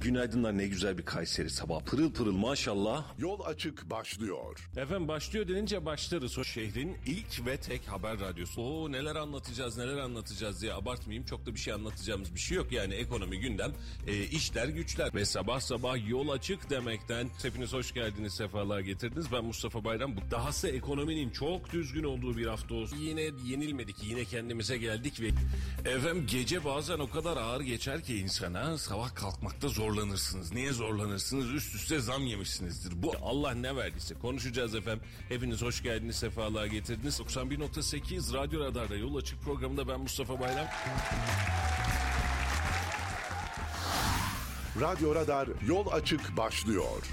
Günaydınlar, ne güzel bir Kayseri sabah. Pırıl pırıl maşallah. Yol Açık başlıyor. Efendim başlıyor denince başlarız. O şehrin ilk ve tek haber radyosu. Oo, neler anlatacağız diye abartmayayım. Çok da bir şey anlatacağımız bir şey yok. Yani ekonomi, gündem, işler güçler. Ve sabah sabah yol açık demekten hepiniz hoş geldiniz, sefalar getirdiniz. Ben Mustafa Bayram. Dahası ekonominin çok düzgün olduğu bir hafta olsun. Yine yenilmedik, yine kendimize geldik ve efendim gece bazen o kadar ağır geçer ki insana, sabah kalkmakta zorlanırsınız. Niye zorlanırsınız? Üst üste zam yemişsinizdir. Bu Allah ne verdiyse konuşacağız efendim. Hepiniz hoş geldiniz, sefalar getirdiniz. 91.8 Radyo Radar'da Yol Açık programında ben Mustafa Bayram. Radyo Radar Yol Açık başlıyor.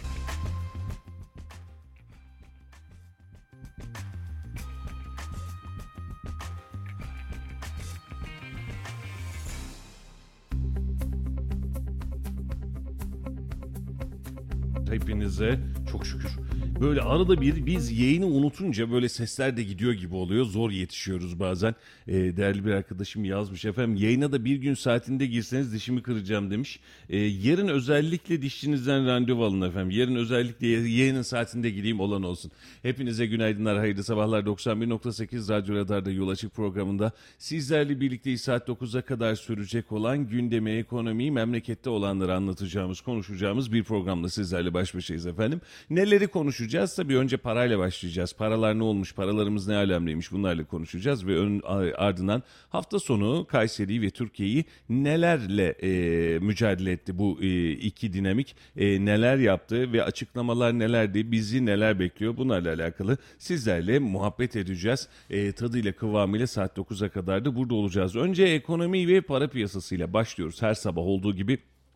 Hepinize çok şükür. Böyle arada bir biz yayını unutunca böyle sesler de gidiyor gibi oluyor. Zor yetişiyoruz bazen. Değerli bir arkadaşım yazmış efendim. Yayına da bir gün saatinde girseniz dişimi kıracağım demiş. Yarın özellikle dişçinizden randevu alın efendim. Yarın özellikle yayının saatinde gireyim, olan olsun. Hepinize günaydınlar, hayırlı sabahlar. 91.8 Radyo Radar'da Yol Açık programında sizlerle birlikte saat 9'a kadar sürecek olan gündemi, ekonomiyi, memlekette olanları anlatacağımız, konuşacağımız bir programda sizlerle baş başayız efendim. Neleri konuşacağız? Tabii önce parayla başlayacağız. Paralar ne olmuş, paralarımız ne alemdeymiş, bunlarla konuşacağız ve ardından hafta sonu Kayseri ve Türkiye'yi nelerle mücadele etti bu iki dinamik, neler yaptı ve açıklamalar nelerdi, bizi neler bekliyor, bunlarla alakalı sizlerle muhabbet edeceğiz. Tadıyla kıvamıyla saat 9'a kadar da burada olacağız. Önce ekonomi ve para piyasasıyla başlıyoruz her sabah olduğu gibi.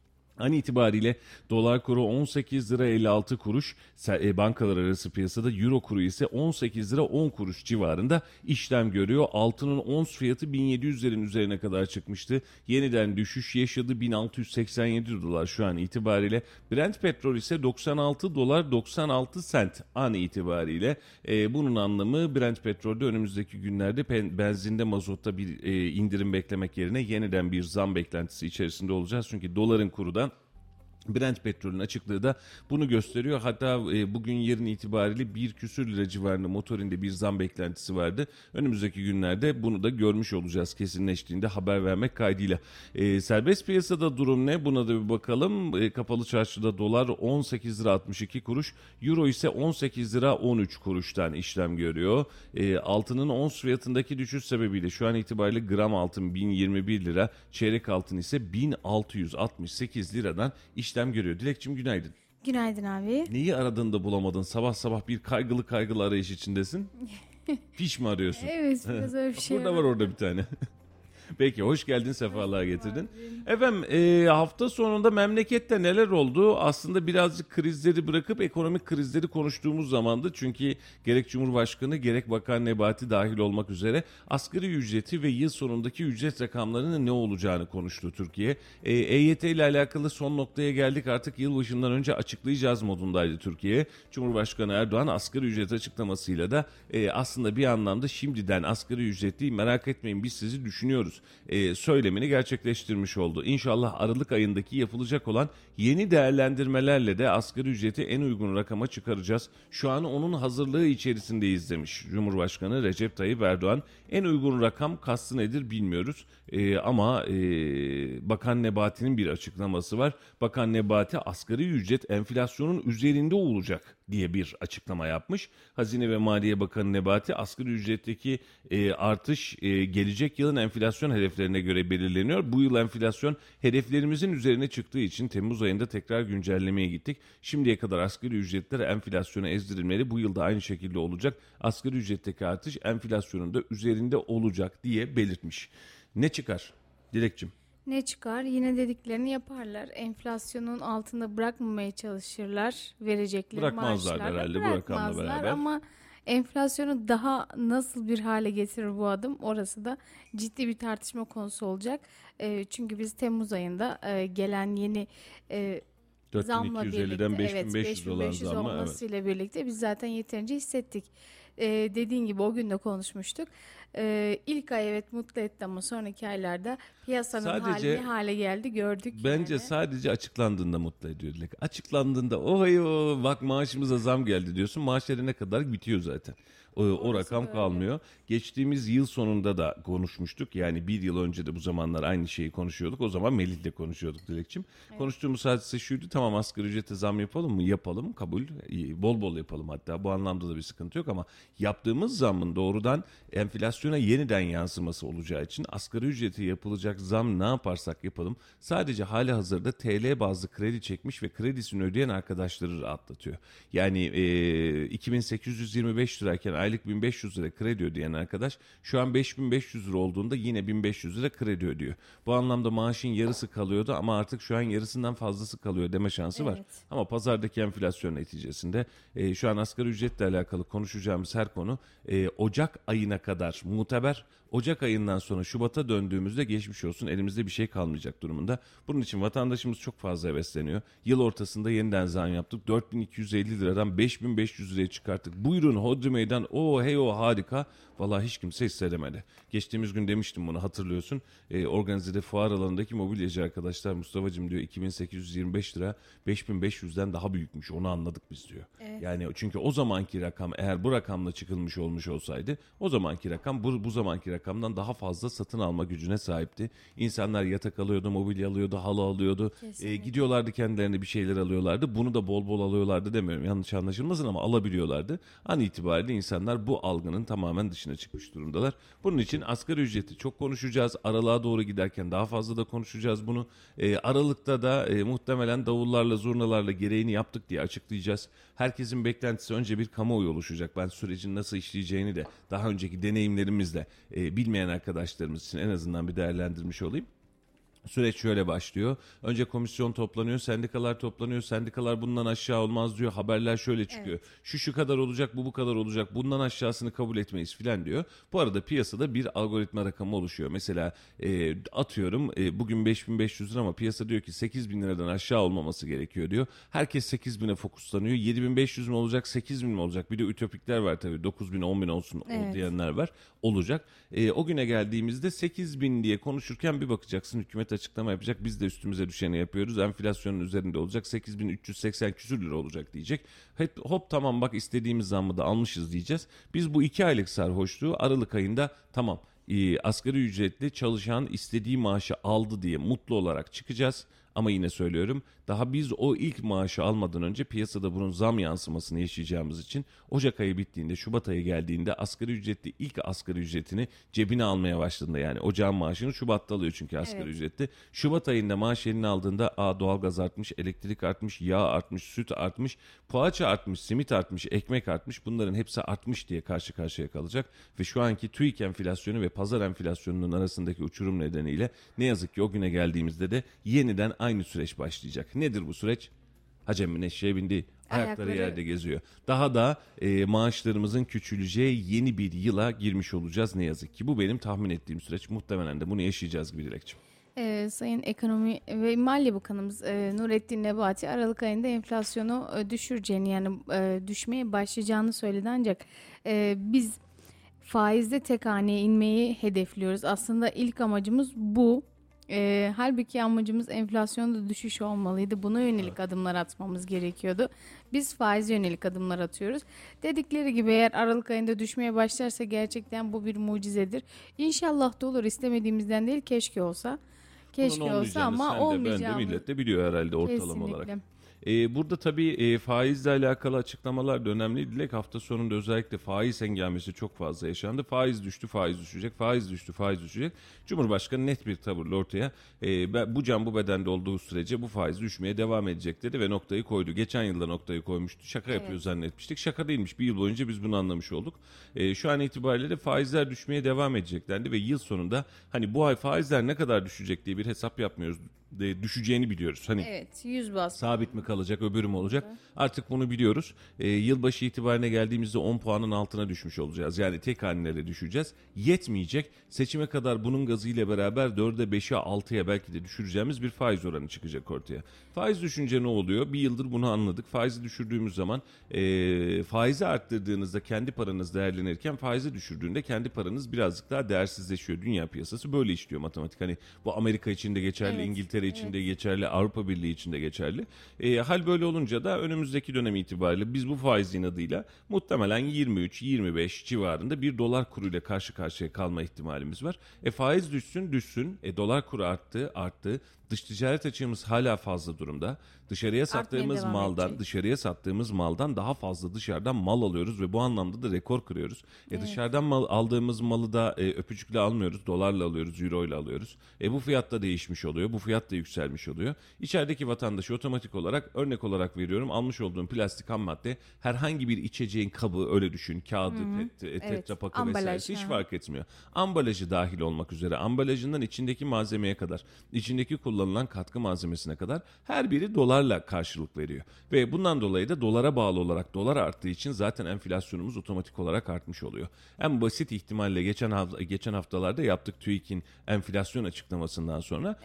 An itibariyle dolar kuru 18 lira 56 kuruş, bankalar arası piyasada euro kuru ise 18 lira 10 kuruş civarında işlem görüyor. Altının ons fiyatı 1700'lerin üzerine kadar çıkmıştı. Yeniden düşüş yaşadı, 1687 dolar şu an itibariyle. Brent petrol ise 96 dolar 96 sent an itibariyle. Bunun anlamı Brent petrolde önümüzdeki günlerde benzinde, mazotta bir indirim beklemek yerine yeniden bir zam beklentisi içerisinde olacağız. Çünkü doların kuru da Brent petrolün açıklığı da bunu gösteriyor. Hatta bugün yarın itibariyle 1 küsür lira civarında motorinde bir zam beklentisi vardı. Önümüzdeki günlerde bunu da görmüş olacağız kesinleştiğinde, haber vermek kaydıyla. Serbest piyasada durum ne? Buna da bir bakalım. Kapalı çarşıda dolar 18 lira 62 kuruş, euro ise 18 lira 13 kuruştan işlem görüyor. Altının ons fiyatındaki düşüş sebebiyle şu an itibariyle gram altın 1021 lira, çeyrek altın ise 1668 liradan işlem görüyor. Dilekçim günaydın. Günaydın abi. Neyi aradığında bulamadın? Sabah sabah bir kaygılı arayış içindesin. Fiş mi arıyorsun? Evet, biraz öyle bir şey Burada var orada bir tane. Peki, hoş geldin, sefalar getirdin. Efendim hafta sonunda memlekette neler oldu? Aslında birazcık krizleri bırakıp ekonomik krizleri konuştuğumuz zamandı. Çünkü gerek Cumhurbaşkanı gerek Bakan Nebati dahil olmak üzere asgari ücreti ve yıl sonundaki ücret rakamlarının ne olacağını konuştu Türkiye. EYT ile alakalı son noktaya geldik, artık yılbaşından önce açıklayacağız modundaydı Türkiye. Cumhurbaşkanı Erdoğan asgari ücret açıklamasıyla da aslında bir anlamda şimdiden asgari ücretli merak etmeyin biz sizi düşünüyoruz söylemini gerçekleştirmiş oldu. İnşallah Aralık ayındaki yapılacak olan yeni değerlendirmelerle de asgari ücreti en uygun rakama çıkaracağız. Şu an onun hazırlığı içerisindeyiz demiş Cumhurbaşkanı Recep Tayyip Erdoğan. En uygun rakam kastı nedir bilmiyoruz ama Bakan Nebati'nin bir açıklaması var. Bakan Nebati asgari ücret enflasyonun üzerinde olacak diye bir açıklama yapmış. Hazine ve Maliye Bakanı Nebati asgari ücretteki artış gelecek yılın enflasyon hedeflerine göre belirleniyor. Bu yıl enflasyon hedeflerimizin üzerine çıktığı için Temmuz ayında tekrar güncellemeye gittik. Şimdiye kadar asgari ücretler enflasyona ezdirilmeli. Bu yılda aynı şekilde olacak. Asgari ücretteki artış enflasyonun da üzerinde olacak diye belirtmiş. Ne çıkar Dilekçim? Ne çıkar? Yine dediklerini yaparlar. Enflasyonun altında bırakmamaya çalışırlar. Verecekleri Bırakmazlar maaşlarla. herhalde bu rakamla beraber. Ama enflasyonu daha nasıl bir hale getirir bu adım? Orası da ciddi bir tartışma konusu olacak. Çünkü biz Temmuz ayında gelen yeni zamla birlikte, 4250'den 5500 olan 5500 zamla olmasıyla birlikte biz zaten yeterince hissettik. Dediğin gibi o gün de konuşmuştuk. İlk ay evet mutlu etti ama sonraki aylarda piyasanın hali Sadece ne hale geldi gördük bence yani. sadece açıklandığında mutlu ediyor Dilek. Açıklandığında oy bak maaşımıza zam geldi diyorsun. Maaşları ne kadar bitiyor zaten. O Orası rakam da öyle. kalmıyor. Geçtiğimiz yıl sonunda da konuşmuştuk. Yani bir yıl önce de bu zamanlar aynı şeyi konuşuyorduk. O zaman Melih'le konuşuyorduk Dilekçim. Konuştuğumuz hadise şuydu. Tamam, asgari ücrete zam yapalım mı? Yapalım, kabul. Bol bol yapalım hatta. Bu anlamda da bir sıkıntı yok ama yaptığımız zammın doğrudan enflasyona yeniden yansıması olacağı için asgari ücrete yapılacak zam ne yaparsak yapalım sadece hali hazırda TL bazlı kredi çekmiş ve kredisini ödeyen arkadaşları rahatlatıyor. Yani 2825 lirayken aylık 1500 lira kredi ödeyen arkadaş şu an 5500 lira olduğunda yine 1500 lira kredi ödüyor. Bu anlamda maaşın yarısı kalıyordu ama artık şu an yarısından fazlası kalıyor deme şansı var. Evet. Ama pazardaki enflasyon neticesinde şu an asgari ücretle alakalı konuşacağımız her konu Ocak ayına kadar muteber. Ocak ayından sonra Şubat'a döndüğümüzde geçmiş olsun elimizde bir şey kalmayacak durumunda. Bunun için vatandaşımız çok fazla hevesleniyor. Yıl ortasında yeniden zam yaptık. 4250 liradan 5500 liraya çıkarttık. Buyurun hodri meydan. Hey harika. Vallahi hiç kimse hissedemedi. Geçtiğimiz gün demiştim bunu, hatırlıyorsun. Organizede fuar alanındaki mobilyacı arkadaşlar Mustafa'cığım diyor 2825 lira 5500'den daha büyükmüş. Onu anladık biz diyor. Evet. Yani çünkü o zamanki rakam eğer bu rakamla çıkılmış olmuş olsaydı o zamanki rakam bu zamanki rakamdan daha fazla satın alma gücüne sahipti. İnsanlar yatak alıyordu, mobilya alıyordu, halı alıyordu. Kesinlikle. Gidiyorlardı kendilerine bir şeyler alıyorlardı. Bunu da bol bol alıyorlardı demiyorum, yanlış anlaşılmasın ama alabiliyorlardı. An itibariyle insanlar bu algının tamamen dışına çıkmış durumdalar. Bunun için asgari ücreti çok konuşacağız. Aralığa doğru giderken daha fazla da konuşacağız bunu. Aralıkta da muhtemelen davullarla zurnalarla gereğini yaptık diye açıklayacağız. Herkesin beklentisi önce bir kamuoyu oluşacak. Ben sürecin nasıl işleyeceğini de daha önceki deneyimlerimizle bilmeyen arkadaşlarımız için en azından bir değerlendirmiş olayım. Süreç şöyle başlıyor. Önce komisyon toplanıyor, sendikalar toplanıyor. Sendikalar bundan aşağı olmaz diyor. Haberler şöyle çıkıyor. Şu kadar olacak, bu kadar olacak. Bundan aşağısını kabul etmeyiz filan diyor. Bu arada piyasada bir algoritma rakamı oluşuyor. Mesela atıyorum bugün 5500 lira ama piyasa diyor ki 8000 liradan aşağı olmaması gerekiyor diyor. Herkes 8000'e fokuslanıyor. 7500 mi olacak, 8000 mi olacak? Bir de ütopikler var tabii. 9000, 10000 olsun Evet. diyenler var. Olacak. O güne geldiğimizde 8000 diye konuşurken bir bakacaksın hükümet açıklama yapacak. Biz de üstümüze düşeni yapıyoruz. Enflasyonun üzerinde olacak. 8380 küsür lira olacak diyecek. Hop tamam bak istediğimiz zammı da almışız diyeceğiz. Biz bu 2 aylık sarhoşluğu Aralık ayında tamam asgari ücretli çalışan istediği maaşı aldı diye mutlu olarak çıkacağız. Ama yine söylüyorum daha biz o ilk maaşı almadan önce piyasada bunun zam yansımasını yaşayacağımız için Ocak ayı bittiğinde Şubat ayı geldiğinde asgari ücretli ilk asgari ücretini cebine almaya başladığında yani ocağın maaşını Şubat'ta alıyor çünkü asgari ücretli. Şubat ayında maaş eline aldığında doğalgaz artmış, elektrik artmış, yağ artmış, süt artmış, poğaça artmış, simit artmış, ekmek artmış, bunların hepsi artmış diye karşı karşıya kalacak. Ve şu anki TÜİK enflasyonu ve pazar enflasyonunun arasındaki uçurum nedeniyle ne yazık ki o güne geldiğimizde de yeniden aynı süreç başlayacak. Nedir bu süreç? Hacem eşeğe bindi, ayakları yerde geziyor. Daha da maaşlarımızın küçüleceği yeni bir yıla girmiş olacağız ne yazık ki. Bu benim tahmin ettiğim süreç. Muhtemelen de bunu yaşayacağız gibi Dilekçim. Sayın Ekonomi ve Maliye Bakanımız Nurettin Nebati Aralık ayında enflasyonu düşüreceğini yani düşmeye başlayacağını söyledi ancak biz faizde tek haneye inmeyi hedefliyoruz. Aslında ilk amacımız bu. Halbuki amacımız enflasyonda düşüş olmalıydı. Buna yönelik adımlar atmamız gerekiyordu. Biz faiz yönelik adımlar atıyoruz. Dedikleri gibi eğer Aralık ayında düşmeye başlarsa gerçekten bu bir mucizedir. İnşallah da olur. İstemediğimizden değil, keşke olsa. Keşke olsa ama sen de ben de olmayacağını. millet de biliyor herhalde ortalama Kesinlikle. olarak. Burada tabii faizle alakalı açıklamalar da önemli. Dilek hafta sonunda özellikle faiz hengamesi çok fazla yaşandı. Faiz düştü, faiz düşecek, faiz düştü, faiz düşecek. Cumhurbaşkanı net bir tavırla ortaya bu can bu bedende olduğu sürece bu faiz düşmeye devam edecek dedi ve noktayı koydu. Geçen yılda noktayı koymuştu. Şaka yapıyor zannetmiştik. Şaka değilmiş. Bir yıl boyunca biz bunu anlamış olduk. Şu an itibariyle de faizler düşmeye devam edeceklerdi ve yıl sonunda hani bu ay faizler ne kadar düşecek diye bir hesap yapmıyoruz. düşeceğini biliyoruz. Hani Evet, 100 bas. sabit mi kalacak, öbürü mü olacak? Artık bunu biliyoruz. Yılbaşı itibariyle geldiğimizde 10 puanın altına düşmüş olacağız. Yani tek hanelere düşeceğiz. Yetmeyecek. Seçime kadar bunun gazıyla beraber 4'e, 5'e, 6'ya belki de düşüreceğimiz bir faiz oranı çıkacak ortaya. Faiz düşünce ne oluyor? Bir yıldır bunu anladık. Faizi düşürdüğümüz zaman faizi arttırdığınızda kendi paranız değerlenirken faizi düşürdüğünde kendi paranız birazcık daha değersizleşiyor. Dünya piyasası böyle işliyor matematik. Hani bu Amerika için de geçerli, Evet, İngiltere için de geçerli, Avrupa Birliği için de geçerli. Hal böyle olunca da önümüzdeki dönem itibariyle biz bu faizin adıyla muhtemelen 23-25 civarında bir dolar kuruyla karşı karşıya kalma ihtimalimiz var. Faiz düşsün. Dolar kuru arttı. Dış ticaret açığımız hala fazla durumda. Dışarıya sattığımız devam maldan, edecek. dışarıya sattığımız maldan daha fazla dışarıdan mal alıyoruz ve bu anlamda da rekor kırıyoruz. Dışarıdan aldığımız malı da öpücükle almıyoruz, dolarla alıyoruz, euroyla alıyoruz. Bu fiyat da değişmiş oluyor, bu fiyat da yükselmiş oluyor. İçerideki vatandaşı otomatik olarak, örnek olarak veriyorum, almış olduğum plastik ham madde herhangi bir içeceğin kabı, öyle düşün, kağıdı, tetra pakı ambalaj, vesairesi hiç fark etmiyor. Ambalajı dahil olmak üzere, ambalajından içindeki malzemeye kadar, içindeki kullanılan katkı malzemesine kadar her biri dolarla karşılık veriyor. Ve bundan dolayı da dolara bağlı olarak dolar arttığı için zaten enflasyonumuz otomatik olarak artmış oluyor. En basit ihtimalle geçen haftalarda yaptık TÜİK'in enflasyon açıklamasından sonra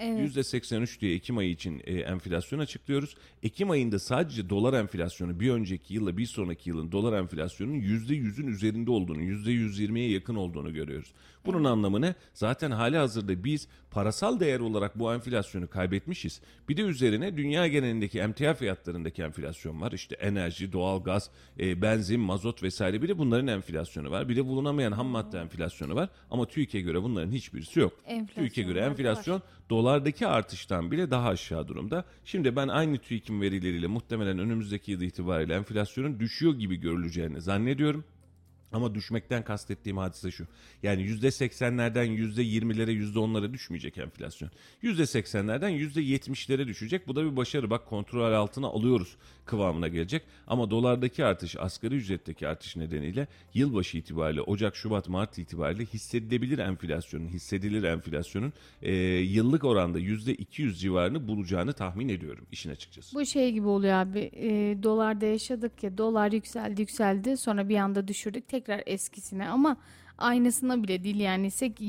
%83 diye Ekim ayı için enflasyon açıklıyoruz. Ekim ayında sadece dolar enflasyonu bir önceki yılla bir sonraki yılın dolar enflasyonunun %100'ün üzerinde olduğunu, %120'ye yakın olduğunu görüyoruz. Bunun anlamı ne? Zaten hali hazırda biz parasal değer olarak bu enflasyonu kaybetmişiz. Bir de üzerine dünya genelindeki emtia fiyatlarındaki enflasyon var. İşte enerji, doğalgaz, benzin, mazot vesaire, bir de bunların enflasyonu var. Bir de bulunamayan ham madde enflasyonu var. Ama TÜİK'e göre bunların hiçbirisi yok. TÜİK'e göre enflasyon dolardaki artıştan bile daha aşağı durumda. Şimdi ben aynı TÜİK'in verileriyle muhtemelen önümüzdeki yıl itibariyle enflasyonun düşüyor gibi görüleceğini zannediyorum. Ama düşmekten kastettiğim hadise şu. Yani %80'lerden %20'lere, %10'lara düşmeyecek enflasyon. %80'lerden %70'lere düşecek. Bu da bir başarı. Bak, kontrol altına alıyoruz kıvamına gelecek. Ama dolardaki artış, asgari ücretteki artış nedeniyle yılbaşı itibariyle, Ocak, Şubat, Mart itibariyle hissedilir enflasyonun yıllık oranda %200 civarını bulacağını tahmin ediyorum işin açıkçası. Bu şey gibi oluyor abi. Dolarda yaşadık ya, dolar yükseldi sonra bir anda düşürdük tekrar eskisine, ama aynısına bile değil yani.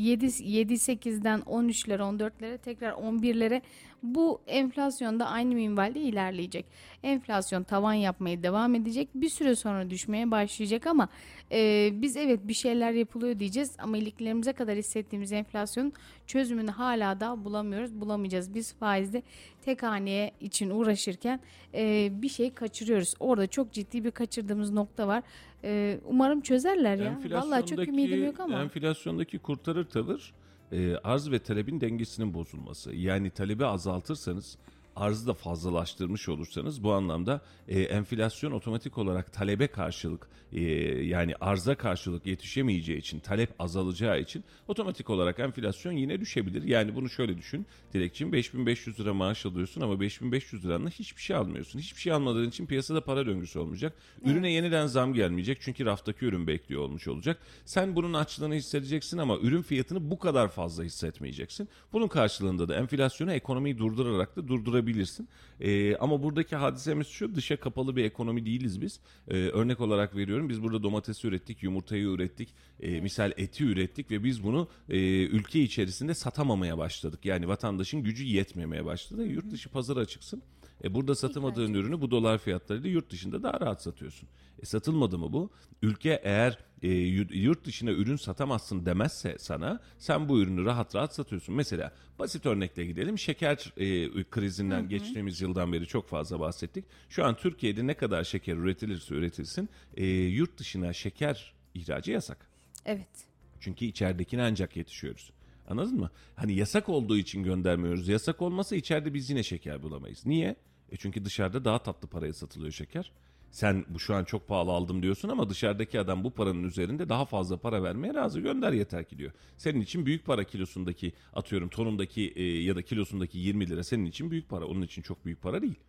7-8'den 13'lere 14'lere tekrar 11'lere, bu enflasyon da aynı minvalde ilerleyecek. Enflasyon tavan yapmaya devam edecek, bir süre sonra düşmeye başlayacak ama biz evet bir şeyler yapılıyor diyeceğiz ama iliklerimize kadar hissettiğimiz enflasyonun çözümünü hala da bulamayacağız. Biz faizde tek haneye için uğraşırken bir şey kaçırıyoruz. Orada çok ciddi bir kaçırdığımız nokta var. Umarım çözerler ya. Vallahi çok ümidim yok ama. Enflasyondaki kurtarır tavır arz ve talebin dengesinin bozulması. Yani talebi azaltırsanız, arzı da fazlalaştırmış olursanız, bu anlamda enflasyon otomatik olarak talebe karşılık, yani arza karşılık yetişemeyeceği için, talep azalacağı için otomatik olarak enflasyon yine düşebilir. Yani bunu şöyle düşün Dilekçim, 5.500 lira maaş alıyorsun ama 5.500 liranla hiçbir şey almıyorsun. Hiçbir şey almadığın için piyasada para döngüsü olmayacak. Ürüne yeniden zam gelmeyecek çünkü raftaki ürün bekliyor olmuş olacak. Sen bunun açlığını hissedeceksin ama ürün fiyatını bu kadar fazla hissetmeyeceksin. Bunun karşılığında da enflasyonu, ekonomiyi durdurarak da durdurabilirsin. Ama buradaki hadisemiz şu: dışa kapalı bir ekonomi değiliz biz. Örnek olarak veriyorum, biz burada domatesi ürettik, yumurtayı ürettik, misal eti ürettik ve biz bunu ülke içerisinde satamamaya başladık. Yani vatandaşın gücü yetmemeye başladı. Yurt dışı pazara açıksın. Burada satamadığın ürünü bu dolar fiyatlarıyla yurt dışında daha rahat satıyorsun. Satılmadı mı bu? Ülke eğer yurt dışına ürün satamazsın demezse sana, sen bu ürünü rahat rahat satıyorsun. Mesela basit örnekle gidelim. Şeker krizinden geçtiğimiz yıldan beri çok fazla bahsettik. Şu an Türkiye'de ne kadar şeker üretilirse üretilsin, yurt dışına şeker ihracı yasak. Evet. Çünkü içeridekine ancak yetişiyoruz. Anladın mı? Hani yasak olduğu için göndermiyoruz. Yasak olmasa içeride biz yine şeker bulamayız. Niye? Çünkü dışarıda daha tatlı paraya satılıyor şeker. Sen bu şu an çok pahalı aldım diyorsun ama dışarıdaki adam bu paranın üzerinde daha fazla para vermeye razı, gönder yeter ki diyor. Senin için büyük para kilosundaki, atıyorum tonundaki ya da kilosundaki 20 lira senin için büyük para. Onun için çok büyük para değil.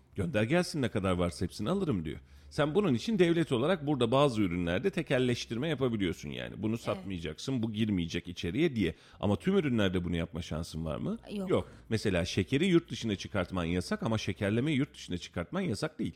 Gönder gelsin, ne kadar varsa hepsini alırım diyor. Sen bunun için devlet olarak burada bazı ürünlerde tekelleştirme yapabiliyorsun yani. Bunu satmayacaksın, bu girmeyecek içeriye diye. Ama tüm ürünlerde bunu yapma şansın var mı? Yok. Mesela şekeri yurt dışına çıkartman yasak ama şekerlemeyi yurt dışına çıkartman yasak değil.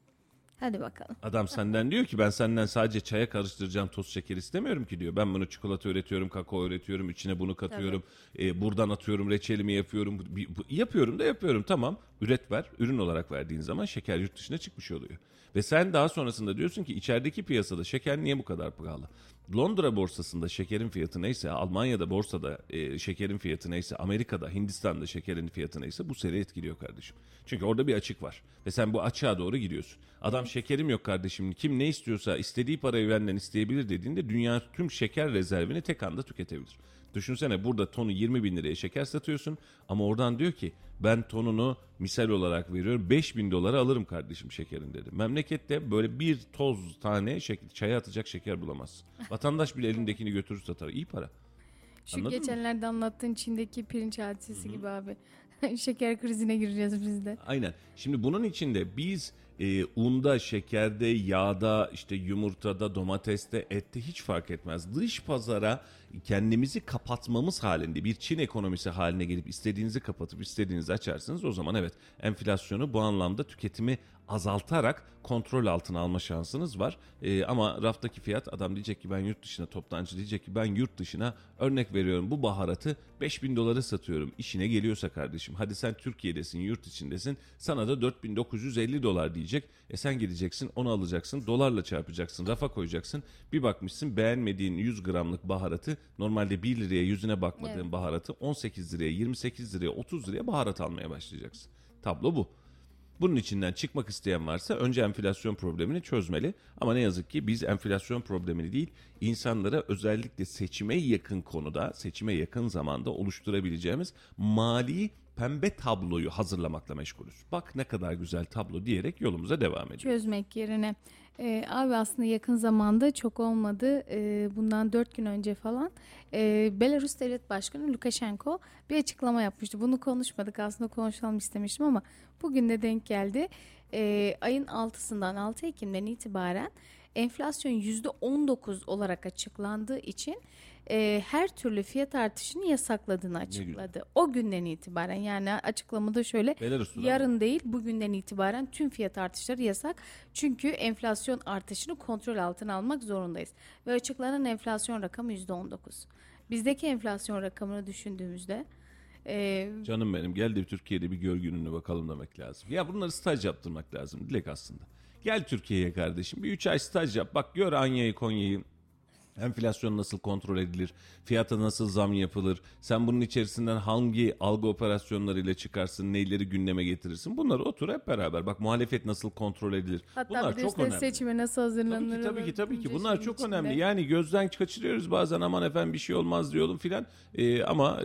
Hadi bakalım. Adam senden diyor ki ben senden sadece çaya karıştıracağım toz şeker istemiyorum ki diyor. Ben bunu çikolata üretiyorum, kakao üretiyorum, içine bunu katıyorum. Buradan atıyorum, reçelimi yapıyorum. Yapıyorum da yapıyorum, tamam. Üret ver, ürün olarak verdiğin zaman şeker yurt dışına çıkmış oluyor. Ve sen daha sonrasında diyorsun ki içerideki piyasada şeker niye bu kadar pahalı? Londra borsasında şekerin fiyatı neyse, Almanya'da borsada şekerin fiyatı neyse, Amerika'da, Hindistan'da şekerin fiyatı neyse bu seni etkiliyor kardeşim. Çünkü orada bir açık var ve sen bu açığa doğru gidiyorsun. Adam şekerim yok kardeşim, kim ne istiyorsa istediği parayı benden isteyebilir dediğinde dünya tüm şeker rezervini tek anda tüketebilir. Düşünsene, burada tonu 20 bin liraya şeker satıyorsun ama oradan diyor ki ben tonunu misal olarak veriyorum 5 bin dolara alırım kardeşim şekerin dedi. Memlekette böyle bir toz tane çaya atacak şeker bulamazsın. Vatandaş bile elindekini götürür satar. İyi para. Şu Anladın mı? geçenlerde anlattığın Çin'deki pirinç hadisesi gibi abi. Şeker krizine gireceğiz biz de. Aynen. Şimdi bunun içinde biz unda, şekerde, yağda, işte yumurtada, domateste, ette hiç fark etmez. Dış pazara kendimizi kapatmamız halinde bir Çin ekonomisi haline gelip istediğinizi kapatıp istediğinizi açarsınız. O zaman evet, enflasyonu bu anlamda tüketimi azaltarak kontrol altına alma şansınız var. Ama raftaki fiyat, adam diyecek ki ben yurt dışına, toptancı diyecek ki ben yurt dışına örnek veriyorum bu baharatı 5.000 dolara satıyorum. İşine geliyorsa kardeşim, hadi sen Türkiye'desin, yurt içindesin, sana da 4.950 dolar diyecek. Sen gideceksin, onu alacaksın, dolarla çarpacaksın, rafa koyacaksın. Bir bakmışsın beğenmediğin 100 gramlık baharatı, normalde 1 liraya yüzüne bakmadığın baharatı 18 liraya, 28 liraya, 30 liraya baharat almaya başlayacaksın. Tablo bu. Bunun içinden çıkmak isteyen varsa önce enflasyon problemini çözmeli. Ama ne yazık ki biz enflasyon problemini değil, insanlara özellikle seçime yakın konuda, seçime yakın zamanda oluşturabileceğimiz mali pembe tabloyu hazırlamakla meşgulüz. Bak ne kadar güzel tablo diyerek yolumuza devam ediyoruz. Çözmek yerine. Abi aslında yakın zamanda çok olmadı. Bundan 4 gün önce falan Belarus Devlet Başkanı Lukashenko bir açıklama yapmıştı. Bunu konuşmadık, aslında konuşalım istemiştim ama bugün de denk geldi. Ayın 6'sından 6 Ekim'den itibaren enflasyon %19 olarak açıklandığı için her türlü fiyat artışını yasakladığını açıkladı. O günden itibaren, yani açıklamada şöyle, Belarus'ta da yarın değil bugünden itibaren tüm fiyat artışları yasak. Çünkü enflasyon artışını kontrol altına almak zorundayız. Ve açıklanan enflasyon rakamı %19. Bizdeki enflasyon rakamını düşündüğümüzde Canım benim, gel de Türkiye'de bir gör gününü bakalım demek lazım. Ya bunları staj yaptırmak lazım Dilek aslında. Gel Türkiye'ye kardeşim, bir 3 ay staj yap, bak gör Anya'yı, Konya'yı. Enflasyon nasıl kontrol edilir? Fiyata nasıl zam yapılır? Sen bunun içerisinden hangi algı operasyonlarıyla çıkarsın? Neyleri gündeme getirirsin? Bunları otur hep beraber. Bak muhalefet nasıl kontrol edilir? hatta Bunlar bir de çok işte önemli. seçime nasıl hazırlanır? Tabii ki. bunca Bunlar şeyin çok içinde. önemli. Yani gözden kaçırıyoruz bazen, aman efendim bir şey olmaz diyorum filan. Ama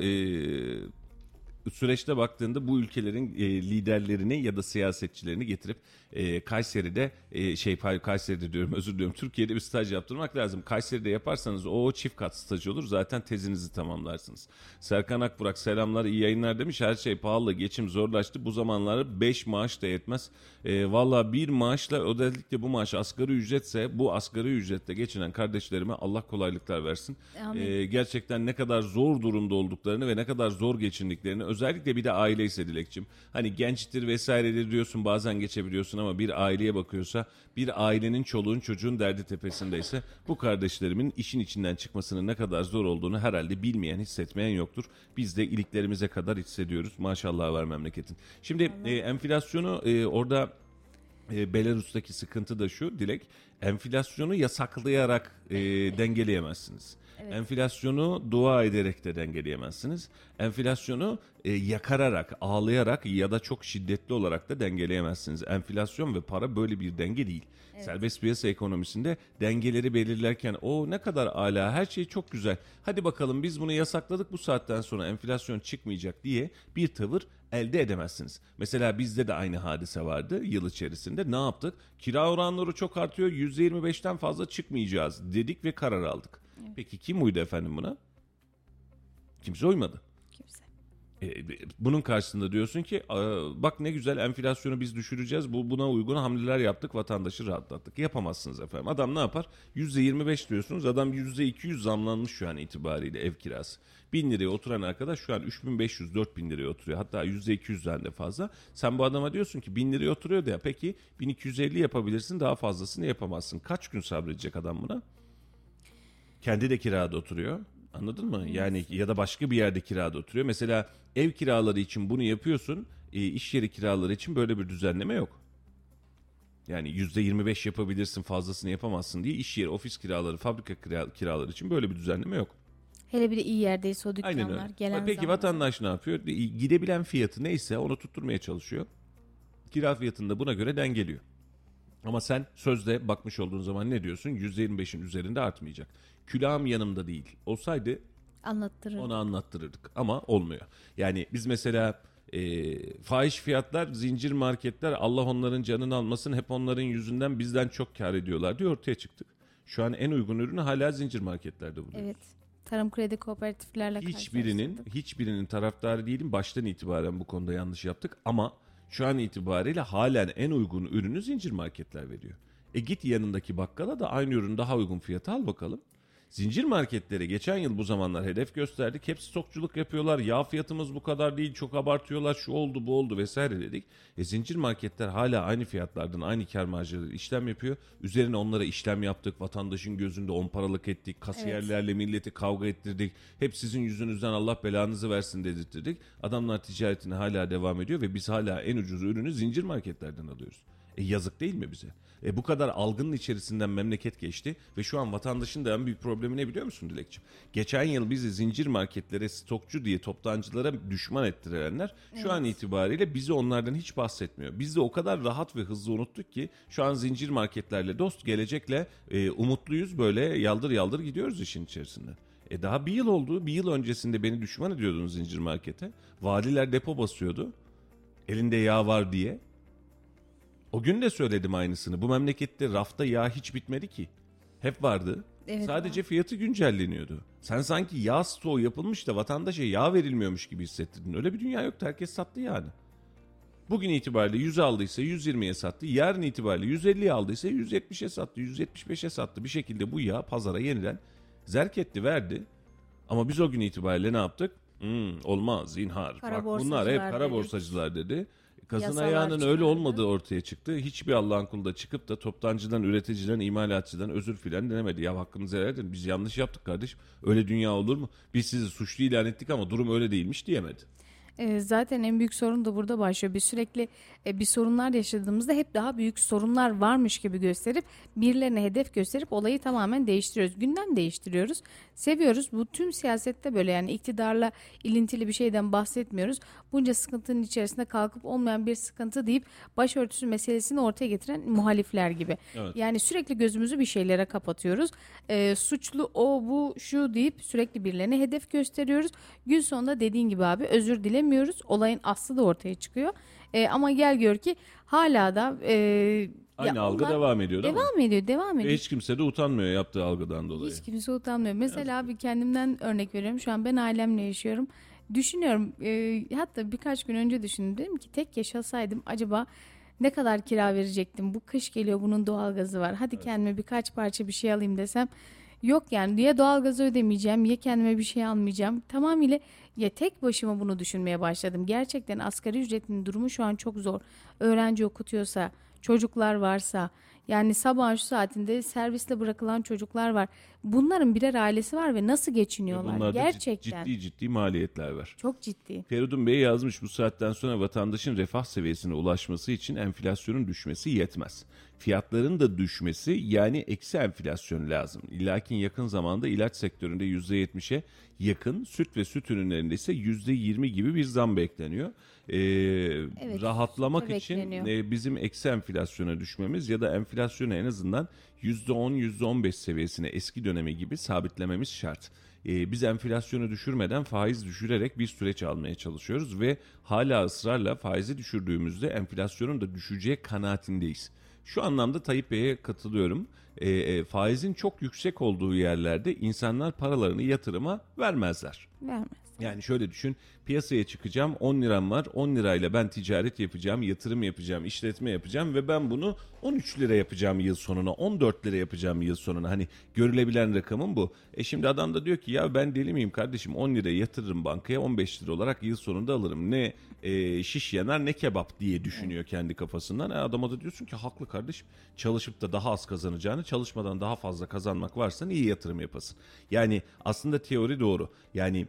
süreçte baktığında bu ülkelerin liderlerini ya da siyasetçilerini getirip Kayseri'de Kayseri'de diyorum, özür diliyorum, Türkiye'de bir staj yaptırmak lazım. Kayseri'de yaparsanız o çift kat staj olur, zaten tezinizi tamamlarsınız. Serkan Akburak selamlar, iyi yayınlar demiş. Her şey pahalı, geçim zorlaştı, bu zamanlar 5 maaş da yetmez. Valla bir maaşla, özellikle bu maaş asgari ücretse, bu asgari ücretle geçinen kardeşlerime Allah kolaylıklar versin. Gerçekten ne kadar zor durumda olduklarını ve ne kadar zor geçindiklerini, özellikle bir de aile ise Dilekçim. Hani gençtir vesairedir diyorsun, bazen geçebiliyorsun ama bir aileye bakıyorsa, bir ailenin çoluğun çocuğun derdi tepesindeyse, bu kardeşlerimin işin içinden çıkmasının ne kadar zor olduğunu herhalde bilmeyen, hissetmeyen yoktur. Biz de iliklerimize kadar hissediyoruz. Maşallah var memleketin. Şimdi enflasyonu orada Belarus'taki sıkıntı da şu Dilek, enflasyonu yasaklayarak dengeleyemezsiniz. Evet. Enflasyonu dua ederek de dengeleyemezsiniz. Enflasyonu yakararak, ağlayarak ya da çok şiddetli olarak da dengeleyemezsiniz. Enflasyon ve para böyle bir denge değil. Evet. Serbest piyasa ekonomisinde dengeleri belirlerken o ne kadar âlâ, her şey çok güzel. Hadi bakalım biz bunu yasakladık, bu saatten sonra enflasyon çıkmayacak diye bir tavır elde edemezsiniz. Mesela bizde de aynı hadise vardı yıl içerisinde. Ne yaptık? Kira oranları çok artıyor, %25'ten fazla çıkmayacağız dedik ve karar aldık. Evet. Peki kim uydu efendim buna? Kimse uymadı. Kimse. Bunun karşısında diyorsun ki bak ne güzel enflasyonu biz düşüreceğiz. Buna uygun hamleler yaptık, vatandaşı rahatlattık. Yapamazsınız efendim. Adam ne yapar? %25 diyorsunuz. Adam %200 zamlanmış şu an itibariyle ev kirası. 1000 liraya oturan arkadaş şu an 3500-4000 liraya oturuyor. Hatta %200'den de fazla. Sen bu adama diyorsun ki 1000 liraya oturuyor da ya, peki 1250 yapabilirsin, daha fazlasını yapamazsın. Kaç gün sabredecek adam buna? Kendi de kirada oturuyor. Anladın mı? Yani ya da başka bir yerde kirada oturuyor. Mesela ev kiraları için bunu yapıyorsun. İş yeri kiraları için böyle bir düzenleme yok. Yani %25 yapabilirsin, fazlasını yapamazsın diye iş yeri, ofis kiraları, fabrika kiraları için böyle bir düzenleme yok. Hele bir de iyi yerdeyse o Aynen dükkanlar öyle. gelen Peki zaman. vatandaş ne yapıyor? Gidebilen fiyatı neyse onu tutturmaya çalışıyor. Kira fiyatını da buna göre dengeliyor. Ama sen sözde bakmış olduğun zaman ne diyorsun? %25'in üzerinde artmayacak. Külahım yanımda değil. Olsaydı Anlattırır. onu anlattırırdık ama olmuyor. Yani biz mesela fahiş fiyatlar, zincir marketler, Allah onların canını almasın, hep onların yüzünden bizden çok kar ediyorlar diye ortaya çıktık. Şu an en uygun ürünü hala zincir marketlerde buluyoruz. Evet. Tarım kredi kooperatiflerle karşılaştırdık. Hiçbirinin taraftarı değilim. Baştan itibaren bu konuda yanlış yaptık ama şu an itibariyle halen en uygun ürünü zincir marketler veriyor. Git yanındaki bakkala da aynı ürünü daha uygun fiyata al bakalım. Zincir marketlere geçen yıl bu zamanlar hedef gösterdik. Hep stokçuluk yapıyorlar. Yağ fiyatımız bu kadar değil, çok abartıyorlar. Şu oldu, bu oldu vesaire dedik. Zincir marketler hala aynı fiyatlardan, aynı kar marjları işlem yapıyor. Üzerine onlara işlem yaptık. Vatandaşın gözünde 10 paralık ettik. Kasiyerlerle milleti kavga ettirdik. Hep sizin yüzünüzden Allah belanızı versin dedirttirdik. Adamlar ticaretine hala devam ediyor ve biz hala en ucuz ürünü zincir marketlerden alıyoruz. Yazık değil mi bize? Bu kadar algının içerisinden memleket geçti ve şu an vatandaşın da en büyük problemi ne biliyor musun Dilekçim? Geçen yıl bizi zincir marketlere stokçu diye toptancılara düşman ettirenler şu an itibariyle bizi onlardan hiç bahsetmiyor. Biz de o kadar rahat ve hızlı unuttuk ki şu an zincir marketlerle dost, gelecekle umutluyuz, böyle yaldır yaldır gidiyoruz işin içerisinde. Daha bir yıl oldu. Bir yıl öncesinde beni düşman ediyordunuz zincir markete. Valiler depo basıyordu. Elinde yağ var diye. O gün de söyledim aynısını. Bu memlekette rafta yağ hiç bitmedi ki. Hep vardı. Evet, Sadece var. fiyatı güncelleniyordu. Sen sanki yağ stoğu yapılmış da vatandaşa yağ verilmiyormuş gibi hissettirdin. Öyle bir dünya yoktu. Herkes sattı yani. Bugün itibariyle 100 aldıysa 120'ye sattı. Yarın itibariyle 150 aldıysa 170'e sattı. 175'e sattı. Bir şekilde bu yağ pazara yeniden zerk etti, verdi. Ama biz o gün itibariyle ne yaptık? Olmaz, zinhar. Kara Bak bunlar hep borsacılar kara dedik. borsacılar dedi. Kazın Yasalar ayağının öyle çıkardı. olmadığı ortaya çıktı. Hiçbir Allah'ın kulu da çıkıp da toptancıdan, üreticiden, imalatçıdan özür filan denemedi. Ya hakkımızı helal edin. Biz yanlış yaptık kardeşim. Öyle dünya olur mu? Biz sizi suçlu ilan ettik ama durum öyle değilmiş diyemedi. Zaten en büyük sorun da burada başlıyor. Biz sürekli bir sorunlar yaşadığımızda hep daha büyük sorunlar varmış gibi gösterip birilerine hedef gösterip olayı tamamen değiştiriyoruz. Gündem değiştiriyoruz. Seviyoruz. Bu tüm siyasette böyle, yani iktidarla ilintili bir şeyden bahsetmiyoruz. Bunca sıkıntının içerisinde kalkıp olmayan bir sıkıntı deyip başörtüsü meselesini ortaya getiren muhalifler gibi. Evet. Yani sürekli gözümüzü bir şeylere kapatıyoruz. Suçlu o, bu, şu deyip sürekli birilerine hedef gösteriyoruz. Gün sonunda dediğin gibi abi özür dilemiyoruz. Olayın aslı da ortaya çıkıyor. Ama gel gör ki hala da Aynı algı devam ediyor değil mi? Devam ediyor. Ve hiç kimse de utanmıyor yaptığı algıdan dolayı. Hiç kimse utanmıyor. Mesela abi kendimden örnek veriyorum. Şu an ben ailemle yaşıyorum. Düşünüyorum. Hatta birkaç gün önce düşündüm. Dedim ki tek yaşasaydım acaba ne kadar kira verecektim? Bu kış geliyor, bunun doğalgazı var. Hadi kendime birkaç parça bir şey alayım desem. Yok yani, ya doğalgazı ödemeyeceğim ya kendime bir şey almayacağım. Tamamıyla ya tek başıma bunu düşünmeye başladım. Gerçekten asgari ücretin durumu şu an çok zor. Öğrenci okutuyorsa, çocuklar varsa, yani sabah şu saatinde servisle bırakılan çocuklar var. Bunların birer ailesi var ve nasıl geçiniyorlar? Bunlarda Gerçekten ciddi maliyetler var. çok ciddi. Feridun Bey yazmış, bu saatten sonra vatandaşın refah seviyesine ulaşması için enflasyonun düşmesi yetmez. Fiyatların da düşmesi, yani eksi enflasyon lazım. Lakin yakın zamanda ilaç sektöründe %70'e yakın, süt ve süt ürünlerinde ise %20 gibi bir zam bekleniyor. Rahatlamak sütte için bekleniyor. bizim eksi enflasyona düşmemiz ya da enflasyonu en azından %10, %15 seviyesine eski dönemi gibi sabitlememiz şart. Biz enflasyonu düşürmeden faiz düşürerek bir süreç almaya çalışıyoruz ve hala ısrarla faizi düşürdüğümüzde enflasyonun da düşeceği kanaatindeyiz. Şu anlamda Tayyip Bey'e katılıyorum. Faizin çok yüksek olduğu yerlerde insanlar paralarını yatırıma vermezler. Vermez. Yani şöyle düşün, piyasaya çıkacağım, 10 liram var, 10 lirayla ben ticaret yapacağım, yatırım yapacağım, işletme yapacağım ve ben bunu 13 lira yapacağım yıl sonuna, 14 lira yapacağım yıl sonuna. Hani görülebilen rakamım bu. Şimdi adam da diyor ki ya ben deli miyim kardeşim, 10 liraya yatırırım bankaya, 15 lira olarak yıl sonunda alırım. Ne şiş yanar ne kebap diye düşünüyor kendi kafasından. Adama da diyorsun ki haklı kardeşim, çalışıp da daha az kazanacağını, çalışmadan daha fazla kazanmak varsa iyi yatırım yapasın. Yani aslında teori doğru. Yani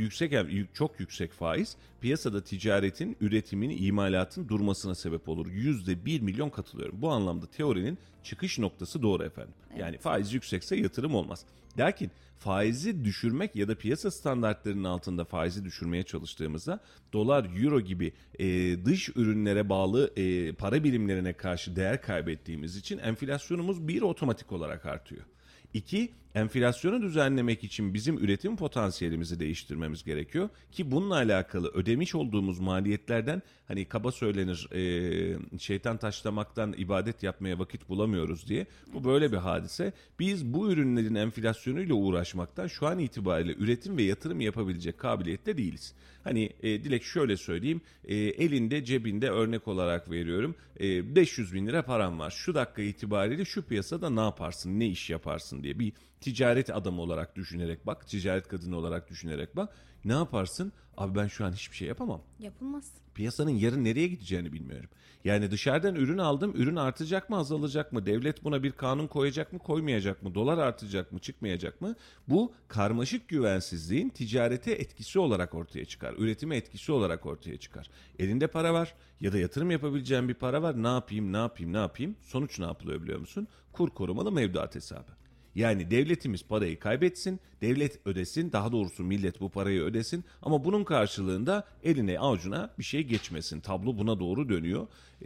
çok yüksek faiz piyasada ticaretin, üretimin, imalatın durmasına sebep olur. %1 milyon katılıyorum. Bu anlamda teorinin çıkış noktası doğru efendim. Yani faiz yüksekse yatırım olmaz. Lakin faizi düşürmek ya da piyasa standartlarının altında faizi düşürmeye çalıştığımızda dolar, euro gibi dış ürünlere bağlı para birimlerine karşı değer kaybettiğimiz için enflasyonumuz bir otomatik olarak artıyor. 2. Enflasyonu düzenlemek için bizim üretim potansiyelimizi değiştirmemiz gerekiyor ki bununla alakalı ödemiş olduğumuz maliyetlerden hani kaba söylenir şeytan taşlamaktan ibadet yapmaya vakit bulamıyoruz diye. Bu böyle bir hadise. Biz bu ürünlerin enflasyonuyla uğraşmaktan şu an itibariyle üretim ve yatırım yapabilecek kabiliyette değiliz. Hani Dilek şöyle söyleyeyim, elinde cebinde örnek olarak veriyorum 500 bin lira param var. Şu dakika itibariyle şu piyasada ne yaparsın, ne iş yaparsın diye bir ticaret adamı olarak düşünerek bak, ticaret kadını olarak düşünerek bak. Ne yaparsın? Abi ben şu an hiçbir şey yapamam. Yapılmaz. Piyasanın yarın nereye gideceğini bilmiyorum. Yani dışarıdan ürün aldım, ürün artacak mı, azalacak mı? Devlet buna bir kanun koyacak mı, koymayacak mı? Dolar artacak mı, çıkmayacak mı? Bu karmaşık güvensizliğin ticarete etkisi olarak ortaya çıkar. Üretime etkisi olarak ortaya çıkar. Elinde para var ya da yatırım yapabileceğin bir para var. Ne yapayım? Sonuç ne yapılıyor biliyor musun? Kur korumalı mevduat hesabı. Yani devletimiz parayı kaybetsin, devlet ödesin, daha doğrusu millet bu parayı ödesin ama bunun karşılığında eline avucuna bir şey geçmesin. Tablo buna doğru dönüyor.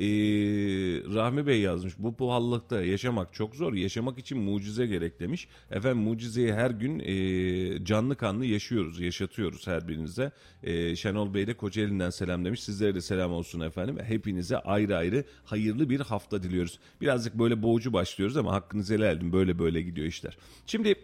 Rahmi Bey yazmış, bu pahalılıkta yaşamak çok zor, yaşamak için mucize gerek demiş. Efendim mucizeyi her gün canlı kanlı yaşatıyoruz her birinize. Şenol Bey de Kocaeli'nden selam demiş, sizlere de selam olsun efendim. Hepinize ayrı ayrı hayırlı bir hafta diliyoruz. Birazcık böyle boğucu başlıyoruz ama hakkınızı helal edin, böyle gidiyor işler. Şimdi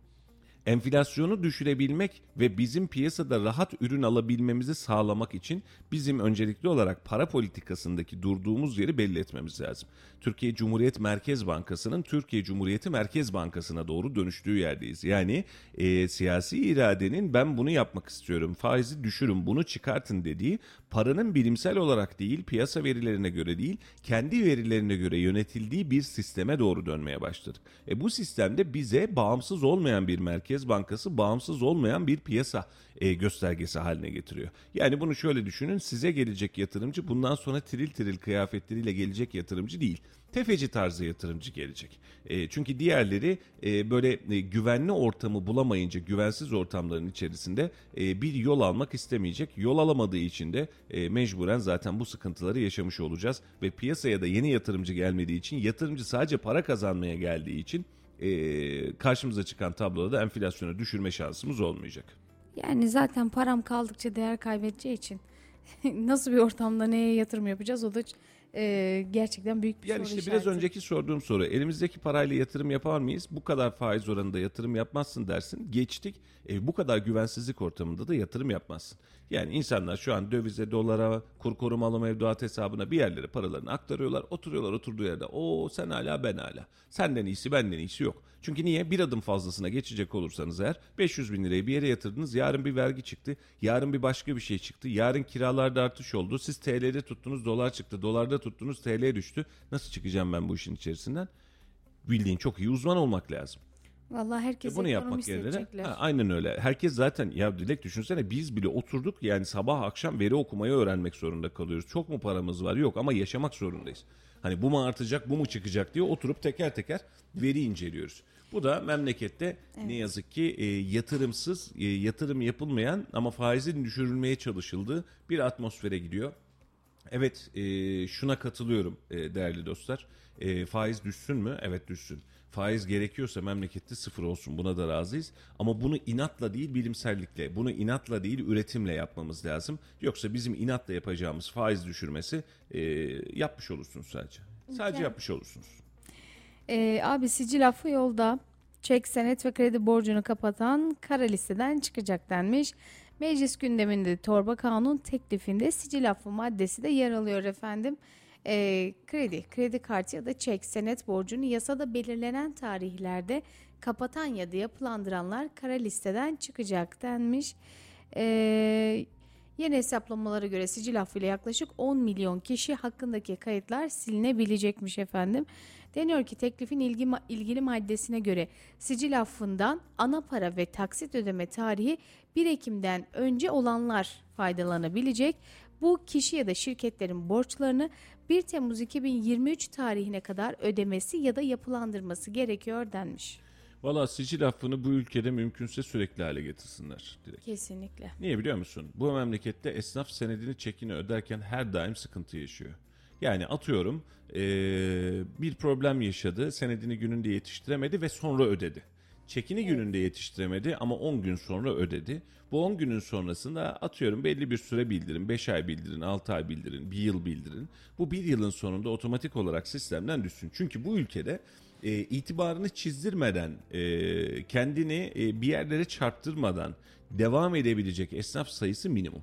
enflasyonu düşürebilmek ve bizim piyasada rahat ürün alabilmemizi sağlamak için bizim öncelikli olarak para politikasındaki durduğumuz yeri belli etmemiz lazım. Türkiye Cumhuriyet Merkez Bankası'nın Türkiye Cumhuriyeti Merkez Bankası'na doğru dönüştüğü yerdeyiz. Yani siyasi iradenin ben bunu yapmak istiyorum, faizi düşürün, bunu çıkartın dediği paranın bilimsel olarak değil, piyasa verilerine göre değil, kendi verilerine göre yönetildiği bir sisteme doğru dönmeye başladık. Bu sistemde bize bağımsız olmayan bir merkez bankası, bağımsız olmayan bir piyasa göstergesi haline getiriyor. Yani bunu şöyle düşünün, size gelecek yatırımcı bundan sonra tiril tiril kıyafetleriyle gelecek yatırımcı değil. Tefeci tarzı yatırımcı gelecek. Çünkü diğerleri böyle güvenli ortamı bulamayınca güvensiz ortamların içerisinde bir yol almak istemeyecek. Yol alamadığı için de mecburen zaten bu sıkıntıları yaşamış olacağız. Ve piyasaya da yeni yatırımcı gelmediği için, yatırımcı sadece para kazanmaya geldiği için karşımıza çıkan tabloda da enflasyonu düşürme şansımız olmayacak. Yani zaten param kaldıkça değer kaybedeceği için nasıl bir ortamda neye yatırım yapacağız, o da gerçekten büyük bir soru Yani işte işareti. biraz önceki sorduğum soru, elimizdeki parayla yatırım yapar mıyız? Bu kadar faiz oranında yatırım yapmazsın dersin. Geçtik. Bu kadar güvensizlik ortamında da yatırım yapmazsın. Yani insanlar şu an dövize, dolara, kur korumalı mevduat hesabına bir yerlere paralarını aktarıyorlar. Oturuyorlar oturduğu yerde. O sen hala ben hala. Senden iyisi benden iyisi yok. Çünkü niye? Bir adım fazlasına geçecek olursanız eğer 500 bin lirayı bir yere yatırdınız. Yarın bir vergi çıktı. Yarın bir başka bir şey çıktı. Yarın kiralarda artış oldu. Siz TL'de tuttunuz, dolar çıktı. Dolarda tuttunuz, TL düştü. Nasıl çıkacağım ben bu işin içerisinden? Bildiğin çok iyi uzman olmak lazım. Vallahi herkes Bunu yapmak ekonomist yerine edecekler. aynen öyle. Herkes zaten ya Dilek düşünsene, biz bile oturduk yani sabah akşam veri okumayı öğrenmek zorunda kalıyoruz. Çok mu paramız var? Yok ama yaşamak zorundayız. Hani bu mu artacak, bu mu çıkacak diye oturup teker teker veri inceliyoruz. Bu da memlekette ne yazık ki yatırımsız, yatırım yapılmayan ama faizin düşürülmeye çalışıldığı bir atmosfere gidiyor. Evet, şuna katılıyorum değerli dostlar. Faiz düşsün mü? Evet düşsün. Faiz gerekiyorsa memlekette sıfır olsun, buna da razıyız. Ama bunu inatla değil bilimsellikle, bunu inatla değil üretimle yapmamız lazım. Yoksa bizim inatla yapacağımız faiz düşürmesi yapmış olursunuz sadece. Sadece yapmış olursunuz. Abi sicil affı yolda. Çek, senet ve kredi borcunu kapatan kara listeden çıkacak denmiş. Meclis gündeminde torba kanun teklifinde sicil affı maddesi de yer alıyor efendim. Kredi kartı ya da çek, senet borcunu yasada belirlenen tarihlerde kapatan ya da yapılandıranlar kara listeden çıkacak denmiş. Yeni hesaplamalara göre sicil affıyla yaklaşık 10 milyon kişi hakkındaki kayıtlar silinebilecekmiş efendim. Deniyor ki teklifin ilgili maddesine göre sicil affından ana para ve taksit ödeme tarihi 1 Ekim'den önce olanlar faydalanabilecek. Bu kişi ya da şirketlerin borçlarını 1 Temmuz 2023 tarihine kadar ödemesi ya da yapılandırması gerekiyor denmiş. Valla sicil affını bu ülkede mümkünse sürekli hale getirsinler direkt. Kesinlikle. Niye biliyor musun? Bu memlekette esnaf senedini çekini öderken her daim sıkıntı yaşıyor. Yani atıyorum bir problem yaşadı, senedini gününde yetiştiremedi ve sonra ödedi. Çekini gününde yetiştiremedi ama 10 gün sonra ödedi. Bu 10 günün sonrasında atıyorum belli bir süre bildirin, 5 ay bildirin, 6 ay bildirin, 1 yıl bildirin. Bu 1 yılın sonunda otomatik olarak sistemden düşsün. Çünkü bu ülkede itibarını çizdirmeden, kendini bir yerlere çarptırmadan devam edebilecek esnaf sayısı minimum.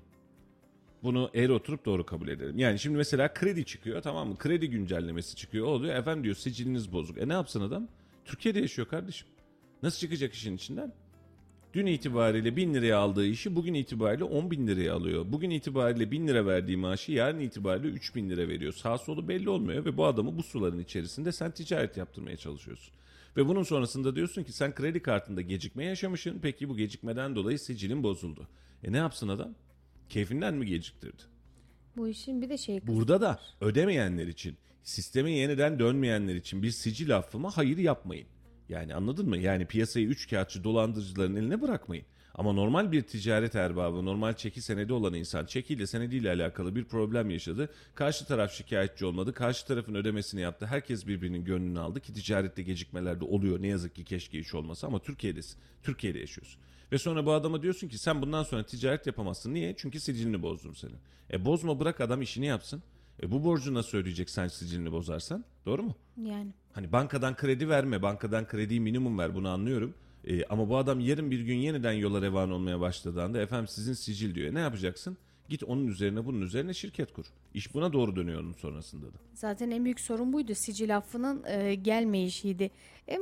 Bunu eğri oturup doğru kabul edelim. Yani şimdi mesela kredi çıkıyor, tamam mı? Kredi güncellemesi çıkıyor, oluyor. Efendim diyor siciliniz bozuk. Ne yapsın adam? Türkiye'de yaşıyor kardeşim. Nasıl çıkacak işin içinden? Dün itibariyle 1000 liraya aldığı işi bugün itibariyle 10 bin liraya alıyor. Bugün itibariyle 1000 lira verdiği maaşı yarın itibariyle 3000 lira veriyor. Sağ solu belli olmuyor ve bu adamı bu suların içerisinde sen ticaret yaptırmaya çalışıyorsun. Ve bunun sonrasında diyorsun ki sen kredi kartında gecikme yaşamışsın. Peki bu gecikmeden dolayı sicilin bozuldu. Ne yapsın adam? Keyfinden mi geciktirdi? Bu işin bir de şey Burada da ödemeyenler için, sisteme yeniden dönmeyenler için bir sicil affı mı? Hayır, yapmayın. Yani anladın mı? Yani piyasayı üçkağıtçı dolandırıcıların eline bırakmayın. Ama normal bir ticaret erbabı, normal çeki senedi olan insan çekiyle senediyle alakalı bir problem yaşadı. Karşı taraf şikayetçi olmadı. Karşı tarafın ödemesini yaptı. Herkes birbirinin gönlünü aldı ki ticarette gecikmeler de oluyor. Ne yazık ki keşke iş olmasa ama Türkiye'desin. Türkiye'de yaşıyorsun. Ve sonra bu adama diyorsun ki sen bundan sonra ticaret yapamazsın. Niye? Çünkü sicilini bozdum seni. Bozma, bırak adam işini yapsın. Bu borcu nasıl ödeyecek sen sicilini bozarsan? Doğru mu? yani. Hani bankadan kredi verme, bankadan krediyi minimum ver, bunu anlıyorum. Ama bu adam yarın bir gün yeniden yola revan olmaya başladığında efendim sizin sicil diyor. Ne yapacaksın? Git onun üzerine bunun üzerine şirket kur. İş buna doğru dönüyor onun sonrasında da. Zaten en büyük sorun buydu. Sicil affının gelmeyişiydi.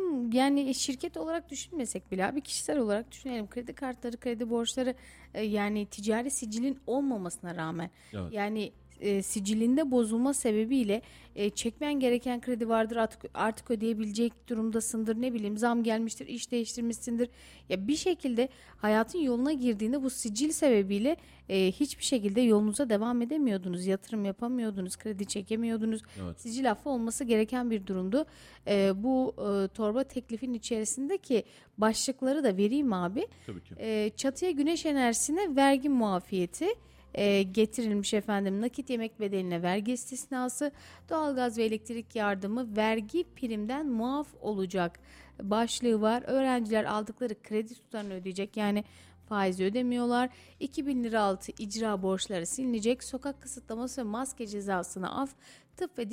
Yani şirket olarak düşünmesek bile abi kişisel olarak düşünelim. Kredi kartları, kredi borçları yani ticari sicilin olmamasına rağmen Evet. yani sicilinde bozulma sebebiyle çekmen gereken kredi vardır, artık ödeyebilecek durumdasındır, ne bileyim zam gelmiştir, iş değiştirmişsindir. Ya bir şekilde hayatın yoluna girdiğinde bu sicil sebebiyle hiçbir şekilde yolunuza devam edemiyordunuz, yatırım yapamıyordunuz, kredi çekemiyordunuz. Evet. Sicil affı olması gereken bir durumdu. Bu torba teklifin içerisindeki başlıkları da vereyim abi. Tabii ki. Çatıya güneş enerjisine vergi muafiyeti getirilmiş efendim. Nakit yemek bedeline vergi istisnası, doğalgaz ve elektrik yardımı vergi primden muaf olacak başlığı var. Öğrenciler aldıkları kredi tutarını ödeyecek, yani faizi ödemiyorlar. 2000 lira altı icra borçları silinecek. Sokak kısıtlaması ve maske cezasına af. Tıp ve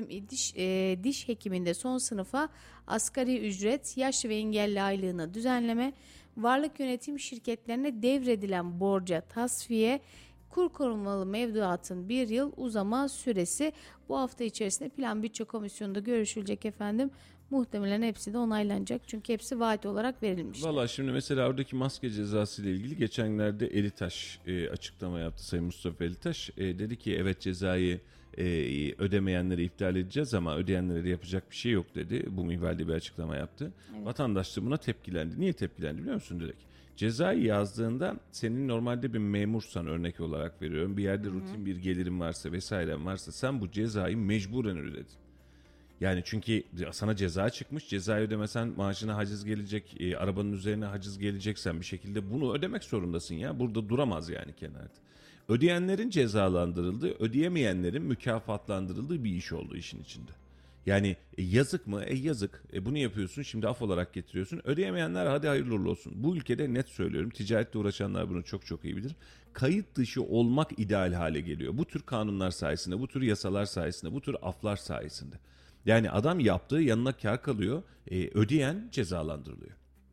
diş hekiminde son sınıfa asgari ücret, yaşlı ve engelli aylığına düzenleme, varlık yönetim şirketlerine devredilen borca tasfiye, kur korumalı mevduatın 1 yıl uzama süresi. Bu hafta içerisinde Plan Bütçe Komisyonu'nda görüşülecek efendim. Muhtemelen hepsi de onaylanacak. Çünkü hepsi vaat olarak verilmiş. Valla şimdi mesela oradaki maske cezası ile ilgili geçenlerde Elitaş açıklama yaptı, Sayın Mustafa Elitaş. Dedi ki evet, cezayı ödemeyenleri iptal edeceğiz ama ödeyenlere de yapacak bir şey yok dedi. Bu minvalde bir açıklama yaptı. Evet. Vatandaş da buna tepkilendi. Niye tepkilendi biliyor musun direkt? Cezayı yazdığında senin normalde bir memursan, örnek olarak veriyorum, bir yerde rutin bir gelirin varsa vesairen varsa sen bu cezayı mecburen ödedin. Yani çünkü sana ceza çıkmış, cezayı ödemesen maaşına haciz gelecek, arabanın üzerine haciz geleceksen bir şekilde bunu ödemek zorundasın ya. Burada duramaz yani kenarda. Ödeyenlerin cezalandırıldığı, ödeyemeyenlerin mükafatlandırıldığı bir iş oldu işin içinde. Yani yazık mı? Yazık. Bunu yapıyorsun, şimdi af olarak getiriyorsun. Ödeyemeyenler hadi hayırlı uğurlu olsun. Bu ülkede net söylüyorum, ticaretle uğraşanlar bunu çok çok iyi bilir. Kayıt dışı olmak ideal hale geliyor. Bu tür kanunlar sayesinde, bu tür yasalar sayesinde, bu tür aflar sayesinde. Yani adam yaptığı yanına kar kalıyor, ödeyen cezalandırılıyor.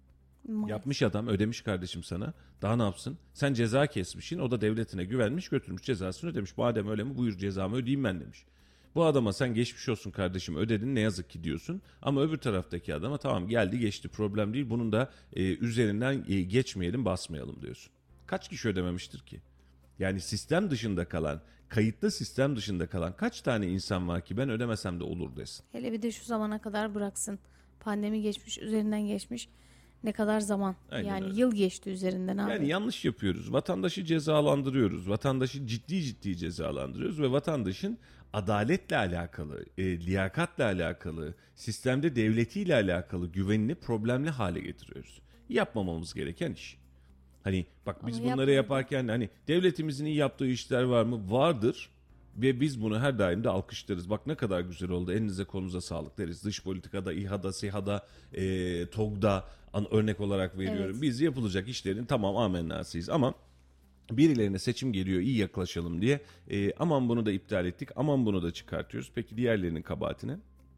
Yapmış adam, ödemiş kardeşim sana. Daha ne yapsın? Sen ceza kesmişsin, o da devletine güvenmiş, götürmüş cezasını ödemiş. Madem öyle mi, buyur cezamı ödeyeyim ben demiş. Bu adama sen geçmiş olsun kardeşim ödedin ne yazık ki diyorsun. Ama öbür taraftaki adama tamam geldi geçti problem değil. Bunun da üzerinden geçmeyelim basmayalım diyorsun. Kaç kişi ödememiştir ki? Yani sistem dışında kalan, kayıtlı sistem dışında kalan kaç tane insan var ki ben ödemesem de olur desin. Hele bir de şu zamana kadar bıraksın. Pandemi geçmiş, üzerinden geçmiş. Ne kadar zaman? Aynen yani öyle. yıl geçti üzerinden abi. Yani yanlış yapıyoruz. Vatandaşı cezalandırıyoruz. Vatandaşı ciddi cezalandırıyoruz ve vatandaşın adaletle alakalı, liyakatla alakalı, sistemde devletiyle alakalı güvenini problemli hale getiriyoruz. Yapmamamız gereken iş. Hani bak biz Ama bunları yapmıyor da. yaparken hani devletimizin iyi yaptığı işler var mı? Vardır. Ve biz bunu her daim de alkışlarız. Bak ne kadar güzel oldu. Elinize kolunuza sağlık deriz. Dış politikada, İHA'da, SİHA'da, TOG'da örnek olarak veriyorum. Evet. Biz yapılacak işlerin tamam amennasıyız ama birilerine seçim geliyor iyi yaklaşalım diye aman bunu da iptal ettik, aman bunu da çıkartıyoruz. Peki diğerlerinin kabahatine?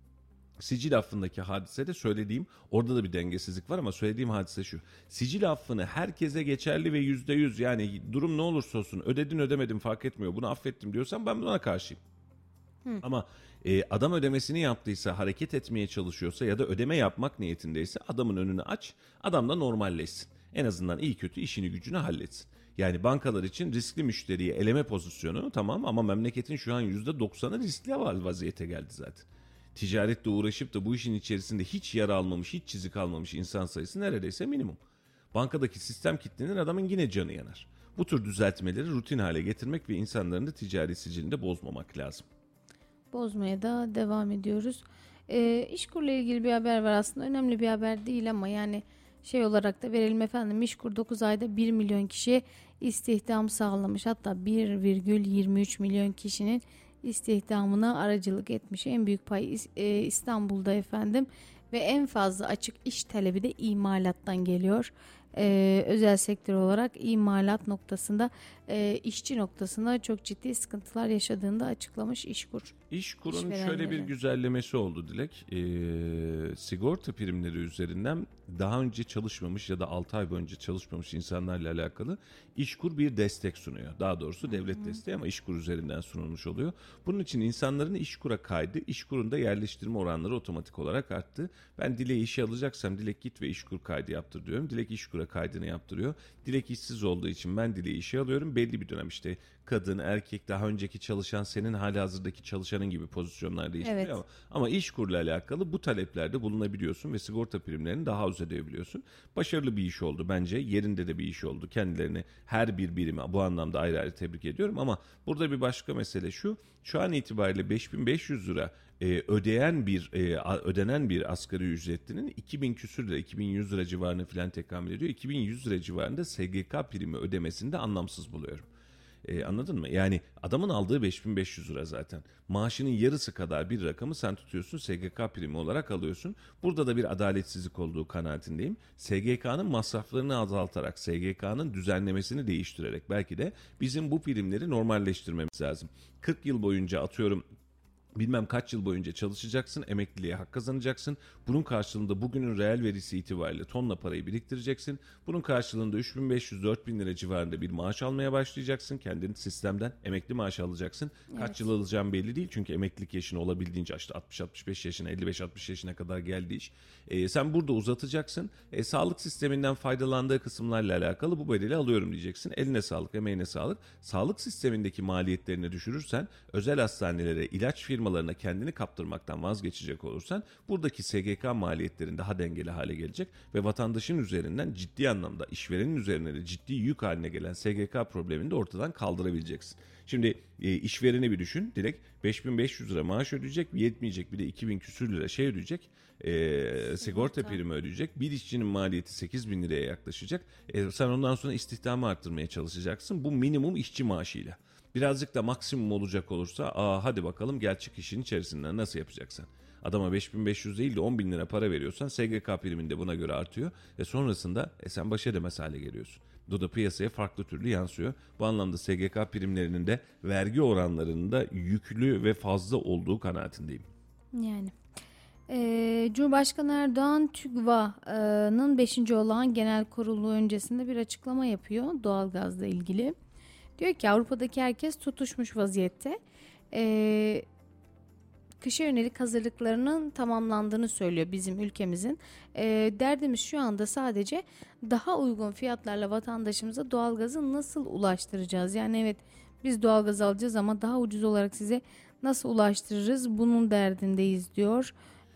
Sicil affındaki hadisede söylediğim, orada da bir dengesizlik var ama söylediğim hadise şu. Sicil affını herkese geçerli ve %100 yani durum ne olursa olsun ödedin ödemedin fark etmiyor bunu affettim diyorsan ben buna karşıyım. Ama adam ödemesini yaptıysa, hareket etmeye çalışıyorsa ya da ödeme yapmak niyetindeyse adamın önünü aç, adam da normalleşsin. En azından iyi kötü işini gücünü halletsin. Yani bankalar için riskli müşteriyi eleme pozisyonu tamam ama memleketin şu an %90'ı riskli vaziyete geldi zaten. Ticaretle uğraşıp da bu işin içerisinde hiç yara almamış, hiç çizik almamış insan sayısı neredeyse minimum. Bankadaki sistem kilitlenir adamın yine canı yanar. Bu tür düzeltmeleri rutin hale getirmek ve insanların da ticari sicilini de bozmamak lazım. Bozmaya da devam ediyoruz. İşkur'la ilgili bir haber var aslında. Önemli bir haber değil ama yani şey olarak da verelim efendim. İşkur 9 ayda 1 milyon kişiye istihdam sağlamış. Hatta 1,23 milyon kişinin istihdamına aracılık etmiş. En büyük pay İstanbul'da efendim. Ve en fazla açık iş talebi de imalattan geliyor. Özel sektör olarak imalat noktasında işçi noktasında çok ciddi sıkıntılar yaşadığını da açıklamış İşkur. İşkur'un İşverenlerin. şöyle bir güzellemesi oldu Dilek. Sigorta primleri üzerinden daha önce çalışmamış ya da 6 ay boyunca çalışmamış insanlarla alakalı İşkur bir destek sunuyor. Daha doğrusu devlet desteği ama İşkur üzerinden sunulmuş oluyor. Bunun için insanların İşkur'a kaydı, İşkur'un da yerleştirme oranları otomatik olarak arttı. Ben Dilek'i işe alacaksam Dilek git ve İşkur kaydı yaptır diyorum. Dilek İşkur'a kaydını yaptırıyor. Dilek işsiz olduğu için ben Dilek'i işe alıyorum. Belli bir dönem işte kadın, erkek, daha önceki çalışan, senin halihazırdaki çalışanın gibi pozisyonlar değiştiriyor Evet. ama İşkur'la alakalı bu taleplerde bulunabiliyorsun ve sigorta primlerini daha az ödeyebiliyorsun. Başarılı bir iş oldu bence. Yerinde de bir iş oldu. Kendilerini her bir birime bu anlamda ayrı ayrı tebrik ediyorum ama burada bir başka mesele şu. Şu an itibariyle 5.500 lira ödenen bir asgari ücretlinin 2000 küsür lira, 2100 lira civarına falan tekamül ediyor. 2100 lira civarında SGK primi ödemesini de anlamsız buluyorum. Anladın mı? Yani adamın aldığı 5.500 lira zaten. Maaşının yarısı kadar bir rakamı sen tutuyorsun SGK primi olarak alıyorsun. Burada da bir adaletsizlik olduğu kanaatindeyim. SGK'nın masraflarını azaltarak, SGK'nın düzenlemesini değiştirerek belki de bizim bu primleri normalleştirmemiz lazım. 40 yıl boyunca atıyorum bilmem kaç yıl boyunca çalışacaksın, emekliliğe hak kazanacaksın. Bunun karşılığında bugünün reel verisi itibariyle tonla parayı biriktireceksin. Bunun karşılığında 3.500-4.000 lira civarında bir maaş almaya başlayacaksın. Kendin sistemden emekli maaşı alacaksın. Kaç Evet. yıl alacağın belli değil çünkü emeklilik yaşını olabildiğince işte 60-65 yaşına, 55-60 yaşına kadar geldi iş. Sen burada uzatacaksın. Sağlık sisteminden faydalandığı kısımlarla alakalı bu bedeli alıyorum diyeceksin. Eline sağlık, emeğine sağlık. Sağlık sistemindeki maliyetlerini düşürürsen özel hastanelere, ilaç firmalarına kendini kaptırmaktan vazgeçecek olursan buradaki SGK maliyetlerin daha dengeli hale gelecek ve vatandaşın üzerinden ciddi anlamda işverenin üzerine de ciddi yük haline gelen SGK problemini de ortadan kaldırabileceksin. Şimdi işvereni bir düşün. Direkt 5.500 lira maaş ödeyecek, yetmeyecek bir de 2.000 küsür lira şey ödeyecek. Sigorta primi ödeyecek. Bir işçinin maliyeti 8.000 liraya yaklaşacak. Sen ondan sonra istihdamı arttırmaya çalışacaksın. Bu minimum işçi maaşıyla. Birazcık da maksimum olacak olursa hadi bakalım gel çık işin içerisinden nasıl yapacaksın? Adama 5.500 değil de 10.000 lira para veriyorsan SGK primin de buna göre artıyor. Ve sonrasında sen baş edemez hale geliyorsun. Bu da piyasaya farklı türlü yansıyor. Bu anlamda SGK primlerinin de vergi oranlarının da yüklü ve fazla olduğu kanaatindeyim. Yani. Cumhurbaşkanı Erdoğan TÜGVA'nın 5. olağan genel kurulu öncesinde bir açıklama yapıyor doğalgazla ilgili. Diyor ki Avrupa'daki herkes tutuşmuş vaziyette. Kışa yönelik hazırlıklarının tamamlandığını söylüyor bizim ülkemizin. Derdimiz şu anda sadece daha uygun fiyatlarla vatandaşımıza doğalgazı nasıl ulaştıracağız? Yani evet, biz doğalgaz alacağız ama daha ucuz olarak size nasıl ulaştırırız? Bunun derdindeyiz diyor.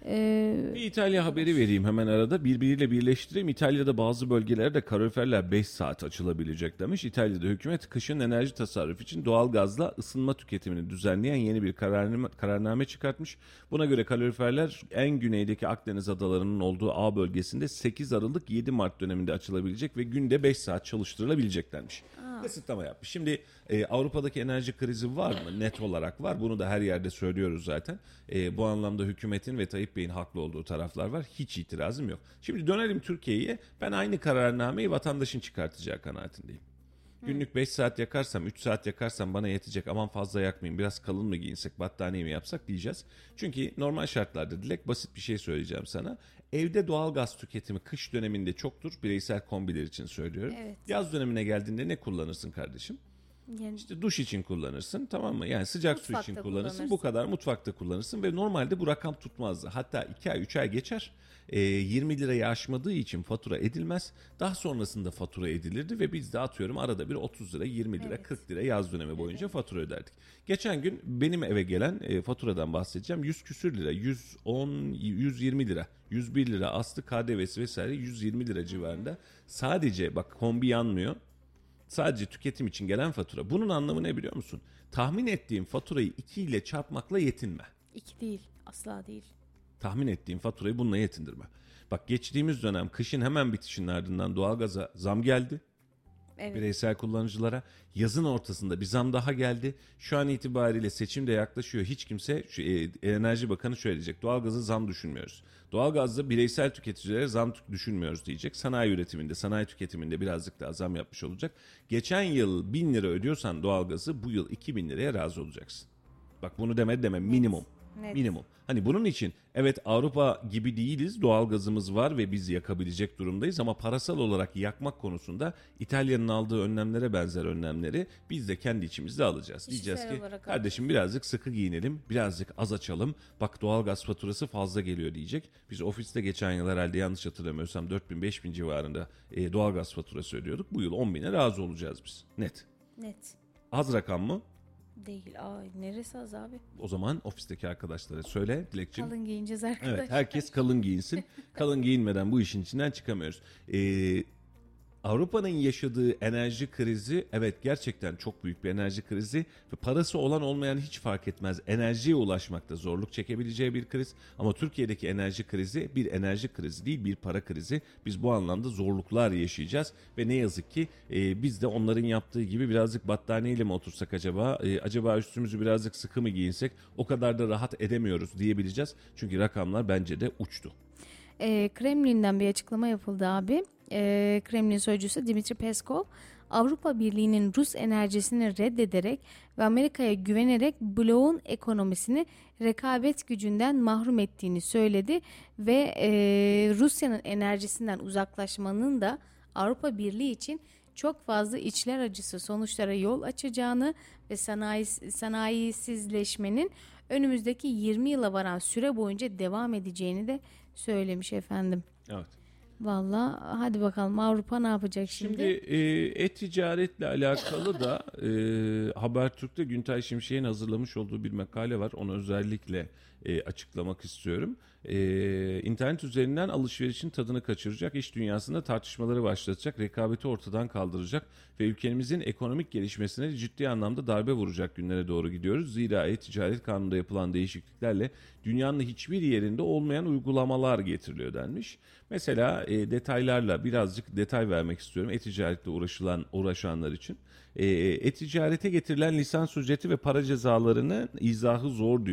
Bir İtalya haberi vereyim hemen arada. Birbiriyle birleştireyim. İtalya'da bazı bölgelerde kaloriferler 5 saat açılabilecek demiş. İtalya'da hükümet kışın enerji tasarrufu için doğalgazla ısınma tüketimini düzenleyen yeni bir kararname çıkartmış. Buna göre kaloriferler en güneydeki Akdeniz adalarının olduğu A bölgesinde 8 Aralık 7 Mart döneminde açılabilecek ve günde 5 saat çalıştırılabileceklermiş. Kısıtlama yapmış. Şimdi Avrupa'daki enerji krizi var mı? Net olarak var. Bunu da her yerde söylüyoruz zaten. Bu anlamda hükümetin ve Tayyip Bey'in haklı olduğu taraflar var. Hiç itirazım yok. Şimdi dönelim Türkiye'ye. Ben aynı kararnameyi vatandaşın çıkartacağı kanaatindeyim. Günlük 5 saat yakarsam, 3 saat yakarsam bana yetecek. Aman fazla yakmayayım, biraz kalın mı giyinsek, battaniye mi yapsak diyeceğiz. Çünkü normal şartlarda Dilek, basit bir şey söyleyeceğim sana. Evde doğalgaz tüketimi kış döneminde çoktur. Bireysel kombiler için söylüyorum. Evet. Yaz dönemine geldiğinde ne kullanırsın kardeşim? Yani İşte duş için kullanırsın, tamam mı? Yani sıcak su için Mutfakta kullanırsın. kullanırsın. Bu kadar mutfakta kullanırsın ve normalde bu rakam tutmazdı. Hatta 2 ay 3 ay geçer. 20 lirayı aşmadığı için fatura edilmez. Daha sonrasında fatura edilirdi ve biz de atıyorum arada bir 30 lira, 20 lira, Evet. 40 lira yaz dönemi boyunca fatura öderdik. Geçen gün benim eve gelen faturadan bahsedeceğim. 100 küsür lira, 110, 120 lira, 101 lira aslı KDV'si vesaire 120 lira civarında. Sadece bak, kombi yanmıyor. Sadece tüketim için gelen fatura. Bunun anlamı ne biliyor musun? Tahmin ettiğin faturayı 2 ile çarpmakla yetinme. 2 değil, asla değil. Tahmin ettiğin faturayı bununla yetindirme. Bak, geçtiğimiz dönem kışın hemen bitişinin ardından doğalgaza zam geldi. Evet. Bireysel kullanıcılara. Yazın ortasında bir zam daha geldi. Şu an itibariyle seçim de yaklaşıyor. Hiç kimse, Enerji Bakanı şöyle diyecek: doğalgaza zam düşünmüyoruz. Doğalgazda bireysel tüketicilere zam düşünmüyoruz diyecek. Sanayi üretiminde, sanayi tüketiminde birazcık daha zam yapmış olacak. Geçen yıl 1000 lira ödüyorsan doğalgazı, bu yıl 2000 liraya razı olacaksın. Bak, bunu deme minimum. Net. Minimum. Hani bunun için evet, Avrupa gibi değiliz. Doğalgazımız var ve biz yakabilecek durumdayız ama parasal olarak yakmak konusunda İtalya'nın aldığı önlemlere benzer önlemleri biz de kendi içimizde alacağız. Diyeceğiz Kişisel ki olarak kardeşim birazcık sıkı giyinelim, birazcık az açalım. Bak, doğalgaz faturası fazla geliyor diyecek. Biz ofiste geçen yıl herhalde yanlış hatırlamıyorsam 4000-5000 civarında doğalgaz faturası ödüyorduk. Bu yıl 10.000'e razı olacağız biz. Net. Net. Az rakam mı? Değil. Ay, neresi az abi? O zaman ofisteki arkadaşlara söyle Dilekçim. Kalın giyineceğiz arkadaşlar. Evet, herkes kalın giyinsin. Kalın giyinmeden bu işin içinden çıkamıyoruz. Avrupa'nın yaşadığı enerji krizi, evet, gerçekten çok büyük bir enerji krizi ve parası olan olmayan hiç fark etmez. Enerjiye ulaşmakta zorluk çekebileceği bir kriz. Ama Türkiye'deki enerji krizi bir enerji krizi değil, bir para krizi. Biz bu anlamda zorluklar yaşayacağız ve ne yazık ki biz de onların yaptığı gibi birazcık battaniyeyle mi otursak acaba? Acaba üstümüzü birazcık sıkı mı giyinsek? O kadar da rahat edemiyoruz diyebileceğiz. Çünkü rakamlar bence de uçtu. Kremlin'den bir açıklama yapıldı abi. Kremlin sözcüsü Dmitri Peskov, Avrupa Birliği'nin Rus enerjisini reddederek ve Amerika'ya güvenerek bloğun ekonomisini rekabet gücünden mahrum ettiğini söyledi ve Rusya'nın enerjisinden uzaklaşmanın da Avrupa Birliği için çok fazla içler acısı sonuçlara yol açacağını ve sanayisizleşmenin önümüzdeki 20 yıla varan süre boyunca devam edeceğini de söylemiş efendim. Evet. Vallahi hadi bakalım Avrupa ne yapacak şimdi? Şimdi e-ticaretle alakalı da Habertürk'te Güntay Şimşek'in hazırlamış olduğu bir makale var. Onu özellikle açıklamak istiyorum. İnternet üzerinden alışverişin tadını kaçıracak, iş dünyasında tartışmaları başlatacak, rekabeti ortadan kaldıracak ve ülkemizin ekonomik gelişmesine ciddi anlamda darbe vuracak günlere doğru gidiyoruz. Zira e-ticaret kanununda yapılan değişikliklerle dünyanın hiçbir yerinde olmayan uygulamalar getiriliyor denmiş. Mesela detaylarla birazcık detay vermek istiyorum e-ticaretle uğraşanlar için. E-ticarete getirilen lisans ücreti ve para cezalarının izahı zor diyor.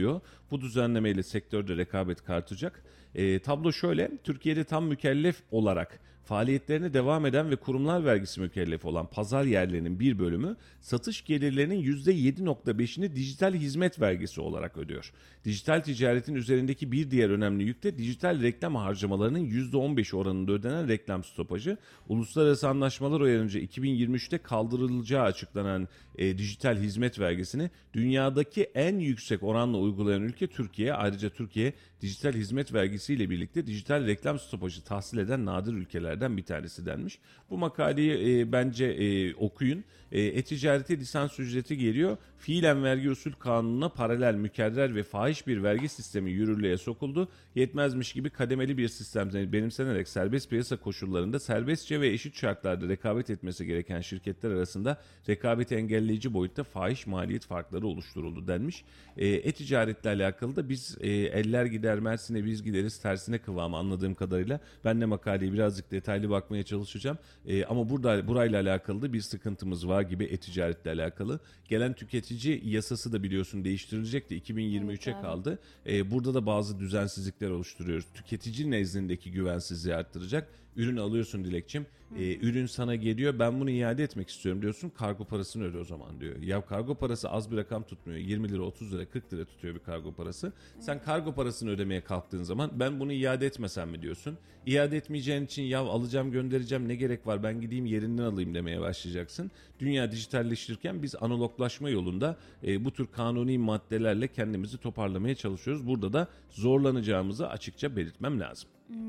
Bu düzenlemeyle sektörde rekabet artacak. Tablo şöyle: Türkiye'de tam mükellef olarak faaliyetlerine devam eden ve kurumlar vergisi mükellefi olan pazar yerlerinin bir bölümü satış gelirlerinin %7.5'ini dijital hizmet vergisi olarak ödüyor. Dijital ticaretin üzerindeki bir diğer önemli yük de dijital reklam harcamalarının %15 oranında ödenen reklam stopajı. Uluslararası anlaşmalar uyarınca 2023'te kaldırılacağı açıklanan dijital hizmet vergisini dünyadaki en yüksek oranla uygulayan ülke Türkiye. Ayrıca Türkiye dijital hizmet vergisiyle birlikte dijital reklam stopajı tahsil eden nadir ülkelerden bir tanesi denmiş. Bu makaleyi bence okuyun. E-ticarete lisans ücreti geliyor. Fiilen vergi usul kanununa paralel, mükerrer ve fahiş bir vergi sistemi yürürlüğe sokuldu. Yetmezmiş gibi kademeli bir sistem benimsenerek serbest piyasa koşullarında serbestçe ve eşit şartlarda rekabet etmesi gereken şirketler arasında rekabeti engelleyici boyutta fahiş maliyet farkları oluşturuldu denmiş. E-ticaretle alakalı da biz eller gider Mersin'e biz gideriz tersine kıvamı anladığım kadarıyla. Ben de makaleye birazcık detaylı bakmaya çalışacağım. Ama burayla alakalı da bir sıkıntımız var gibi e-ticaretle alakalı. Gelen tüketici yasası da biliyorsun değiştirilecekti. 2023'e Evet, kaldı. Burada da bazı düzensizlikler oluşturuyoruz. Tüketici nezdindeki güvensizliği arttıracak. Ürün alıyorsun Dilekçim. Ürün sana geliyor. Ben bunu iade etmek istiyorum diyorsun. Kargo parasını öde o zaman diyor. Ya kargo parası az bir rakam tutmuyor. 20 lira, 30 lira, 40 lira tutuyor bir kargo parası. Sen kargo parasını ödemeye kalktığın zaman ben bunu iade etmesem mi diyorsun. İade etmeyeceğin için ya alacağım göndereceğim ne gerek var ben gideyim yerinden alayım demeye başlayacaksın. Dünya dijitalleştirirken biz analoglaşma yolunda bu tür kanuni maddelerle kendimizi toparlamaya çalışıyoruz. Burada da zorlanacağımızı açıkça belirtmem lazım.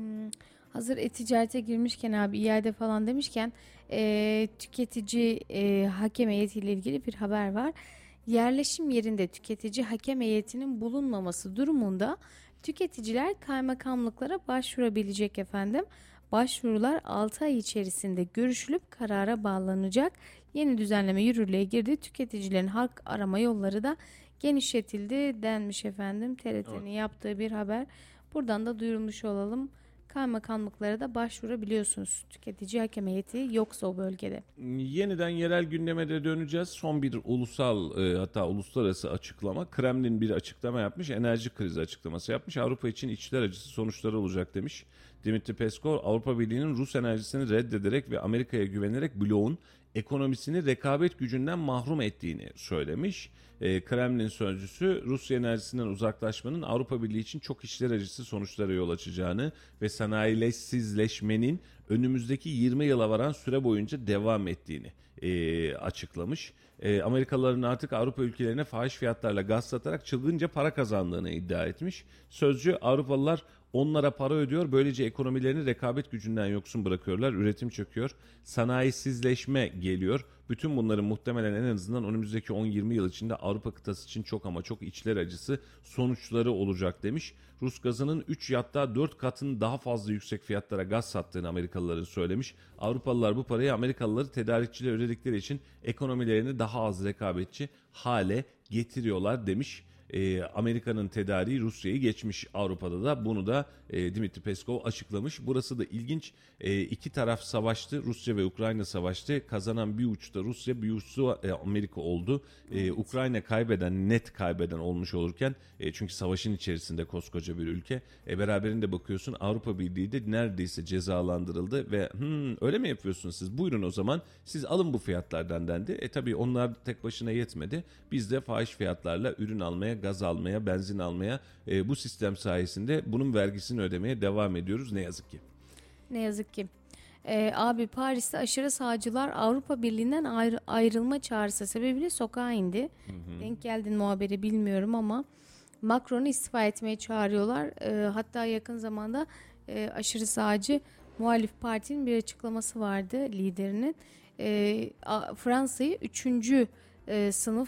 Hazır e-ticarete girmişken abi iade falan demişken tüketici hakem heyetiyle ilgili bir haber var. Yerleşim yerinde tüketici hakem heyetinin bulunmaması durumunda tüketiciler kaymakamlıklara başvurabilecek efendim. Başvurular 6 ay içerisinde görüşülüp karara bağlanacak. Yeni düzenleme yürürlüğe girdi. Tüketicilerin hak arama yolları da genişletildi denmiş efendim. TRT'nin yaptığı bir haber. Buradan da duyurmuş olalım. Kaymakamlıklara da başvurabiliyorsunuz. Tüketici hakem heyeti yoksa o bölgede. Yeniden yerel gündeme de döneceğiz. Son bir ulusal hatta uluslararası açıklama. Kremlin bir açıklama yapmış. Enerji krizi açıklaması yapmış. Avrupa için içler acısı sonuçları olacak demiş. Dmitry Peskov Avrupa Birliği'nin Rus enerjisini reddederek ve Amerika'ya güvenerek bloğun ekonomisini rekabet gücünden mahrum ettiğini söylemiş. Kremlin sözcüsü Rusya enerjisinden uzaklaşmanın Avrupa Birliği için çok içler acısı sonuçlara yol açacağını ve sanayisizleşmenin önümüzdeki 20 yıla varan süre boyunca devam ettiğini açıklamış. Amerikalıların artık Avrupa ülkelerine fahiş fiyatlarla gaz satarak çılgınca para kazandığını iddia etmiş. Sözcü Avrupalılar onlara para ödüyor. Böylece ekonomilerini rekabet gücünden yoksun bırakıyorlar. Üretim çöküyor. Sanayisizleşme geliyor. Bütün bunların muhtemelen en azından önümüzdeki 10-20 yıl içinde Avrupa kıtası için çok ama çok içler acısı sonuçları olacak demiş. Rus gazının 3 hatta 4 katının daha fazla yüksek fiyatlara gaz sattığını Amerikalıların söylemiş. Avrupalılar bu parayı Amerikalıları tedarikçilere ödedikleri için ekonomilerini daha az rekabetçi hale getiriyorlar demiş. Amerika'nın tedariği Rusya'yı geçmiş, Avrupa'da da bunu da Dmitry Peskov açıklamış. Burası da ilginç. İki taraf savaştı. Rusya ve Ukrayna savaştı. Kazanan bir uçta Rusya, bir uçta Amerika oldu. Ukrayna net kaybeden olmuş olurken çünkü savaşın içerisinde koskoca bir ülke. Beraberinde bakıyorsun Avrupa Birliği de neredeyse cezalandırıldı ve öyle mi yapıyorsunuz siz? Buyurun o zaman siz alın bu fiyatlardan dendi. Tabii onlar tek başına yetmedi. Biz de fahiş fiyatlarla ürün almaya, gaz almaya, benzin almaya bu sistem sayesinde bunun vergisini ödemeye devam ediyoruz ne yazık ki. Ne yazık ki. Abi Paris'te aşırı sağcılar Avrupa Birliği'nden ayrılma çağrısı sebebiyle sokağa indi. Denk geldin mi o haberi bilmiyorum ama Macron'u istifa etmeye çağırıyorlar. Hatta yakın zamanda aşırı sağcı muhalif partinin bir açıklaması vardı liderinin. Fransa'yı 3. sınıf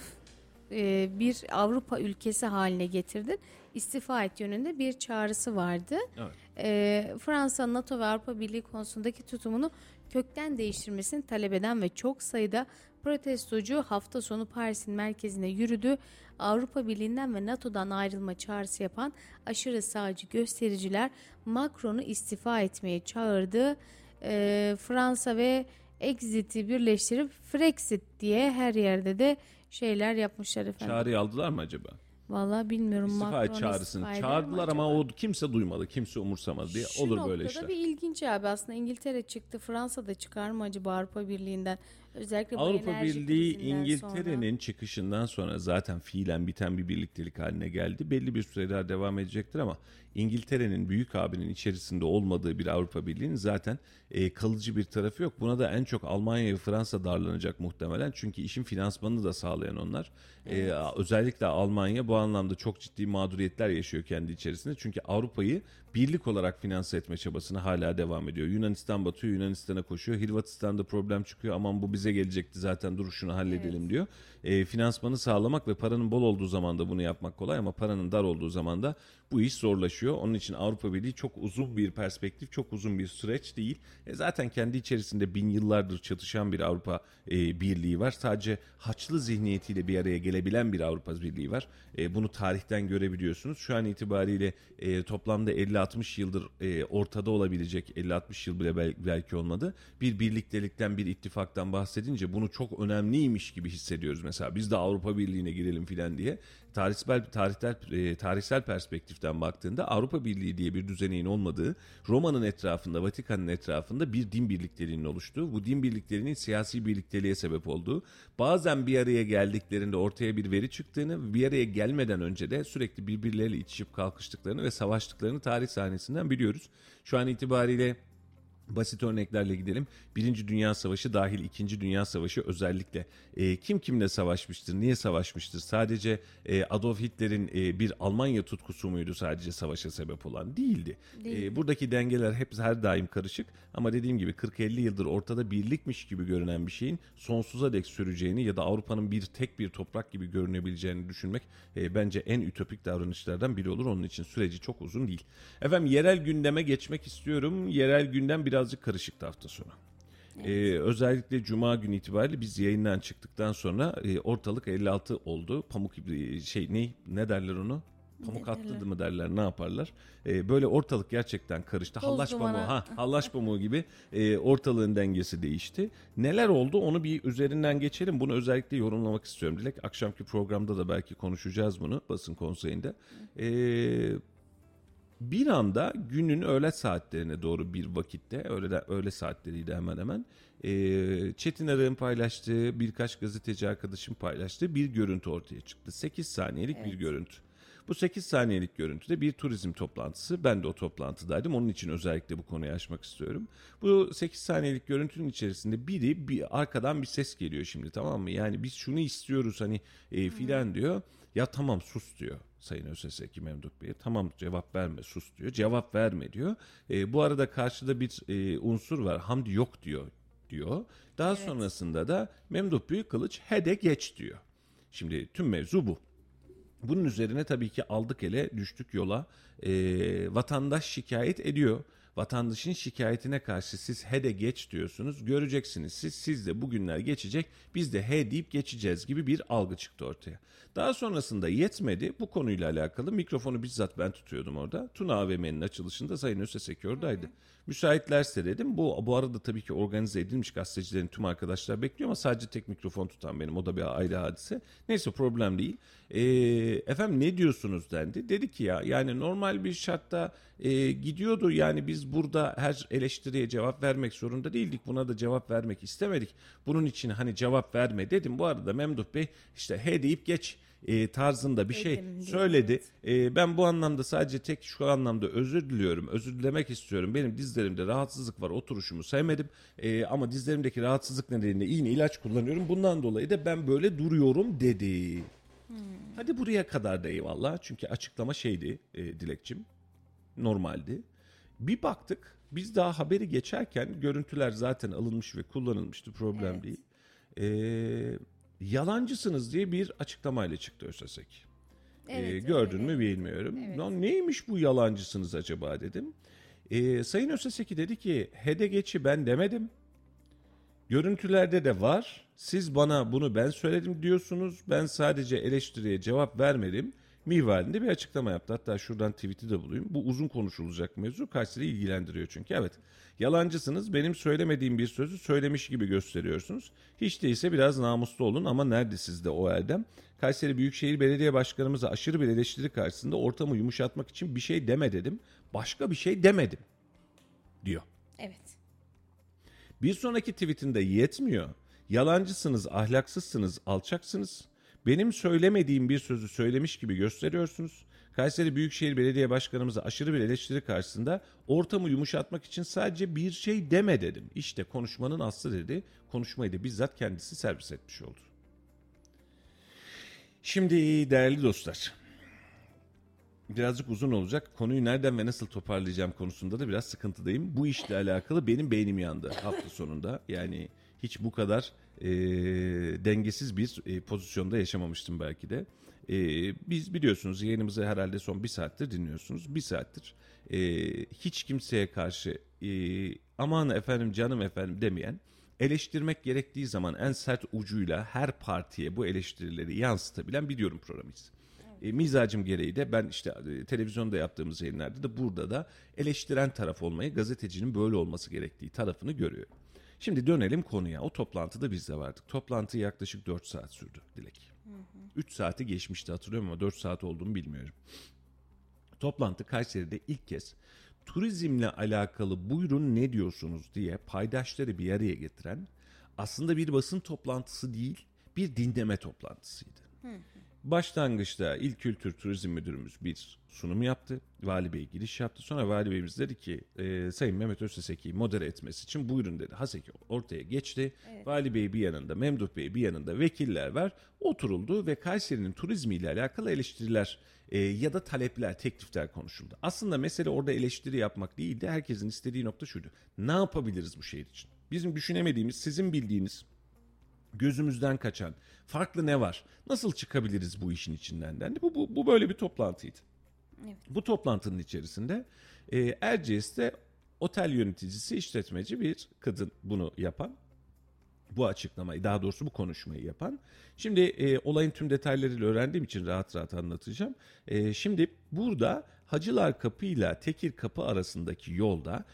bir Avrupa ülkesi haline getirdin. İstifa et yönünde bir çağrısı vardı. Evet. Fransa, NATO ve Avrupa Birliği konusundaki tutumunu kökten değiştirmesini talep eden ve çok sayıda protestocu hafta sonu Paris'in merkezine yürüdü. Avrupa Birliği'nden ve NATO'dan ayrılma çağrısı yapan aşırı sağcı göstericiler Macron'u istifa etmeye çağırdı. Fransa ve Exit'i birleştirip Frexit diye her yerde de şeyler yapmışlar efendim. Çağrıyı aldılar mı acaba? Vallahi bilmiyorum. İstifa Macron çağrısını istifa eder mi çağırdılar ama acaba? o kimse duymadı, kimse umursamadı diye. Şu Olur böyle noktada işler. bir ilginç abi, aslında İngiltere çıktı. Fransa da çıkar mı acaba Avrupa Birliği'nden? Özellikle bu Avrupa enerji Birliği krizinden sonra. İngiltere'nin çıkışından sonra zaten fiilen biten bir birliktelik haline geldi. Belli bir süre daha devam edecektir ama İngiltere'nin büyük abinin içerisinde olmadığı bir Avrupa Birliği'nin zaten kalıcı bir tarafı yok. Buna da en çok Almanya ve Fransa darlanacak muhtemelen. Çünkü işin finansmanını da sağlayan onlar. Özellikle Almanya bu anlamda çok ciddi mağduriyetler yaşıyor kendi içerisinde. Çünkü Avrupa'yı birlik olarak finanse etme çabasına hala devam ediyor. Yunanistan batıyor, Yunanistan'a koşuyor. Hırvatistan'da problem çıkıyor. Aman bu bize gelecekti zaten, dur şunu halledelim diyor. Finansmanı sağlamak ve paranın bol olduğu zaman da bunu yapmak kolay ama paranın dar olduğu zaman da bu iş zorlaşıyor. Onun için Avrupa Birliği çok uzun bir perspektif, çok uzun bir süreç değil. Zaten kendi içerisinde bin yıllardır çatışan bir Avrupa Birliği var. Sadece Haçlı zihniyetiyle bir araya gelebilen bir Avrupa Birliği var. Bunu tarihten görebiliyorsunuz. Şu an itibariyle toplamda 50-60 yıldır ortada olabilecek, 50-60 yıl bile belki olmadı, bir birliktelikten, bir ittifaktan bahsedince bunu çok önemliymiş gibi hissediyoruz. Mesela biz de Avrupa Birliği'ne girelim filan diye. Tarihsel perspektiften baktığında Avrupa Birliği diye bir düzeneğin olmadığı, Roma'nın etrafında, Vatikan'ın etrafında bir din birlikteliğinin oluştuğu, bu din birliklerinin siyasi birlikteliğe sebep olduğu, bazen bir araya geldiklerinde ortaya bir veri çıktığını, bir araya gelmeden önce de sürekli birbirleriyle itişip kalkıştıklarını ve savaştıklarını tarih sahnesinden biliyoruz. Şu an itibariyle basit örneklerle gidelim. Birinci Dünya Savaşı dahil İkinci Dünya Savaşı özellikle kim kimle savaşmıştır, niye savaşmıştır? Sadece Adolf Hitler'in bir Almanya tutkusu muydu sadece savaşa sebep olan? Değildi. Buradaki dengeler hep her daim karışık ama dediğim gibi 40-50 yıldır ortada birlikmiş gibi görünen bir şeyin sonsuza dek süreceğini ya da Avrupa'nın tek bir toprak gibi görünebileceğini düşünmek bence en ütopik davranışlardan biri olur. Onun için süreci çok uzun değil. Efendim, yerel gündeme geçmek istiyorum. Yerel gündem birazcık karışıktı hafta sonu. Özellikle Cuma günü itibariyle biz yayından çıktıktan sonra ortalık 56 oldu. Pamuk ne derler onu? Pamuk attı mı derler, ne yaparlar? Böyle ortalık gerçekten karıştı. Hallaç pamuğu gibi ortalığın dengesi değişti. Neler oldu onu bir üzerinden geçelim. Bunu özellikle yorumlamak istiyorum. Dilek, akşamki programda da belki konuşacağız bunu basın konseyinde. Bir anda günün öğle saatlerine doğru bir vakitte, öğle saatleriydi hemen hemen, Çetin Arık'ın paylaştığı, birkaç gazeteci arkadaşım paylaştığı bir görüntü ortaya çıktı. 8 saniyelik bir görüntü. Bu 8 saniyelik görüntüde bir turizm toplantısı. Ben de o toplantıdaydım. Onun için özellikle bu konuyu açmak istiyorum. Bu 8 saniyelik görüntünün içerisinde bir arkadan bir ses geliyor şimdi, tamam mı? Yani biz şunu istiyoruz hani filan diyor. Ya tamam sus diyor Sayın ÖSS'ki Memduh Bey. Tamam, cevap verme, sus diyor. Cevap verme diyor. Bu arada karşıda bir unsur var. Hamdi yok diyor. Daha sonrasında da Memduh Büyükkılıç hede geç diyor. Şimdi tüm mevzu bu. Bunun üzerine tabii ki aldık ele, düştük yola. Vatandaş şikayet ediyor. Vatandaşın şikayetine karşı siz he de geç diyorsunuz. Göreceksiniz siz de bugünler geçecek, biz de he deyip geçeceğiz gibi bir algı çıktı ortaya. Daha sonrasında yetmedi. Bu konuyla alakalı mikrofonu bizzat ben tutuyordum orada. Tuna AVM'nin açılışında Sayın Özseseki oradaydı. Müsaitlerse dedim. Bu arada tabii ki organize edilmiş, gazetecilerin tüm arkadaşlar bekliyor ama sadece tek mikrofon tutan benim. O da bir ayrı hadise. Neyse, problem değil. Efendim ne diyorsunuz dendi. Dedi ki yani normal bir şartta gidiyordu. Yani biz burada her eleştiriye cevap vermek zorunda değildik. Buna da cevap vermek istemedik. Bunun için hani cevap verme dedim. Bu arada Memduh Bey işte he deyip geç tarzında bir şey söyledi. Ben bu anlamda sadece şu anlamda özür diliyorum. Özür dilemek istiyorum. Benim dizlerimde rahatsızlık var. Oturuşumu sevmedim. Ama dizlerimdeki rahatsızlık nedeniyle iğne ilaç kullanıyorum. Bundan dolayı da ben böyle duruyorum dedi. Hadi buraya kadar da eyvallah. Çünkü açıklama şeydi Dilekçim. Normaldi. Bir baktık. Biz daha haberi geçerken görüntüler zaten alınmış ve kullanılmıştı. Problem değil. Yalancısınız diye bir açıklamayla çıktı ÖSSEK. Gördün mü bilmiyorum. Evet. Lan neymiş bu yalancısınız acaba dedim. Sayın ÖSSEK dedi ki hede geçi ben demedim. Görüntülerde de var. Siz bana bunu ben söyledim diyorsunuz. Ben sadece eleştiriye cevap vermedim. minvalinde bir açıklama yaptı. Hatta şuradan tweet'i de bulayım. Bu uzun konuşulacak mevzu. Kayseri'yi ilgilendiriyor çünkü. Evet, yalancısınız. Benim söylemediğim bir sözü söylemiş gibi gösteriyorsunuz. Hiç değilse biraz namuslu olun ama nerede sizde o erdem? Kayseri Büyükşehir Belediye Başkanımıza aşırı bir eleştiri karşısında ortamı yumuşatmak için bir şey deme dedim. Başka bir şey demedim diyor. Evet. Bir sonraki tweetinde yetmiyor. Yalancısınız, ahlaksızsınız, alçaksınız. Benim söylemediğim bir sözü söylemiş gibi gösteriyorsunuz. Kayseri Büyükşehir Belediye Başkanımıza aşırı bir eleştiri karşısında ortamı yumuşatmak için sadece bir şey deme dedim. İşte konuşmanın aslı dedi. Konuşmayı da bizzat kendisi servis etmiş oldu. Şimdi değerli dostlar, birazcık uzun olacak. Konuyu nereden ve nasıl toparlayacağım konusunda da biraz sıkıntıdayım. Bu işle alakalı benim beynim yandı hafta sonunda. Yani hiç bu kadar dengesiz bir pozisyonda yaşamamıştım belki de. Biz biliyorsunuz yayınımızı herhalde son bir saattir dinliyorsunuz. Bir saattir hiç kimseye karşı aman efendim canım efendim demeyen, eleştirmek gerektiği zaman en sert ucuyla her partiye bu eleştirileri yansıtabilen bir yorum programıyız. Mizacım gereği de ben işte televizyonda yaptığımız yayınlarda da burada da eleştiren taraf olmayı, gazetecinin böyle olması gerektiği tarafını görüyorum. Şimdi dönelim konuya. O toplantıda biz de vardık. Toplantı yaklaşık 4 saat sürdü Dilek. 3 saati geçmişti hatırlıyorum ama 4 saat olduğunu bilmiyorum. Toplantı Kayseri'de ilk kez turizmle alakalı buyurun ne diyorsunuz diye paydaşları bir araya getiren, aslında bir basın toplantısı değil, bir dinleme toplantısıydı. Başlangıçta İl Kültür Turizm Müdürümüz bir sunum yaptı. Vali Bey giriş yaptı. Sonra Vali Bey'imiz dedi ki Sayın Mehmet Özteseki'yi modere etmesi için buyurun dedi. Haseki ortaya geçti. Evet. Vali Bey bir yanında, Memduh Bey bir yanında, vekiller var. Oturuldu ve Kayseri'nin turizmiyle alakalı eleştiriler ya da talepler, teklifler konuşuldu. Aslında mesele orada eleştiri yapmak değildi. Herkesin istediği nokta şuydu. Ne yapabiliriz bu şehir için? Bizim düşünemediğimiz, sizin bildiğiniz, gözümüzden kaçan, farklı ne var? Nasıl çıkabiliriz bu işin içinden dendi. Bu böyle bir toplantıydı. Evet. Bu toplantının içerisinde Erciyes'te otel yöneticisi, işletmeci bir kadın bunu yapan, bu açıklamayı, daha doğrusu bu konuşmayı yapan. Şimdi olayın tüm detaylarıyla öğrendiğim için rahat rahat anlatacağım. Şimdi burada Hacılar Kapı ile Tekir Kapı arasındaki yolda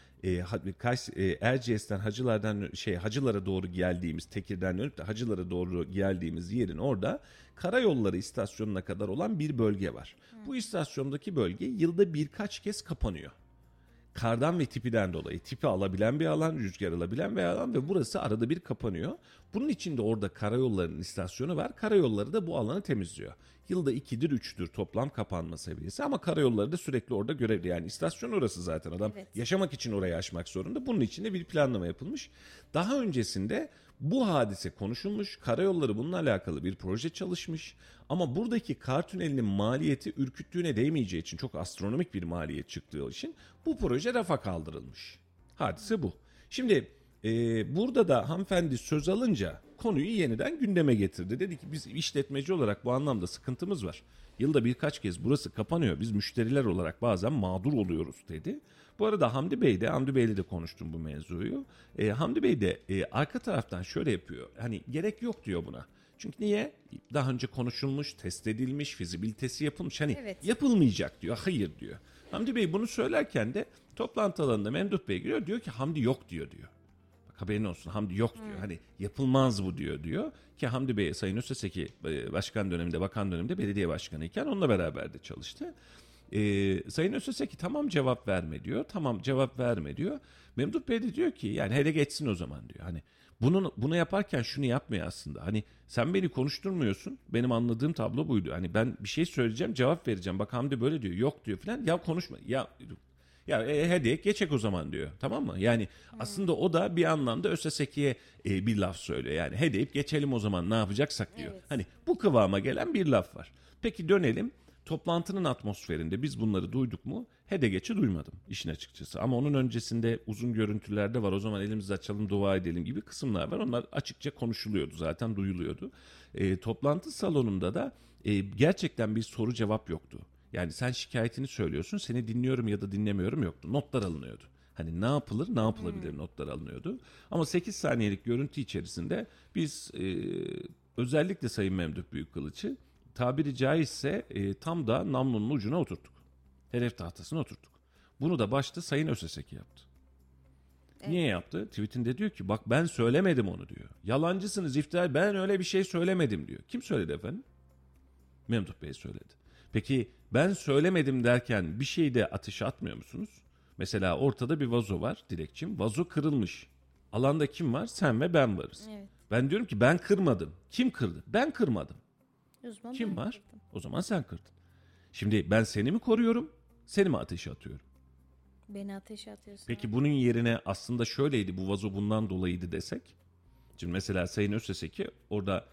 Erciyes'ten Hacılara doğru geldiğimiz, Tekir'den dönüp de Hacılara doğru geldiğimiz yerin orada Karayolları istasyonuna kadar olan bir bölge var. Bu istasyondaki bölge yılda birkaç kez kapanıyor. Kardan ve tipiden dolayı. Tipi alabilen bir alan, rüzgar alabilen bir alan ve burası arada bir kapanıyor. Bunun için de orada karayollarının istasyonu var. Karayolları da bu alanı temizliyor. Yılda 2'dir 3'tür toplam kapanma seviyesi ama karayolları da sürekli orada görevli. Yani istasyon orası zaten, adam yaşamak için orayı açmak zorunda. Bunun için de bir planlama yapılmış. Daha öncesinde bu hadise konuşulmuş. Karayolları bununla alakalı bir proje çalışmış. Ama buradaki kar tünelinin maliyeti ürküttüğüne değmeyeceği için, çok astronomik bir maliyet çıktığı için bu proje rafa kaldırılmış. Hadise bu. Şimdi burada da hanımefendi söz alınca konuyu yeniden gündeme getirdi. Dedi ki biz işletmeci olarak bu anlamda sıkıntımız var. Yılda birkaç kez burası kapanıyor. Biz müşteriler olarak bazen mağdur oluyoruz dedi. Bu arada Hamdi Bey'le de konuştum bu mevzuyu. Hamdi Bey de arka taraftan şöyle yapıyor. Hani gerek yok diyor buna. Çünkü niye? Daha önce konuşulmuş, test edilmiş, fizibilitesi yapılmış. Hani yapılmayacak diyor. Hayır diyor. Hamdi Bey bunu söylerken de toplantı alanında Memduh Bey giriyor. Diyor ki Hamdi yok diyor. Bak haberin olsun, Hamdi yok diyor. Hani yapılmaz bu diyor. Ki Hamdi Bey Sayın Özteseki bakan döneminde belediye başkanıyken onunla beraber de çalıştı. Sayın Özteseki tamam cevap verme diyor. Memduh Bey de diyor ki yani hele geçsin o zaman diyor. Hani bunu yaparken şunu yapmıyor aslında. Hani sen beni konuşturmuyorsun. Benim anladığım tablo buydu. Hani ben bir şey söyleyeceğim, cevap vereceğim. Bak Hamdi böyle diyor. Yok diyor falan. Ya konuşma. Hadi geçek o zaman diyor. Tamam mı? Yani aslında o da bir anlamda Özteseki'ye bir laf söylüyor. Yani hadi geçelim o zaman ne yapacaksak diyor. Evet. Hani bu kıvama gelen bir laf var. Peki dönelim. Toplantının atmosferinde biz bunları duyduk mu? Hede geçi duymadım işin açıkçası. Ama onun öncesinde uzun görüntüler de var. O zaman elimizi açalım dua edelim gibi kısımlar var. Onlar açıkça konuşuluyordu zaten, duyuluyordu. Toplantı salonunda da gerçekten bir soru cevap yoktu. Yani sen şikayetini söylüyorsun, seni dinliyorum ya da dinlemiyorum yoktu. Notlar alınıyordu. Hani ne yapılır, ne yapılabilir notlar alınıyordu. Ama 8 saniyelik görüntü içerisinde biz özellikle Sayın Memduh Büyükkılıç'ı tabiri caizse tam da namlunun ucuna oturttuk. Hedef tahtasına oturttuk. Bunu da başta Sayın Özeseki yaptı. Niye yaptı? Tweetinde diyor ki bak ben söylemedim onu diyor. Yalancısınız, iftira, ben öyle bir şey söylemedim diyor. Kim söyledi efendim? Memduh Bey söyledi. Peki ben söylemedim derken bir şeyde ateşe atmıyor musunuz? Mesela ortada bir vazo var Dilekçim. Vazo kırılmış. Alanda kim var? Sen ve ben varız. Evet. Ben diyorum ki ben kırmadım. Kim kırdı? Ben kırmadım. Uzman Kim ben var? kırdım. O zaman sen kırdın. Şimdi ben seni mi koruyorum? Seni mi ateşe atıyorum? Beni ateşe atıyorsun. Peki bunun yerine aslında şöyleydi, bu vazo bundan dolayıydı desek. Şimdi mesela Sayın Özeseki orada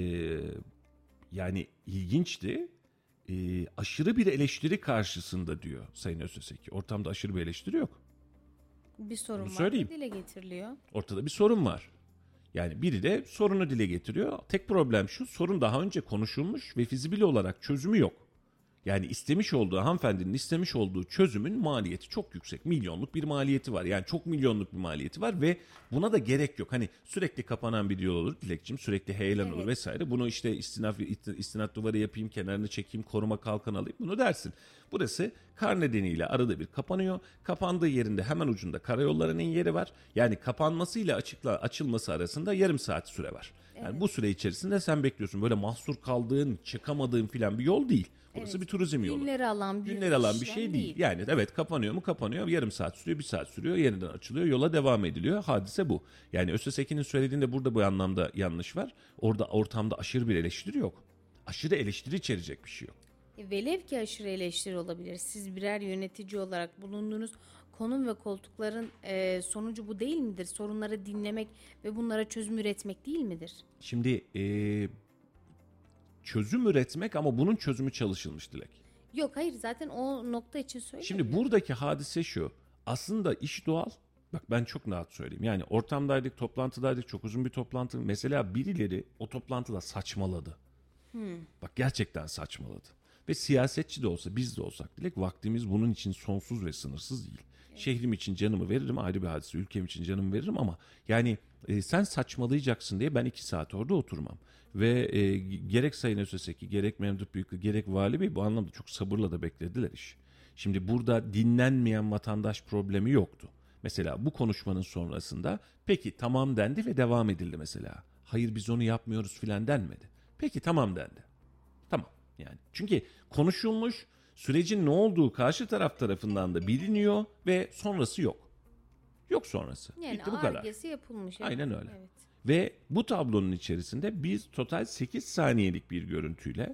yani ilginçti. Aşırı bir eleştiri karşısında diyor Sayın Özeseki. Ortamda aşırı bir eleştiri yok. Bir sorun Bunu var söyleyeyim. ve dile getiriliyor. Ortada bir sorun var. Yani biri de sorunu dile getiriyor. Tek problem şu, sorun daha önce konuşulmuş ve fizibil olarak çözümü yok. Yani istemiş olduğu, hanımefendinin istemiş olduğu çözümün maliyeti çok yüksek. Milyonluk bir maliyeti var. Yani çok milyonluk bir maliyeti var ve buna da gerek yok. Hani sürekli kapanan bir yol olur Dilekçim, sürekli heyelan olur vesaire. Bunu işte istinat duvarı yapayım, kenarını çekeyim, koruma kalkan alayım, bunu dersin. Burası kar nedeniyle arada bir kapanıyor. Kapandığı yerinde hemen ucunda karayollarının yeri var. Yani kapanmasıyla açılması arasında yarım saat süre var. Yani bu süre içerisinde sen bekliyorsun. Böyle mahsur kaldığın, çıkamadığın filan bir yol değil. Burası bir turizm yolu. Günleri alan bir Günleri alan bir işlem şey değil. Yani evet, kapanıyor mu? Kapanıyor. Yarım saat sürüyor, bir saat sürüyor. Yeniden açılıyor. Yola devam ediliyor. Hadise bu. Yani Öztesekin'in söylediğinde burada bu anlamda yanlış var. Orada ortamda aşırı bir eleştiri yok. Aşırı eleştiri içerecek bir şey yok. Velev ki aşırı eleştiri olabilir. Siz birer yönetici olarak bulunduğunuz konum ve koltukların sonucu bu değil midir? Sorunları dinlemek ve bunlara çözüm üretmek değil midir? Şimdi çözüm üretmek ama bunun çözümü çalışılmış Dilek. Yok hayır, zaten o nokta için söylemiyorum. Şimdi buradaki hadise şu. Aslında iş doğal. Bak ben çok rahat söyleyeyim. Yani ortamdaydık, toplantıdaydık. Çok uzun bir toplantı. Mesela birileri o toplantıda saçmaladı. Bak gerçekten saçmaladı. Ve siyasetçi de olsa, biz de olsak Dilek, vaktimiz bunun için sonsuz ve sınırsız değil. Şehrim için canımı veririm, ayrı bir hadise. Ülkem için canımı veririm ama yani sen saçmalayacaksın diye ben 2 saat orada oturmam. Ve gerek Sayın Özeseki, gerek Memduh Büyüklü, gerek Vali Bey bu anlamda çok sabırla da beklediler iş. Şimdi burada dinlenmeyen vatandaş problemi yoktu. Mesela bu konuşmanın sonrasında peki tamam dendi ve devam edildi mesela. Hayır biz onu yapmıyoruz filan denmedi. Peki tamam dendi. Tamam yani. Çünkü konuşulmuş, sürecin ne olduğu karşı taraf tarafından da biliniyor ve sonrası yok. Yok sonrası. yani Bitti bu kadar. argesi yapılmış. Aynen öyle. Evet. Ve bu tablonun içerisinde biz total 8 saniyelik bir görüntüyle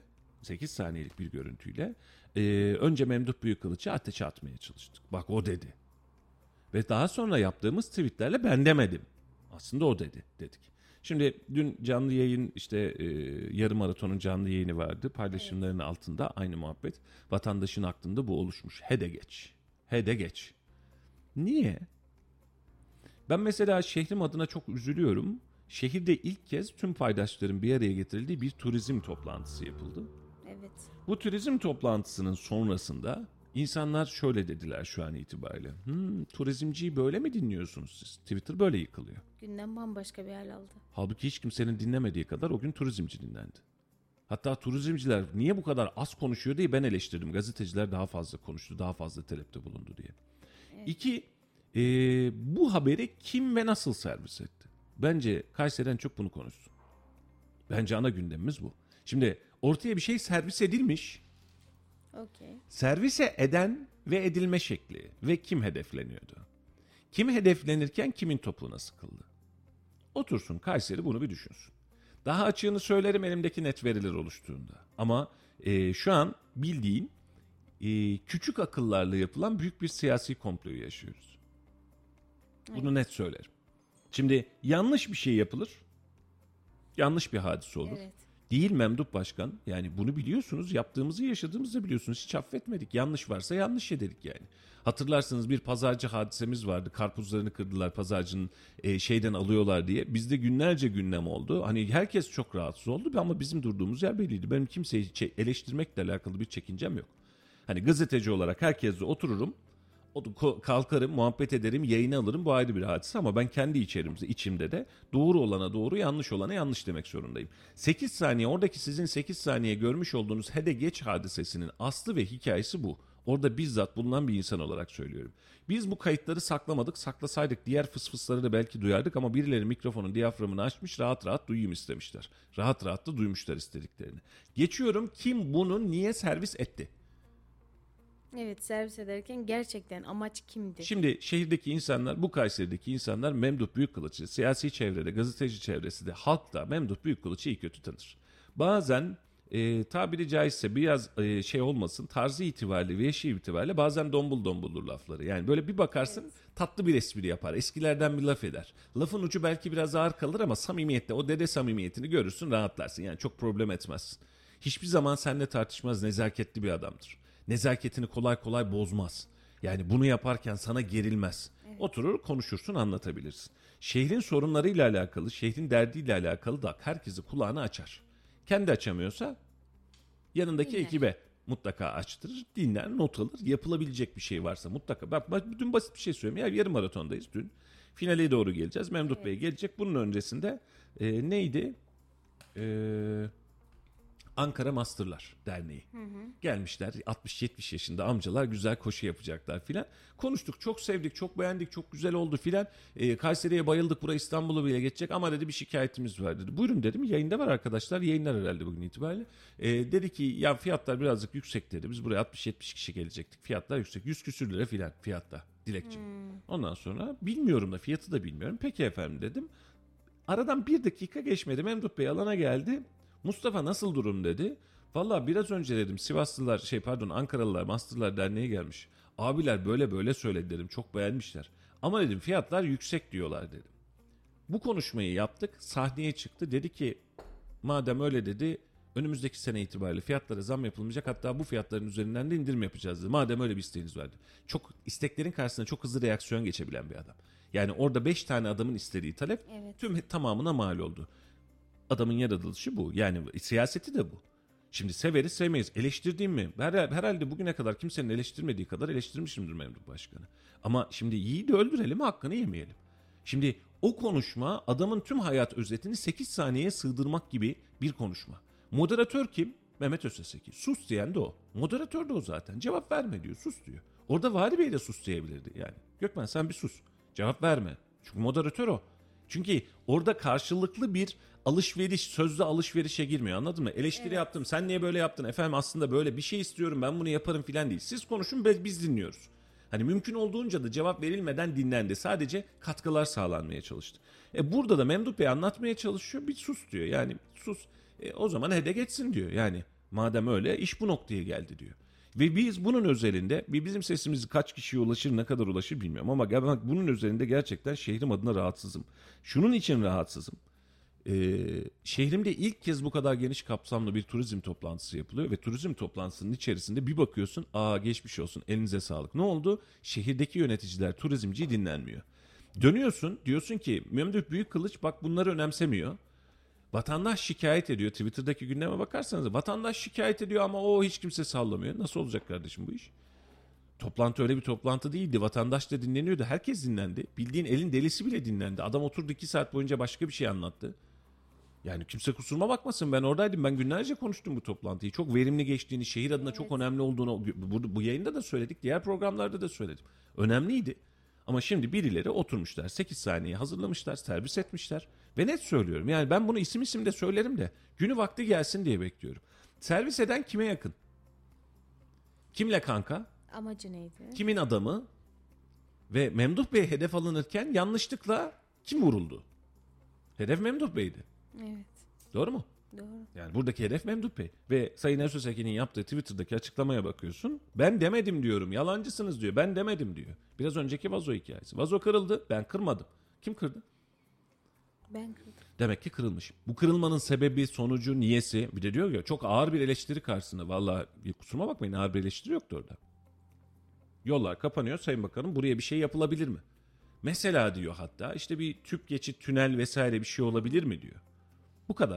önce Memduh Büyükkılıç'ı ateşe atmaya çalıştık. Bak o dedi. Ve daha sonra yaptığımız tweetlerle ben demedim. Aslında o dedi dedik. Şimdi dün canlı yayın yarım maratonun canlı yayını vardı. Paylaşımların altında aynı muhabbet. Vatandaşın aklında bu oluşmuş. He de geç. Niye? Ben mesela şehrim adına çok üzülüyorum. Şehirde ilk kez tüm paydaşların bir araya getirildiği bir turizm toplantısı yapıldı. Evet. Bu turizm toplantısının sonrasında insanlar şöyle dediler şu an itibariyle. Turizmciyi böyle mi dinliyorsunuz siz? Twitter böyle yıkılıyor. Gündem bambaşka bir hal aldı. Halbuki hiç kimsenin dinlemediği kadar o gün turizmci dinlendi. Hatta turizmciler niye bu kadar az konuşuyor diye ben eleştirdim. Gazeteciler daha fazla konuştu, daha fazla talepte bulundu diye. Evet. 2, bu haberi kim ve nasıl servis etti? Bence Kayseri'den çok bunu konuşsun. Bence ana gündemimiz bu. Şimdi ortaya bir şey servis edilmiş. Okay. Servise eden ve edilme şekli ve kim hedefleniyordu? Kim hedeflenirken kimin topuğuna sıkıldı? Otursun Kayseri bunu bir düşünsün. Daha açığını söylerim elimdeki net veriler oluştuğunda. Ama şu an bildiğin küçük akıllarla yapılan büyük bir siyasi komployu yaşıyoruz. Bunu net söylerim. Şimdi yanlış bir şey yapılır. Yanlış bir hadise olur. Evet. Değil Memduh Başkan. Yani bunu biliyorsunuz. Yaptığımızı yaşadığımızı biliyorsunuz. Hiç affetmedik. Yanlış varsa yanlış dedik yani. Hatırlarsanız bir pazarcı hadisemiz vardı. Karpuzlarını kırdılar pazarcının şeyden alıyorlar diye. Bizde günlerce gündem oldu. Hani herkes çok rahatsız oldu ama bizim durduğumuz yer belliydi. Benim kimseyi eleştirmekle alakalı bir çekincem yok. Hani gazeteci olarak herkesle otururum. kalkarım, muhabbet ederim, yayını alırım. Bu ayrı bir hadise ama ben kendi içimde de doğru olana doğru, yanlış olana yanlış demek zorundayım. 8 saniye, oradaki sizin 8 saniye görmüş olduğunuz hede geç hadisesinin aslı ve hikayesi bu. Orada bizzat bulunan bir insan olarak söylüyorum. Biz bu kayıtları saklamadık. Saklasaydık diğer fısfısları da belki duyardık ama birileri mikrofonun diyaframını açmış, rahat rahat duyayım istemişler. Rahat rahat da duymuşlar istediklerini. Geçiyorum, kim bunu niye servis etti? Evet, servis ederken gerçekten amaç kimdi? Şimdi şehirdeki insanlar, bu Kayseri'deki insanlar Memduh Büyükkılıç'ı siyasi çevrede, gazeteci çevresi de, halk da Memduh Büyükkılıç'ı iyi kötü tanır. Bazen tabiri caizse biraz şey olmasın, tarzı itibariyle ve yaşı itibariyle bazen dombul dombuldur lafları. Yani böyle bir bakarsın tatlı bir espri yapar. Eskilerden bir laf eder. Lafın ucu belki biraz ağır kalır ama samimiyette, o dede samimiyetini görürsün, rahatlarsın. Yani çok problem etmez. Hiçbir zaman seninle tartışmaz, nezaketli bir adamdır. Nezaketini kolay kolay bozmaz. Yani bunu yaparken sana gerilmez. Oturur konuşursun, anlatabilirsin. Şehrin sorunlarıyla alakalı, şehrin derdiyle alakalı da herkesi kulağını açar. Kendi açamıyorsa yanındaki Dinler. ekibe mutlaka açtırır, dinler, not alır. Yapılabilecek bir şey varsa mutlaka. Bak dün basit bir şey söyleyeyim. Ya yarım maratondayız dün. Finale doğru geleceğiz. Memduh Bey gelecek. Bunun öncesinde neydi? Ankara Masterlar Derneği. Gelmişler 60-70 yaşında amcalar, güzel koşu yapacaklar filan. Konuştuk, çok sevdik, çok beğendik, çok güzel oldu filan. Kayseri'ye bayıldık, buraya İstanbul'u bile geçecek ama dedi bir şikayetimiz var dedi. Buyurun dedim, yayında var arkadaşlar, yayınlar herhalde bugün itibariyle. Dedi ki ya fiyatlar birazcık yüksek dedi. Biz buraya 60-70 kişi gelecektik. Fiyatlar yüksek, 100 küsür lira filan fiyatta Dilekçim. Ondan sonra bilmiyorum da fiyatı da bilmiyorum. Peki efendim dedim. Aradan bir dakika geçmedi, Memduh Bey alana geldi. Mustafa nasıl durum dedi. Valla biraz önce dedim Ankaralılar Masterlar Derneği gelmiş. Abiler böyle böyle söyledi dedim, çok beğenmişler. Ama dedim fiyatlar yüksek diyorlar dedim. Bu konuşmayı yaptık, sahneye çıktı, dedi ki madem öyle dedi, önümüzdeki sene itibariyle fiyatlara zam yapılmayacak, hatta bu fiyatların üzerinden de indirim yapacağız dedi. Madem öyle bir isteğiniz vardı. Çok isteklerin karşısında çok hızlı reaksiyon geçebilen bir adam. Yani orada 5 tane adamın istediği talep tamamına mal oldu. Adamın yaratılışı bu. Yani siyaseti de bu. Şimdi severiz sevmeyiz. Eleştirdiğim mi? Herhalde bugüne kadar kimsenin eleştirmediği kadar eleştirmişimdir Memduh Başkanı. Ama şimdi yiğidi öldürelim, hakkını yemeyelim. Şimdi o konuşma adamın tüm hayat özetini 8 saniyeye sığdırmak gibi bir konuşma. Moderatör kim? Mehmet Özeseki. Sus diyen de o. Moderatör de o zaten. Cevap verme diyor, sus diyor. Orada Vali Bey de sus diyebilirdi yani. Gökmen sen bir sus. Cevap verme. Çünkü moderatör o. Çünkü orada karşılıklı bir alışveriş, sözlü alışverişe girmiyor, anladın mı? Eleştiri yaptım, sen niye böyle yaptın? Efendim aslında böyle bir şey istiyorum, ben bunu yaparım filan değil. Siz konuşun, biz dinliyoruz. Hani mümkün olduğunca da cevap verilmeden dinlendi. Sadece katkılar sağlanmaya çalıştı. Burada da Memduh Bey anlatmaya çalışıyor, bir sus diyor. Yani sus, o zaman hede geçsin diyor. Yani madem öyle, iş bu noktaya geldi diyor. Ve biz bunun özelinde, bizim sesimiz kaç kişiye ulaşır, ne kadar ulaşır bilmiyorum ama bunun özelinde gerçekten şehrim adına rahatsızım. Şunun için rahatsızım. Şehrimde ilk kez bu kadar geniş kapsamlı bir turizm toplantısı yapılıyor ve turizm toplantısının içerisinde bir bakıyorsun, geçmiş olsun, elinize sağlık. Ne oldu? Şehirdeki yöneticiler turizmciyi dinlenmiyor. Dönüyorsun, diyorsun ki Memduh Büyükkılıç bak bunları önemsemiyor. Vatandaş şikayet ediyor. Twitter'daki gündeme bakarsanız vatandaş şikayet ediyor ama o hiç kimse sallamıyor. Nasıl olacak kardeşim bu iş? Toplantı öyle bir toplantı değildi. Vatandaş da dinleniyordu. Herkes dinlendi. Bildiğin elin delisi bile dinlendi. Adam oturdu 2 saat boyunca başka bir şey anlattı. Yani kimse kusuruma bakmasın, ben oradaydım. Ben günlerce konuştum bu toplantıyı. Çok verimli geçtiğini, şehir adına çok önemli olduğunu bu yayında da söyledik. Diğer programlarda da söyledim. Önemliydi. Ama şimdi birileri oturmuşlar 8 saniye hazırlamışlar, servis etmişler. Ve net söylüyorum, yani ben bunu isim de söylerim de günü vakti gelsin diye bekliyorum. Servis eden kime yakın? Kimle kanka? Amacı neydi? Kimin adamı? Ve Memduh Bey hedef alınırken yanlışlıkla kim vuruldu? Hedef Memduh Bey'di. Evet. Doğru mu? Doğru. Yani buradaki hedef Memduh Bey. Ve Sayın Öztesekin'in yaptığı Twitter'daki açıklamaya bakıyorsun. Ben demedim diyorum. Yalancısınız diyor. Ben demedim diyor. Biraz önceki vazo hikayesi. Vazo kırıldı. Ben kırmadım. Kim kırdı? Ben kırdım. Demek ki kırılmış. Bu kırılmanın sebebi, sonucu, niyesi. Bir de diyor ya, çok ağır bir eleştiri karşısında. Vallahi kusuruma bakmayın, ağır bir eleştiri yoktu orada. Yollar kapanıyor Sayın Bakanım, buraya bir şey yapılabilir mi? Mesela diyor, hatta işte bir tüp geçit, tünel vesaire bir şey olabilir mi diyor. Bu kadar.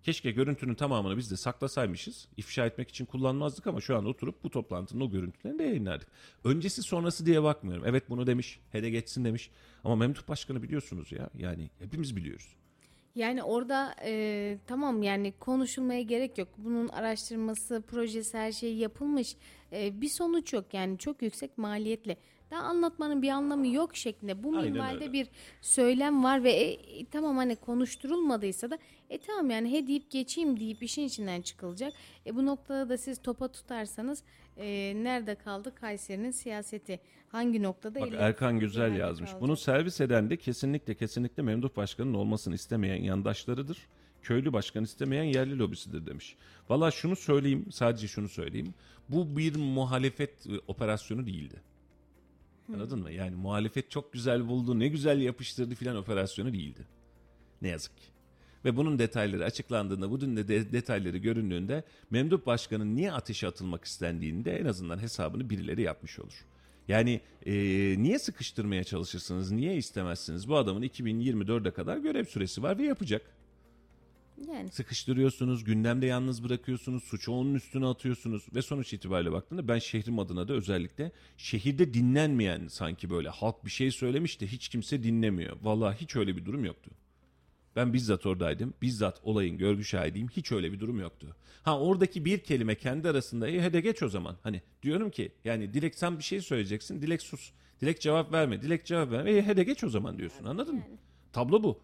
Keşke görüntünün tamamını biz de saklasaymışız. İfşa etmek için kullanmazdık ama şu an oturup bu toplantının o görüntülerini de yayınlardık. Öncesi sonrası diye bakmıyorum. Evet bunu demiş, hele geçsin demiş. Ama Memduh Başkanı biliyorsunuz ya. Yani hepimiz biliyoruz. Yani orada tamam, yani konuşulmaya gerek yok. Bunun araştırması, projesi, her şey yapılmış. Bir sonuç yok yani, çok yüksek maliyetli. Daha anlatmanın bir anlamı yok şeklinde. Bu Aynen minvalde öyle. bir söylem var ve tamam, hani konuşturulmadıysa da tamam yani he deyip geçeyim deyip işin içinden çıkılacak. Bu noktada da siz topa tutarsanız nerede kaldı Kayseri'nin siyaseti? Hangi noktada? Bak ele Erkan bir Güzel halde yazmış. kalacak? Bunu servis eden de kesinlikle Memduh Başkan'ın olmasını istemeyen yandaşlarıdır. Köylü başkan istemeyen yerli lobisidir demiş. Valla şunu söyleyeyim, sadece şunu söyleyeyim. Bu bir muhalefet operasyonu değildi. Anladın mı? Yani muhalefet çok güzel buldu, ne güzel yapıştırdı filan operasyonu değildi. Ne yazık ki. Ve bunun detayları açıklandığında, bunun detayları göründüğünde Memduh Başkan'ın niye ateşe atılmak istendiğinde en azından hesabını birileri yapmış olur. Yani niye sıkıştırmaya çalışırsınız, niye istemezsiniz? Bu adamın 2024'e kadar görev süresi var ve yapacak. Yani Sıkıştırıyorsunuz, gündemde yalnız bırakıyorsunuz, suçu onun üstüne atıyorsunuz ve sonuç itibariyle baktığında ben şehrim adına da özellikle şehirde dinlenmeyen, sanki böyle halk bir şey söylemiş de hiç kimse dinlemiyor. Vallahi hiç öyle bir durum yoktu. Ben bizzat oradaydım. Bizzat olayın görgü şahidiyim. Hiç öyle bir durum yoktu. Ha, oradaki bir kelime kendi arasında hadi geç o zaman. Hani diyorum ki yani Dilek sen bir şey söyleyeceksin. Dilek sus. Dilek cevap verme. Dilek cevap verme. Hadi geç o zaman diyorsun. Anladın mı? Tablo bu.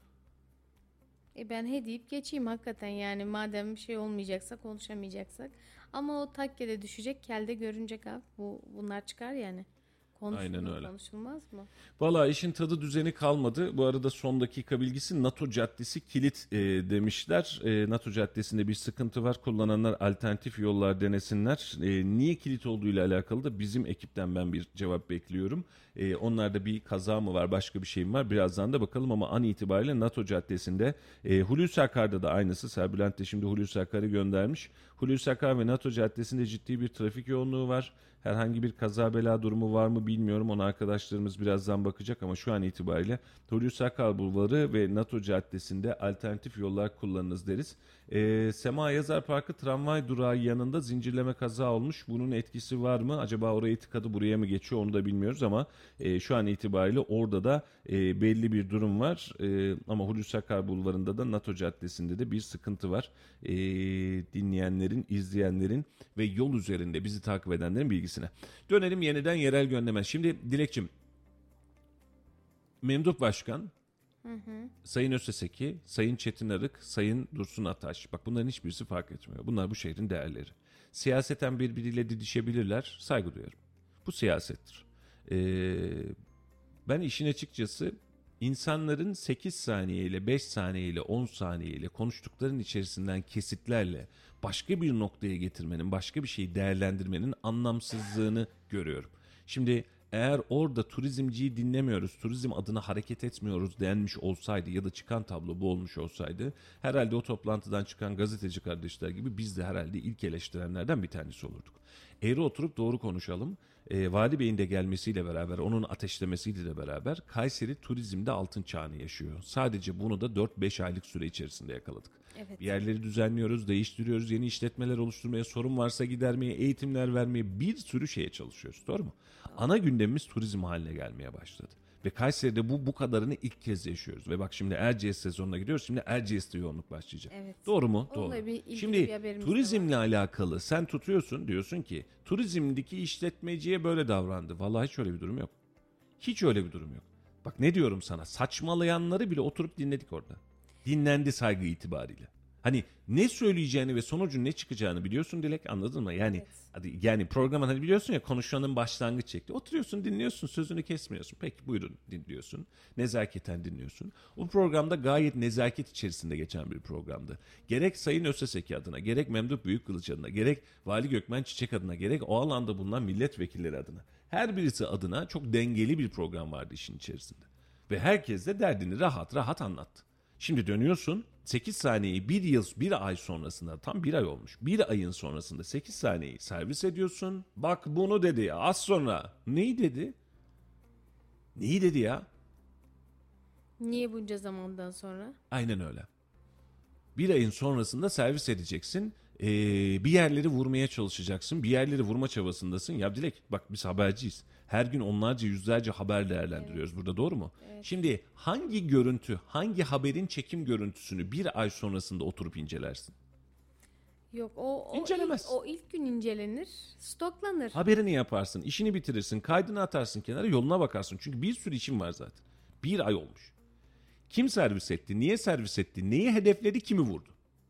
ben he deyip geçeyim hakikaten, yani madem bir şey olmayacaksa, konuşamayacaksak. Ama o takkede düşecek, kelde görünecek abi. Bunlar çıkar yani. Konuşulur, Aynen öyle. konuşulmaz mı? Valla işin tadı düzeni kalmadı. Bu arada son dakika bilgisi, NATO Caddesi kilit demişler. NATO Caddesi'nde bir sıkıntı var. Kullananlar alternatif yollar denesinler. Niye kilit olduğuyla alakalı da bizim ekipten ben bir cevap bekliyorum. Onlarda bir kaza mı var, başka bir şey mi var? Birazdan da bakalım ama an itibariyle NATO Caddesi'nde, Hulusi Akar'da da aynısı. Serbülent de şimdi Hulusi Akar'ı göndermiş. Hulusi Akar ve NATO Caddesi'nde ciddi bir trafik yoğunluğu var. Herhangi bir kaza bela durumu var mı bilmiyorum. Ona arkadaşlarımız birazdan bakacak ama şu an itibariyle Hulusi Akar Bulvarı ve NATO Caddesi'nde alternatif yollar kullanınız deriz. Sema Yazar Parkı tramvay durağı yanında zincirleme kaza olmuş. Bunun etkisi var mı? Acaba orayı tıkadı, buraya mı geçiyor onu da bilmiyoruz ama şu an itibariyle orada da belli bir durum var. Ama Hulusi Akar Bulvarı'nda da NATO Caddesi'nde de bir sıkıntı var. Dinleyenlerin, izleyenlerin ve yol üzerinde bizi takip edenlerin bilgisine. Dönelim yeniden yerel gündeme. Şimdi Dilekçim, Memduh Başkan, Sayın Öseseki, Sayın Çetin Arık, Sayın Dursun Ataş. Bak bunların hiçbirisi fark etmiyor. Bunlar bu şehrin değerleri. Siyaseten birbiriyle didişebilirler. Saygı duyarım. Bu siyasettir. Ben işin açıkçası insanların 8 saniyeyle, 5 saniyeyle, 10 saniyeyle konuştuklarının içerisinden kesitlerle başka bir noktaya getirmenin, başka bir şeyi değerlendirmenin anlamsızlığını görüyorum. Şimdi eğer orada turizmciyi dinlemiyoruz, turizm adına hareket etmiyoruz denmiş olsaydı ya da çıkan tablo bu olmuş olsaydı, herhalde o toplantıdan çıkan gazeteci kardeşler gibi biz de herhalde ilk eleştirenlerden bir tanesi olurduk. Eğri oturup doğru konuşalım. Vali Bey'in de gelmesiyle beraber, onun ateşlemesiyle de beraber Kayseri turizmde altın çağını yaşıyor. Sadece bunu da 4-5 aylık süre içerisinde yakaladık. Evet. Bir yerleri düzenliyoruz, değiştiriyoruz, yeni işletmeler oluşturmaya, sorun varsa gidermeye, eğitimler vermeye, bir sürü şeye çalışıyoruz. Doğru mu? Ana gündemimiz turizm haline gelmeye başladı. Ve Kayseri'de bu kadarını ilk kez yaşıyoruz. Ve bak şimdi Erciyes sezonuna gidiyoruz. Şimdi Erciyes'te yoğunluk başlayacak. Evet. Doğru mu? Onunla Doğru. bir ilgili bir Şimdi haberimiz de turizmle alakalı sen tutuyorsun, diyorsun ki turizmdeki işletmeciye böyle davrandı. Vallahi hiç öyle bir durum yok. Hiç öyle bir durum yok. Bak ne diyorum sana, saçmalayanları bile oturup dinledik orada. Dinlendi saygı itibariyle. Hani ne söyleyeceğini ve sonucun ne çıkacağını biliyorsun Dilek, anladın mı? Yani Evet. hadi, yani programın hani biliyorsun ya, konuşanın başlangıç şekli. Oturuyorsun, dinliyorsun, sözünü kesmiyorsun. Peki buyurun dinliyorsun. Nezaketen dinliyorsun. O programda gayet nezaket içerisinde geçen bir programdı. Gerek Sayın Öseseki adına, gerek Memduh Büyükkılıç adına, gerek Vali Gökmen Çiçek adına, gerek o alanda bulunan milletvekilleri adına. Her birisi adına çok dengeli bir program vardı işin içerisinde. Ve herkes de derdini rahat rahat anlattı. Şimdi dönüyorsun 8 saniyeyi bir yıl, bir ay sonrasında, tam bir ay olmuş. Bir ayın sonrasında 8 saniyeyi servis ediyorsun. Bak bunu dedi ya, az sonra. Neyi dedi? Neyi dedi ya? Niye bunca zamandan sonra? Aynen öyle. Bir ayın sonrasında servis edeceksin. Bir yerleri vurmaya çalışacaksın. Bir yerleri vurma çabasındasın. Ya Dilek bak biz haberciyiz. Her gün onlarca yüzlerce haber değerlendiriyoruz burada, doğru mu? Şimdi hangi görüntü, hangi haberin çekim görüntüsünü bir ay sonrasında oturup incelersin? Yok o İncelemez. o ilk gün incelenir, stoklanır. Haberini yaparsın, işini bitirirsin, kaydını atarsın kenara, yoluna bakarsın. Çünkü bir sürü işin var zaten. Bir ay olmuş. Kim servis etti, niye servis etti, neyi hedefledi, kimi vurdu?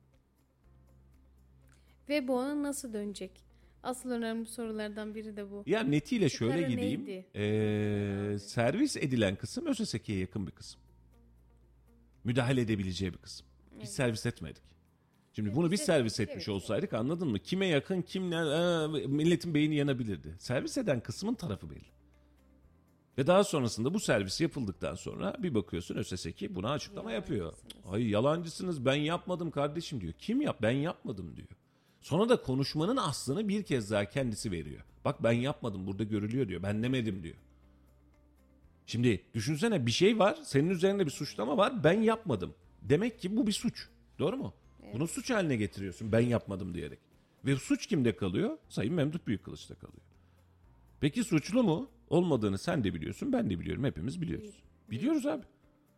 Ve bu ona nasıl dönecek? Asıl önemli sorulardan biri de bu. Ya netiyle şöyle Çıkarı gideyim. neydi? Servis edilen kısım ÖSSK'ye yakın bir kısım. Müdahale edebileceği bir kısım. Biz servis etmedik. Şimdi bunu biz servis etmiş olsaydık, anladın mı? Kime yakın, milletin beyni yanabilirdi. Servis eden kısmın tarafı belli. Ve daha sonrasında bu servis yapıldıktan sonra bir bakıyorsun ÖSSK buna açıklama yapıyor. Ay yalancısınız, ben yapmadım kardeşim diyor. Kim yap? Ben yapmadım diyor. Sonra da konuşmanın aslını bir kez daha kendisi veriyor. Bak ben yapmadım, burada görülüyor diyor. Ben demedim diyor. Şimdi düşünsene, bir şey var, senin üzerinde bir suçlama var, ben yapmadım. Demek ki bu bir suç. Doğru mu? Bunu suç haline getiriyorsun ben yapmadım diyerek. Ve suç kimde kalıyor? Sayın Memduh Büyükkılıç'ta kalıyor. Peki suçlu mu? Olmadığını sen de biliyorsun, ben de biliyorum, hepimiz biliyoruz. Biliyoruz abi.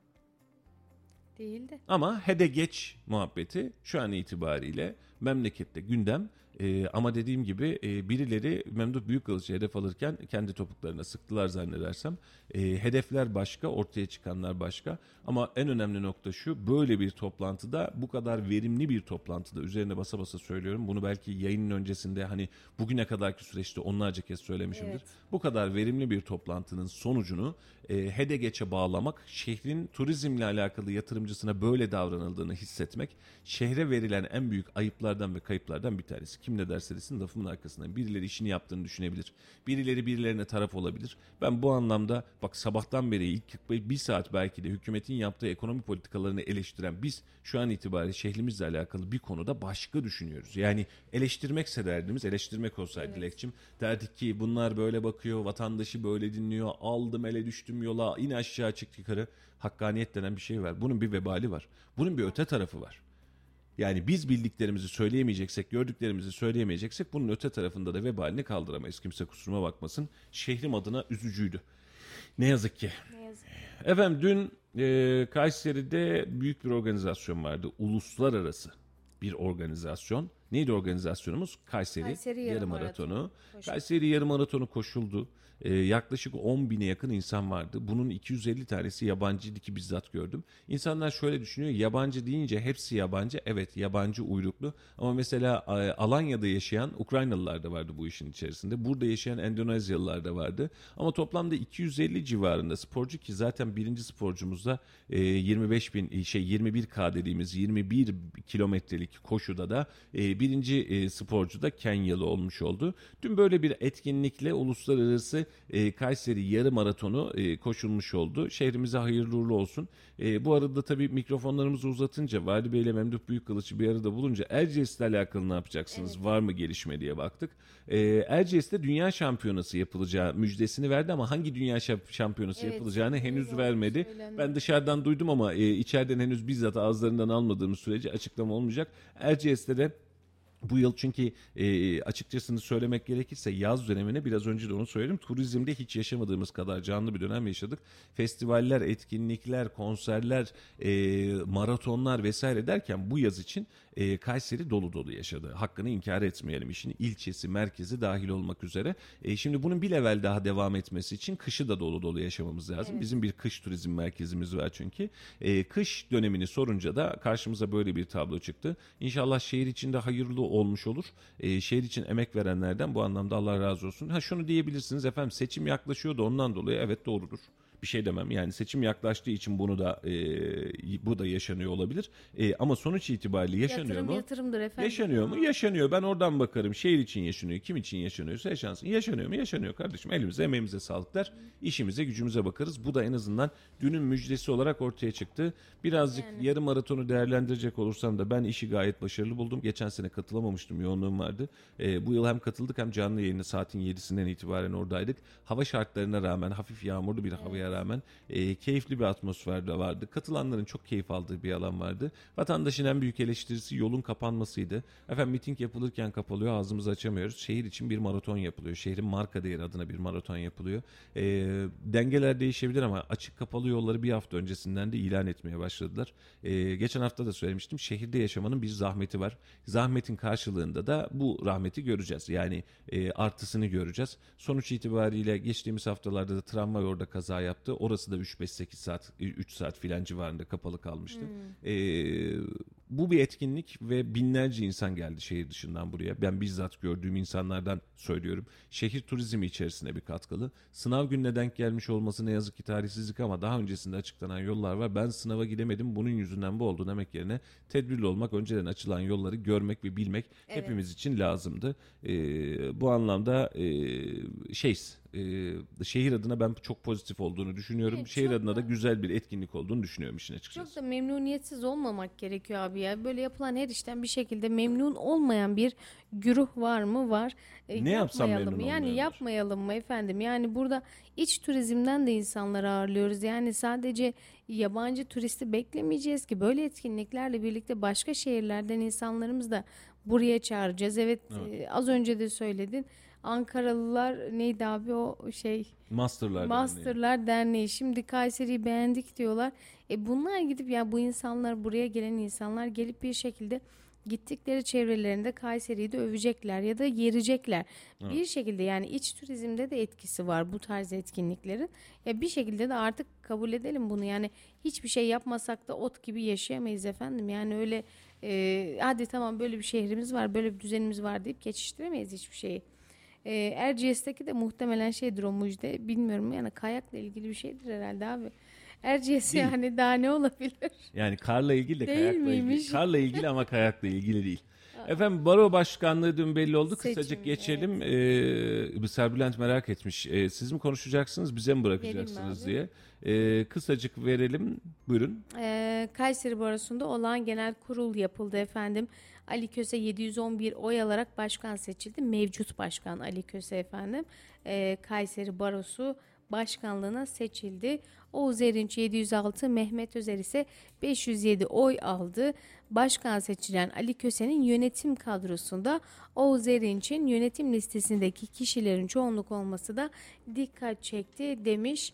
Değil de. Ama hede geç muhabbeti şu an itibariyle memlekette gündem. Ama dediğim gibi birileri Memduh Büyükkılıç'ı hedef alırken kendi topuklarına sıktılar zannedersem. Hedefler başka, ortaya çıkanlar başka. Ama en önemli nokta şu: böyle bir toplantıda, bu kadar verimli bir toplantıda, üzerine basa basa söylüyorum. Bunu belki yayının öncesinde, hani bugüne kadarki süreçte onlarca kez söylemişimdir. Evet. Bu kadar verimli bir toplantının sonucunu hede geçe bağlamak, şehrin turizmle alakalı yatırımcısına böyle davranıldığını hissetmek, şehre verilen en büyük ayıplardan ve kayıplardan bir tanesi. Kim ne derse desin lafımın arkasından. Birileri işini yaptığını düşünebilir. Birileri birilerine taraf olabilir. Ben bu anlamda bak, sabahtan beri ilk bir saat belki de hükümetin yaptığı ekonomi politikalarını eleştiren biz şu an itibariyle şehrimizle alakalı bir konuda başka düşünüyoruz. Yani eleştirmekse derdimiz, eleştirmek olsaydı Dilekçim, derdik ki bunlar böyle bakıyor, vatandaşı böyle dinliyor, aldım ele düştüm yola, in aşağı çık yukarı. Hakkaniyet denen bir şey var. Bunun bir vebali var. Bunun bir öte tarafı var. Yani biz bildiklerimizi söyleyemeyeceksek, gördüklerimizi söyleyemeyeceksek bunun öte tarafında da vebalini kaldıramayız. Kimse kusuruma bakmasın. Şehrim adına üzücüydü. Ne yazık ki. Ne yazık. Efendim dün Kayseri'de büyük bir organizasyon vardı. Uluslararası bir organizasyon. Neydi organizasyonumuz? Kayseri Yarım Maratonu. Kayseri Yarım Maratonu koşuldu. Yaklaşık 10 bine yakın insan vardı. Bunun 250 tanesi yabancıydı ki bizzat gördüm. İnsanlar şöyle düşünüyor: yabancı deyince hepsi yabancı. Evet, yabancı uyruklu. Ama mesela Alanya'da yaşayan Ukraynalılar da vardı bu işin içerisinde. Burada yaşayan Endonezyalılar da vardı. Ama toplamda 250 civarında sporcu, ki zaten birinci sporcumuzda 21K dediğimiz 21 kilometrelik koşuda da birinci sporcu da Kenyalı olmuş oldu. Dün böyle bir etkinlikle uluslararası Kayseri Yarım Maratonu koşulmuş oldu. Şehrimize hayırlı uğurlu olsun. Bu arada tabii mikrofonlarımızı uzatınca, Vali Bey ile Memduh Büyükkılıç'ı bir arada bulunca Erciyes'le alakalı ne yapacaksınız? Evet. Var mı gelişme diye baktık. Erciyes'te dünya şampiyonası yapılacağı müjdesini verdi ama hangi dünya şampiyonası yapılacağını henüz vermedi. Söylendi. Ben dışarıdan duydum ama içeriden henüz bizzat ağızlarından almadığımız sürece açıklama olmayacak. Erciyes'te de bu yıl, çünkü açıkçasını söylemek gerekirse yaz dönemine, biraz önce de onu söyledim, turizmde hiç yaşamadığımız kadar canlı bir dönem yaşadık. Festivaller, etkinlikler, konserler, maratonlar vesaire derken bu yaz için Kayseri dolu dolu yaşadı. Hakkını inkar etmeyelim, işin ilçesi, merkezi dahil olmak üzere. Şimdi bunun bir level daha devam etmesi için kışı da dolu dolu yaşamamız lazım. Evet. Bizim bir kış turizm merkezimiz var çünkü. Kış dönemini sorunca da karşımıza böyle bir tablo çıktı. İnşallah şehir içinde hayırlı olmuş olur. Şehir için emek verenlerden bu anlamda Allah razı olsun. Şunu diyebilirsiniz: efendim seçim yaklaşıyor da ondan dolayı. Evet, doğrudur. Bir şey demem. Yani seçim yaklaştığı için bunu da bu da yaşanıyor olabilir. Ama sonuç itibariyle yaşanıyor mu? Yatırımdır efendim. Yaşanıyor mu? Yaşanıyor. Ben oradan bakarım. Şehir için yaşanıyor. Kim için yaşanıyorsa yaşansın. Yaşanıyor mu? Yaşanıyor kardeşim. Elimize, emeğimize sağlık der. İşimize, gücümüze bakarız. Bu da en azından dünün müjdesi olarak ortaya çıktı. Birazcık yarım maratonu değerlendirecek olursam da ben işi gayet başarılı buldum. Geçen sene katılamamıştım. Yoğunluğum vardı. Bu yıl hem katıldık hem canlı yayını saatin 7'sinden itibaren oradaydık. Hava şartlarına rağmen hafif yağmurlu bir havaya olmaya rağmen keyifli bir atmosfer de vardı. Katılanların çok keyif aldığı bir alan vardı. Vatandaşın en büyük eleştirisi yolun kapanmasıydı. Efendim miting yapılırken kapalıyor, ağzımızı açamıyoruz. Şehir için bir maraton yapılıyor. Şehrin marka değeri adına bir maraton yapılıyor. Dengeler değişebilir ama açık kapalı yolları bir hafta öncesinden de ilan etmeye başladılar. Geçen hafta da söylemiştim. Şehirde yaşamanın bir zahmeti var. Zahmetin karşılığında da bu rahmeti göreceğiz. Yani artısını göreceğiz. Sonuç itibariyle geçtiğimiz haftalarda da tramvay orada kaza yaptı. Orası da 3-5-8 saat, 3 saat filan civarında kapalı kalmıştı. Bu bir etkinlik ve binlerce insan geldi şehir dışından buraya. Ben bizzat gördüğüm insanlardan söylüyorum. Şehir turizmi içerisine bir katkılı. Sınav gününe denk gelmiş olması ne yazık ki tarihsizlik ama daha öncesinde açıklanan yollar var. Ben sınava gidemedim, bunun yüzünden bu oldu demek yerine tedbirli olmak, önceden açılan yolları görmek ve bilmek hepimiz için lazımdı. Bu anlamda şehir adına ben çok pozitif olduğunu düşünüyorum. Evet, Şehir çok adına da da- güzel bir etkinlik olduğunu düşünüyorum işin açıkçası. Çok da memnuniyetsiz olmamak gerekiyor abi ya. Böyle yapılan her işten bir şekilde memnun olmayan bir güruh var mı? Var. Ne yapsam Yapmayalım memnun mı? Yani olmayanlar? yapmayalım mı efendim? Yani burada iç turizmden de insanları ağırlıyoruz. Yani sadece yabancı turisti beklemeyeceğiz ki. Böyle etkinliklerle birlikte başka şehirlerden insanlarımız da buraya çağıracağız. Evet, az önce de söyledin. Ankaralılar neydi abi o şey? Masterlar Derneği. Masterlar Derneği. Şimdi Kayseri'yi beğendik diyorlar. Bunlar gidip ya bu insanlar, buraya gelen insanlar gelip bir şekilde gittikleri çevrelerinde Kayseri'yi de övecekler ya da yerecekler. Bir şekilde yani iç turizmde de etkisi var bu tarz etkinliklerin. Ya bir şekilde de artık kabul edelim bunu. Yani hiçbir şey yapmasak da ot gibi yaşayamayız efendim. Yani öyle hadi tamam böyle bir şehrimiz var, böyle bir düzenimiz var deyip geçiştiremeyiz hiçbir şeyi. Erciyes'teki de muhtemelen şeydir o Mucde. Bilmiyorum yani kayakla ilgili bir şeydir herhalde abi. Erciyes Değil. yani daha ne olabilir? Yani karla ilgili de Değil kayakla miymiş? ilgili. Karla ilgili ama kayakla ilgili değil. Efendim baro başkanlığı dün belli oldu. Seçim, Kısacık geçelim. Serbülent merak etmiş. Siz mi konuşacaksınız, bize mi bırakacaksınız Vereyim diye. Kısacık verelim. Buyurun. Kayseri Barosu'nda olağan genel kurul yapıldı efendim. Ali Köse 711 oy alarak başkan seçildi. Mevcut başkan Ali Köse efendim. Kayseri Barosu başkanlığına seçildi. Oğuz Erinç 706, Mehmet Özer ise 507 oy aldı. Başkan seçilen Ali Köse'nin yönetim kadrosunda Oğuz Erinç'in yönetim listesindeki kişilerin çoğunluk olması da dikkat çekti demiş.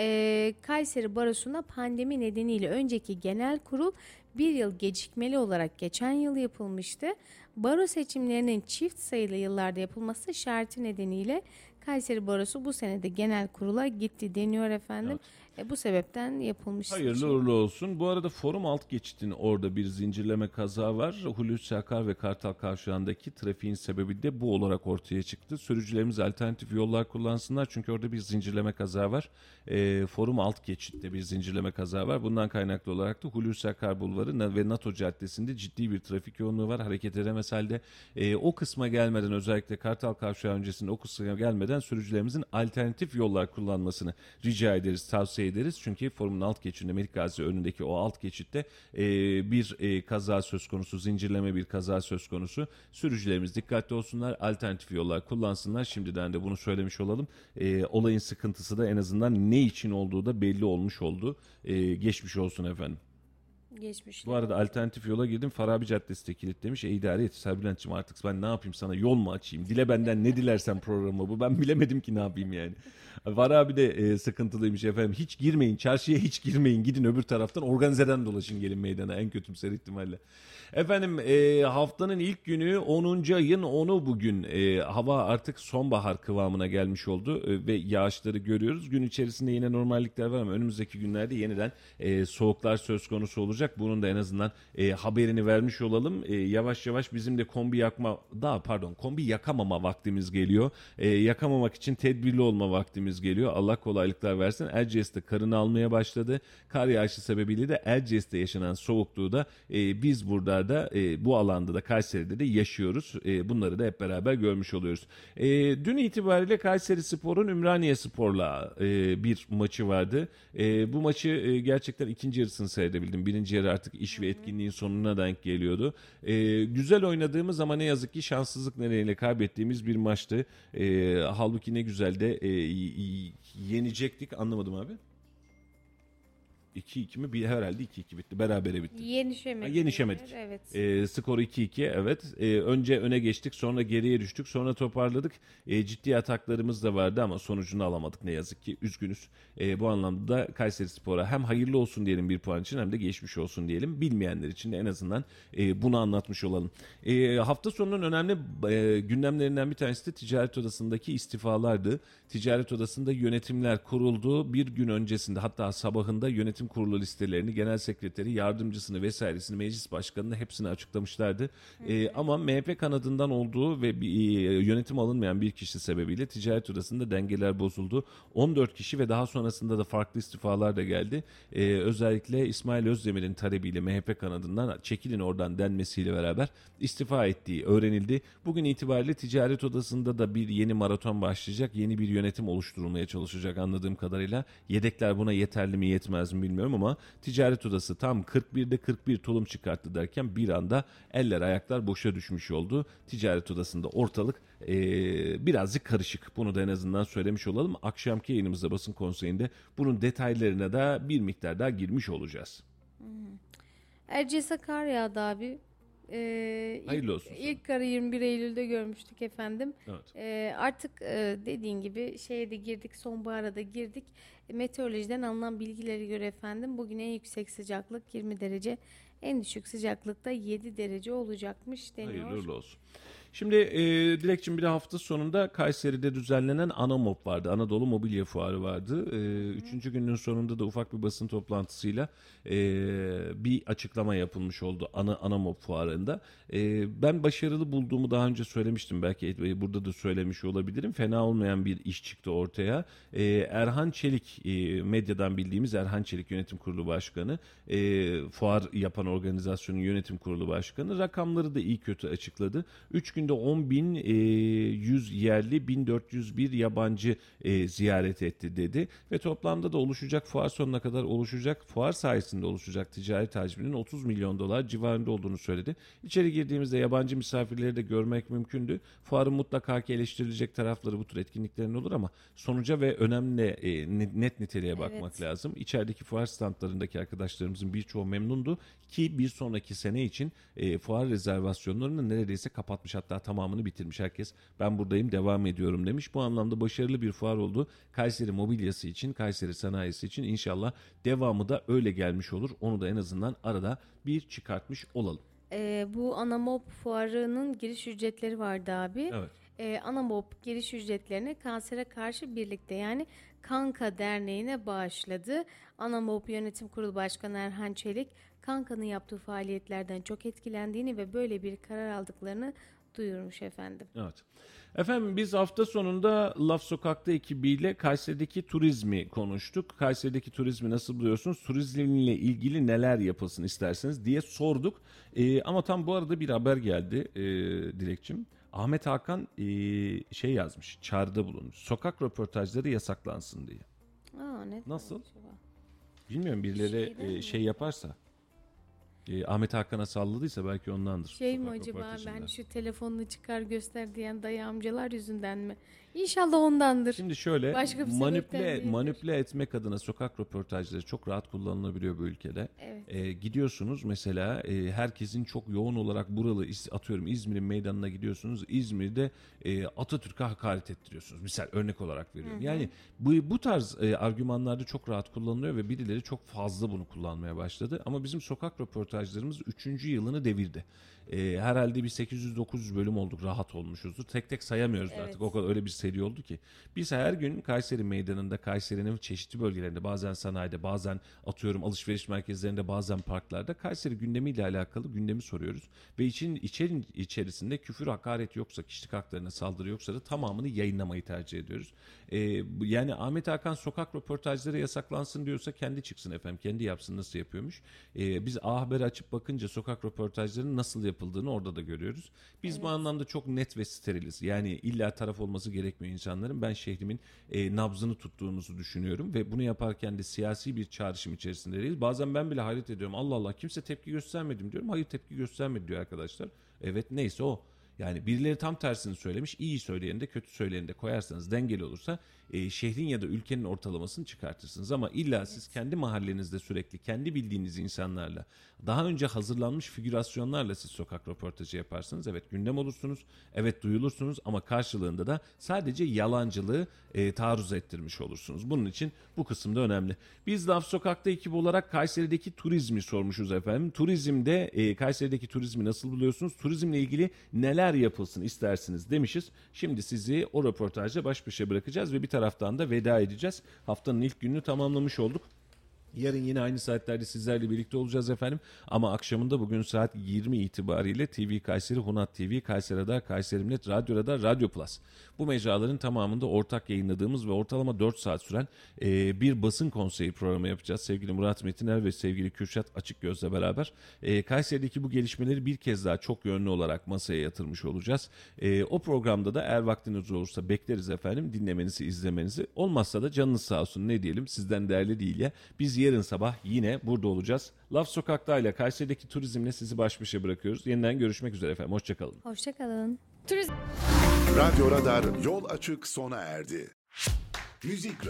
Kayseri Barosu'nda pandemi nedeniyle önceki genel kurul bir yıl gecikmeli olarak geçen yıl yapılmıştı. Baro seçimlerinin çift sayılı yıllarda yapılması şartı nedeniyle Kayseri Barosu bu senede genel kurula gitti deniyor efendim. Bu sebepten yapılmış Hayırlı seçim. uğurlu olsun. Bu arada Forum alt geçitin orada bir zincirleme kaza var. Hulusi Akar ve Kartal Kavşağı'ndaki trafiğin sebebi de bu olarak ortaya çıktı. Sürücülerimiz alternatif yollar kullansınlar çünkü orada bir zincirleme kaza var. Forum alt geçitte bir zincirleme kaza var. Bundan kaynaklı olarak da Hulusi Akar Bulvarı ve NATO Caddesi'nde ciddi bir trafik yoğunluğu var. Hareket edemez halde. O kısma gelmeden, özellikle Kartal Kavşağı öncesinde o kısma gelmeden sürücülerimizin alternatif yollar kullanmasını rica ederiz, tavsiye ederiz. Çünkü Forum'un alt geçidinde, Melik Gazi önündeki o alt geçitte bir kaza söz konusu, zincirleme bir kaza söz konusu. Sürücülerimiz dikkatli olsunlar, alternatif yollar kullansınlar. Şimdiden de bunu söylemiş olalım. Olayın sıkıntısı da en azından ne için olduğu da belli olmuş oldu. Geçmiş olsun efendim. Geçmiş. Bu arada alternatif yola girdim. Farabi Caddesi de kilitlemiş. İdare et Serbülent'ciğim, artık ben ne yapayım, sana yol mu açayım? Dile benden ne dilersen programı bu. Ben bilemedim ki ne yapayım yani. Farabi de sıkıntılıymış efendim. Hiç girmeyin. Çarşıya hiç girmeyin. Gidin öbür taraftan. Organizeden dolaşın, gelin meydana en kötümser ihtimalle. Efendim haftanın ilk günü 10. ayın 10'u bugün. Hava artık sonbahar kıvamına gelmiş oldu ve yağışları görüyoruz. Gün içerisinde yine normallikler var ama önümüzdeki günlerde yeniden soğuklar söz konusu olacak. Bunun da en azından haberini vermiş olalım. Yavaş yavaş bizim de kombi yakamama vaktimiz geliyor. Yakamamak için tedbirli olma vaktimiz geliyor. Allah kolaylıklar versin. Erciyes'te karını almaya başladı. Kar yağışı sebebiyle de Erciyes'te yaşanan soğukluğu da biz burada da bu alanda da Kayseri'de de yaşıyoruz. Bunları da hep beraber görmüş oluyoruz. Dün itibariyle Kayseri Spor'un Ümraniye Spor'la bir maçı vardı. Bu maçı gerçekten ikinci yarısını seyredebildim. Birinci yarı artık iş ve etkinliğin sonuna denk geliyordu. Güzel oynadığımız ama ne yazık ki şanssızlık nedeniyle kaybettiğimiz bir maçtı. Halbuki ne güzel de yenecektik. Anlamadım abi. 2-2 mi? Herhalde 2-2 bitti. Berabere bitti. Yenişemedik. Yenişemedik. Evet. Skoru 2-2, evet. Önce öne geçtik, sonra geriye düştük, sonra toparladık. Ciddi ataklarımız da vardı ama sonucunu alamadık ne yazık ki. Üzgünüz. Bu anlamda da Kayserispor'a hem hayırlı olsun diyelim bir puan için, hem de geçmiş olsun diyelim. Bilmeyenler için de en azından bunu anlatmış olalım. Hafta sonunun önemli gündemlerinden bir tanesi de Ticaret Odası'ndaki istifalardı. Ticaret Odası'nda yönetimler kuruldu. Bir gün öncesinde, hatta sabahında yönetim kurulu listelerini, genel sekreteri, yardımcısını vesairesini, meclis başkanını hepsini açıklamışlardı. Ama MHP kanadından olduğu ve yönetim alınmayan bir kişi sebebiyle Ticaret Odası'nda dengeler bozuldu. 14 kişi ve daha sonrasında da farklı istifalar da geldi. Özellikle İsmail Özdemir'in talebiyle MHP kanadından çekilin oradan denmesiyle beraber istifa ettiği öğrenildi. Bugün itibariyle Ticaret Odası'nda da bir yeni maraton başlayacak. Yeni bir yönetim oluşturulmaya çalışacak anladığım kadarıyla. Yedekler buna yeterli mi yetmez mi bilmiyorum ama Ticaret Odası tam 41'de 41 tulum çıkarttı derken bir anda eller ayaklar boşa düşmüş oldu. Ticaret Odası'nda ortalık birazcık karışık. Bunu da en azından söylemiş olalım. Akşamki yayınımızda, basın konseyinde bunun detaylarına da bir miktar daha girmiş olacağız. Erciyes'e kar yağdı abi. Hayırlı olsun. İlk karı 21 Eylül'de görmüştük efendim. Evet. Artık dediğin gibi şeye de girdik, sonbahara da girdik. Meteorolojiden alınan bilgilere göre efendim bugün en yüksek sıcaklık 20 derece, en düşük sıcaklık da 7 derece olacakmış deniyor. Hayırlı olsun. Şimdi Dilekçim, bir de hafta sonunda Kayseri'de düzenlenen ANAMOP vardı. Anadolu Mobilya Fuarı vardı. Üçüncü günün sonunda da ufak bir basın toplantısıyla bir açıklama yapılmış oldu ANAMOP Fuarı'nda. Ben başarılı bulduğumu daha önce söylemiştim. Belki burada da söylemiş olabilirim. Fena olmayan bir iş çıktı ortaya. Erhan Çelik, medyadan bildiğimiz Erhan Çelik Yönetim Kurulu Başkanı, fuar yapan organizasyonun yönetim kurulu başkanı, rakamları da iyi kötü açıkladı. 3 günde 10.100 yerli, 1401 yabancı ziyaret etti dedi. Ve toplamda da oluşacak, fuar sonuna kadar oluşacak, fuar sayesinde oluşacak ticaret hacminin 30 milyon dolar civarında olduğunu söyledi. İçeri girdiğimizde yabancı misafirleri de görmek mümkündü. Fuarın mutlaka ki eleştirilecek tarafları bu tür etkinliklerin olur ama sonuca ve önemli net niteliğe bakmak lazım. İçerideki fuar standlarındaki arkadaşlarımızın birçoğu memnundu ki bir sonraki sene için fuar rezervasyonlarını neredeyse kapatmış, hatta tamamını bitirmiş. Herkes ben buradayım, devam ediyorum demiş. Bu anlamda başarılı bir fuar oldu. Kayseri mobilyası için, Kayseri sanayisi için inşallah devamı da öyle gelmiş olur. Onu da en azından arada bir çıkartmış olalım. Bu ANAMOP fuarının giriş ücretleri vardı abi. Evet. ANAMOP giriş ücretlerini kansere karşı birlikte, yani Kanka Derneği'ne bağışladı. ANAMOP Yönetim Kurulu Başkanı Erhan Çelik, Kanka'nın yaptığı faaliyetlerden çok etkilendiğini ve böyle bir karar aldıklarını duyurmuş efendim. Evet. Efendim, biz hafta sonunda Laf Sokak'ta ekibiyle Kayseri'deki turizmi konuştuk. Kayseri'deki turizmi nasıl buluyorsunuz? Turizmle ilgili neler yapılsın isterseniz diye sorduk. Ama tam bu arada bir haber geldi Dilekçim. Ahmet Hakan şey yazmış, çağrıda bulunmuş. Sokak röportajları yasaklansın diye. Ne Nasıl? acaba? Bilmiyorum, birileri şey yaparsa. Ahmet Hakan'a salladıysa belki ondandır. Şey mi Sokak acaba, röportajında. ben şu telefonunu çıkar göster diyen dayı amcalar yüzünden mi? İnşallah ondandır. Şimdi şöyle, Başka bir sebepten değildir. manipüle etmek adına sokak röportajları çok rahat kullanılabiliyor bu ülkede. Evet. Gidiyorsunuz mesela, herkesin çok yoğun olarak buralı, atıyorum İzmir'in meydanına gidiyorsunuz. İzmir'de Atatürk'e hakaret ettiriyorsunuz. Misal, örnek olarak veriyorum. Yani bu tarz argümanlarda çok rahat kullanılıyor ve birileri çok fazla bunu kullanmaya başladı. Ama bizim sokak röportajlarımız 3. yılını devirdi. Herhalde bir 800-900 bölüm olduk, rahat olmuşuzdur. Tek tek sayamıyoruz Evet. artık. O kadar öyle bir seri oldu ki. Biz her gün Kayseri meydanında, Kayseri'nin çeşitli bölgelerinde, bazen sanayide, bazen atıyorum alışveriş merkezlerinde, bazen parklarda Kayseri gündemiyle alakalı gündemi soruyoruz. Ve içerisinde küfür, hakaret yoksa, kişilik haklarına saldırı yoksa da tamamını yayınlamayı tercih ediyoruz. Yani Ahmet Hakan sokak röportajları yasaklansın diyorsa kendi çıksın efendim, kendi yapsın, nasıl yapıyormuş. Biz A Haber'i açıp bakınca sokak röportajlarının nasıl yapıldığını orada da görüyoruz. Biz bu anlamda çok net ve steriliz. Yani illa taraf olması gerekmiyor insanların. Ben şehrimin nabzını tuttuğumuzu düşünüyorum ve bunu yaparken de siyasi bir çağrışım içerisinde değiliz. Bazen ben bile hayret ediyorum. Allah Allah, kimse tepki göstermedim diyorum. Hayır, tepki göstermedi diyor arkadaşlar. Evet, neyse o. Yani birileri tam tersini söylemiş. İyi söyleyeni de kötü söyleyeni de koyarsanız, dengeli olursa şehrin ya da ülkenin ortalamasını çıkartırsınız. Ama illa siz kendi mahallenizde sürekli kendi bildiğiniz insanlarla, daha önce hazırlanmış figürasyonlarla siz sokak röportajı yaparsınız. Evet, gündem olursunuz, evet duyulursunuz ama karşılığında da sadece yalancılığı taarruz ettirmiş olursunuz. Bunun için bu kısımda önemli. Biz Laf Sokak'ta ekip olarak Kayseri'deki turizmi sormuşuz efendim. Turizmde Kayseri'deki turizmi nasıl buluyorsunuz? Turizmle ilgili neler yapılsın istersiniz demişiz. Şimdi sizi o röportajla baş başa bırakacağız ve bir taraftan da veda edeceğiz. Haftanın ilk gününü tamamlamış olduk. Yarın yine aynı saatlerde sizlerle birlikte olacağız efendim. Ama akşamında bugün saat 20 itibariyle TV Kayseri, Hunat TV, Kayseri Radar, Kayseri Millet, Radyo Radar, Radyo Plus. Bu mecraların tamamında ortak yayınladığımız ve ortalama 4 saat süren bir basın konseyi programı yapacağız. Sevgili Murat Metiner ve sevgili Kürşat Açıkgöz'le beraber. Kayseri'deki bu gelişmeleri bir kez daha çok yönlü olarak masaya yatırmış olacağız. O programda da eğer vaktiniz olursa bekleriz efendim. Dinlemenizi, izlemenizi. Olmazsa da canınız sağ olsun, ne diyelim, sizden değerli değil ya. Biz yarın sabah yine burada olacağız. Laf Sokak'ta ile Kayseri'deki turizmle sizi baş başa bırakıyoruz. Yeniden görüşmek üzere efendim. Hoşçakalın. Hoşçakalın. Radyo Radar yol açık sona erdi. Müzik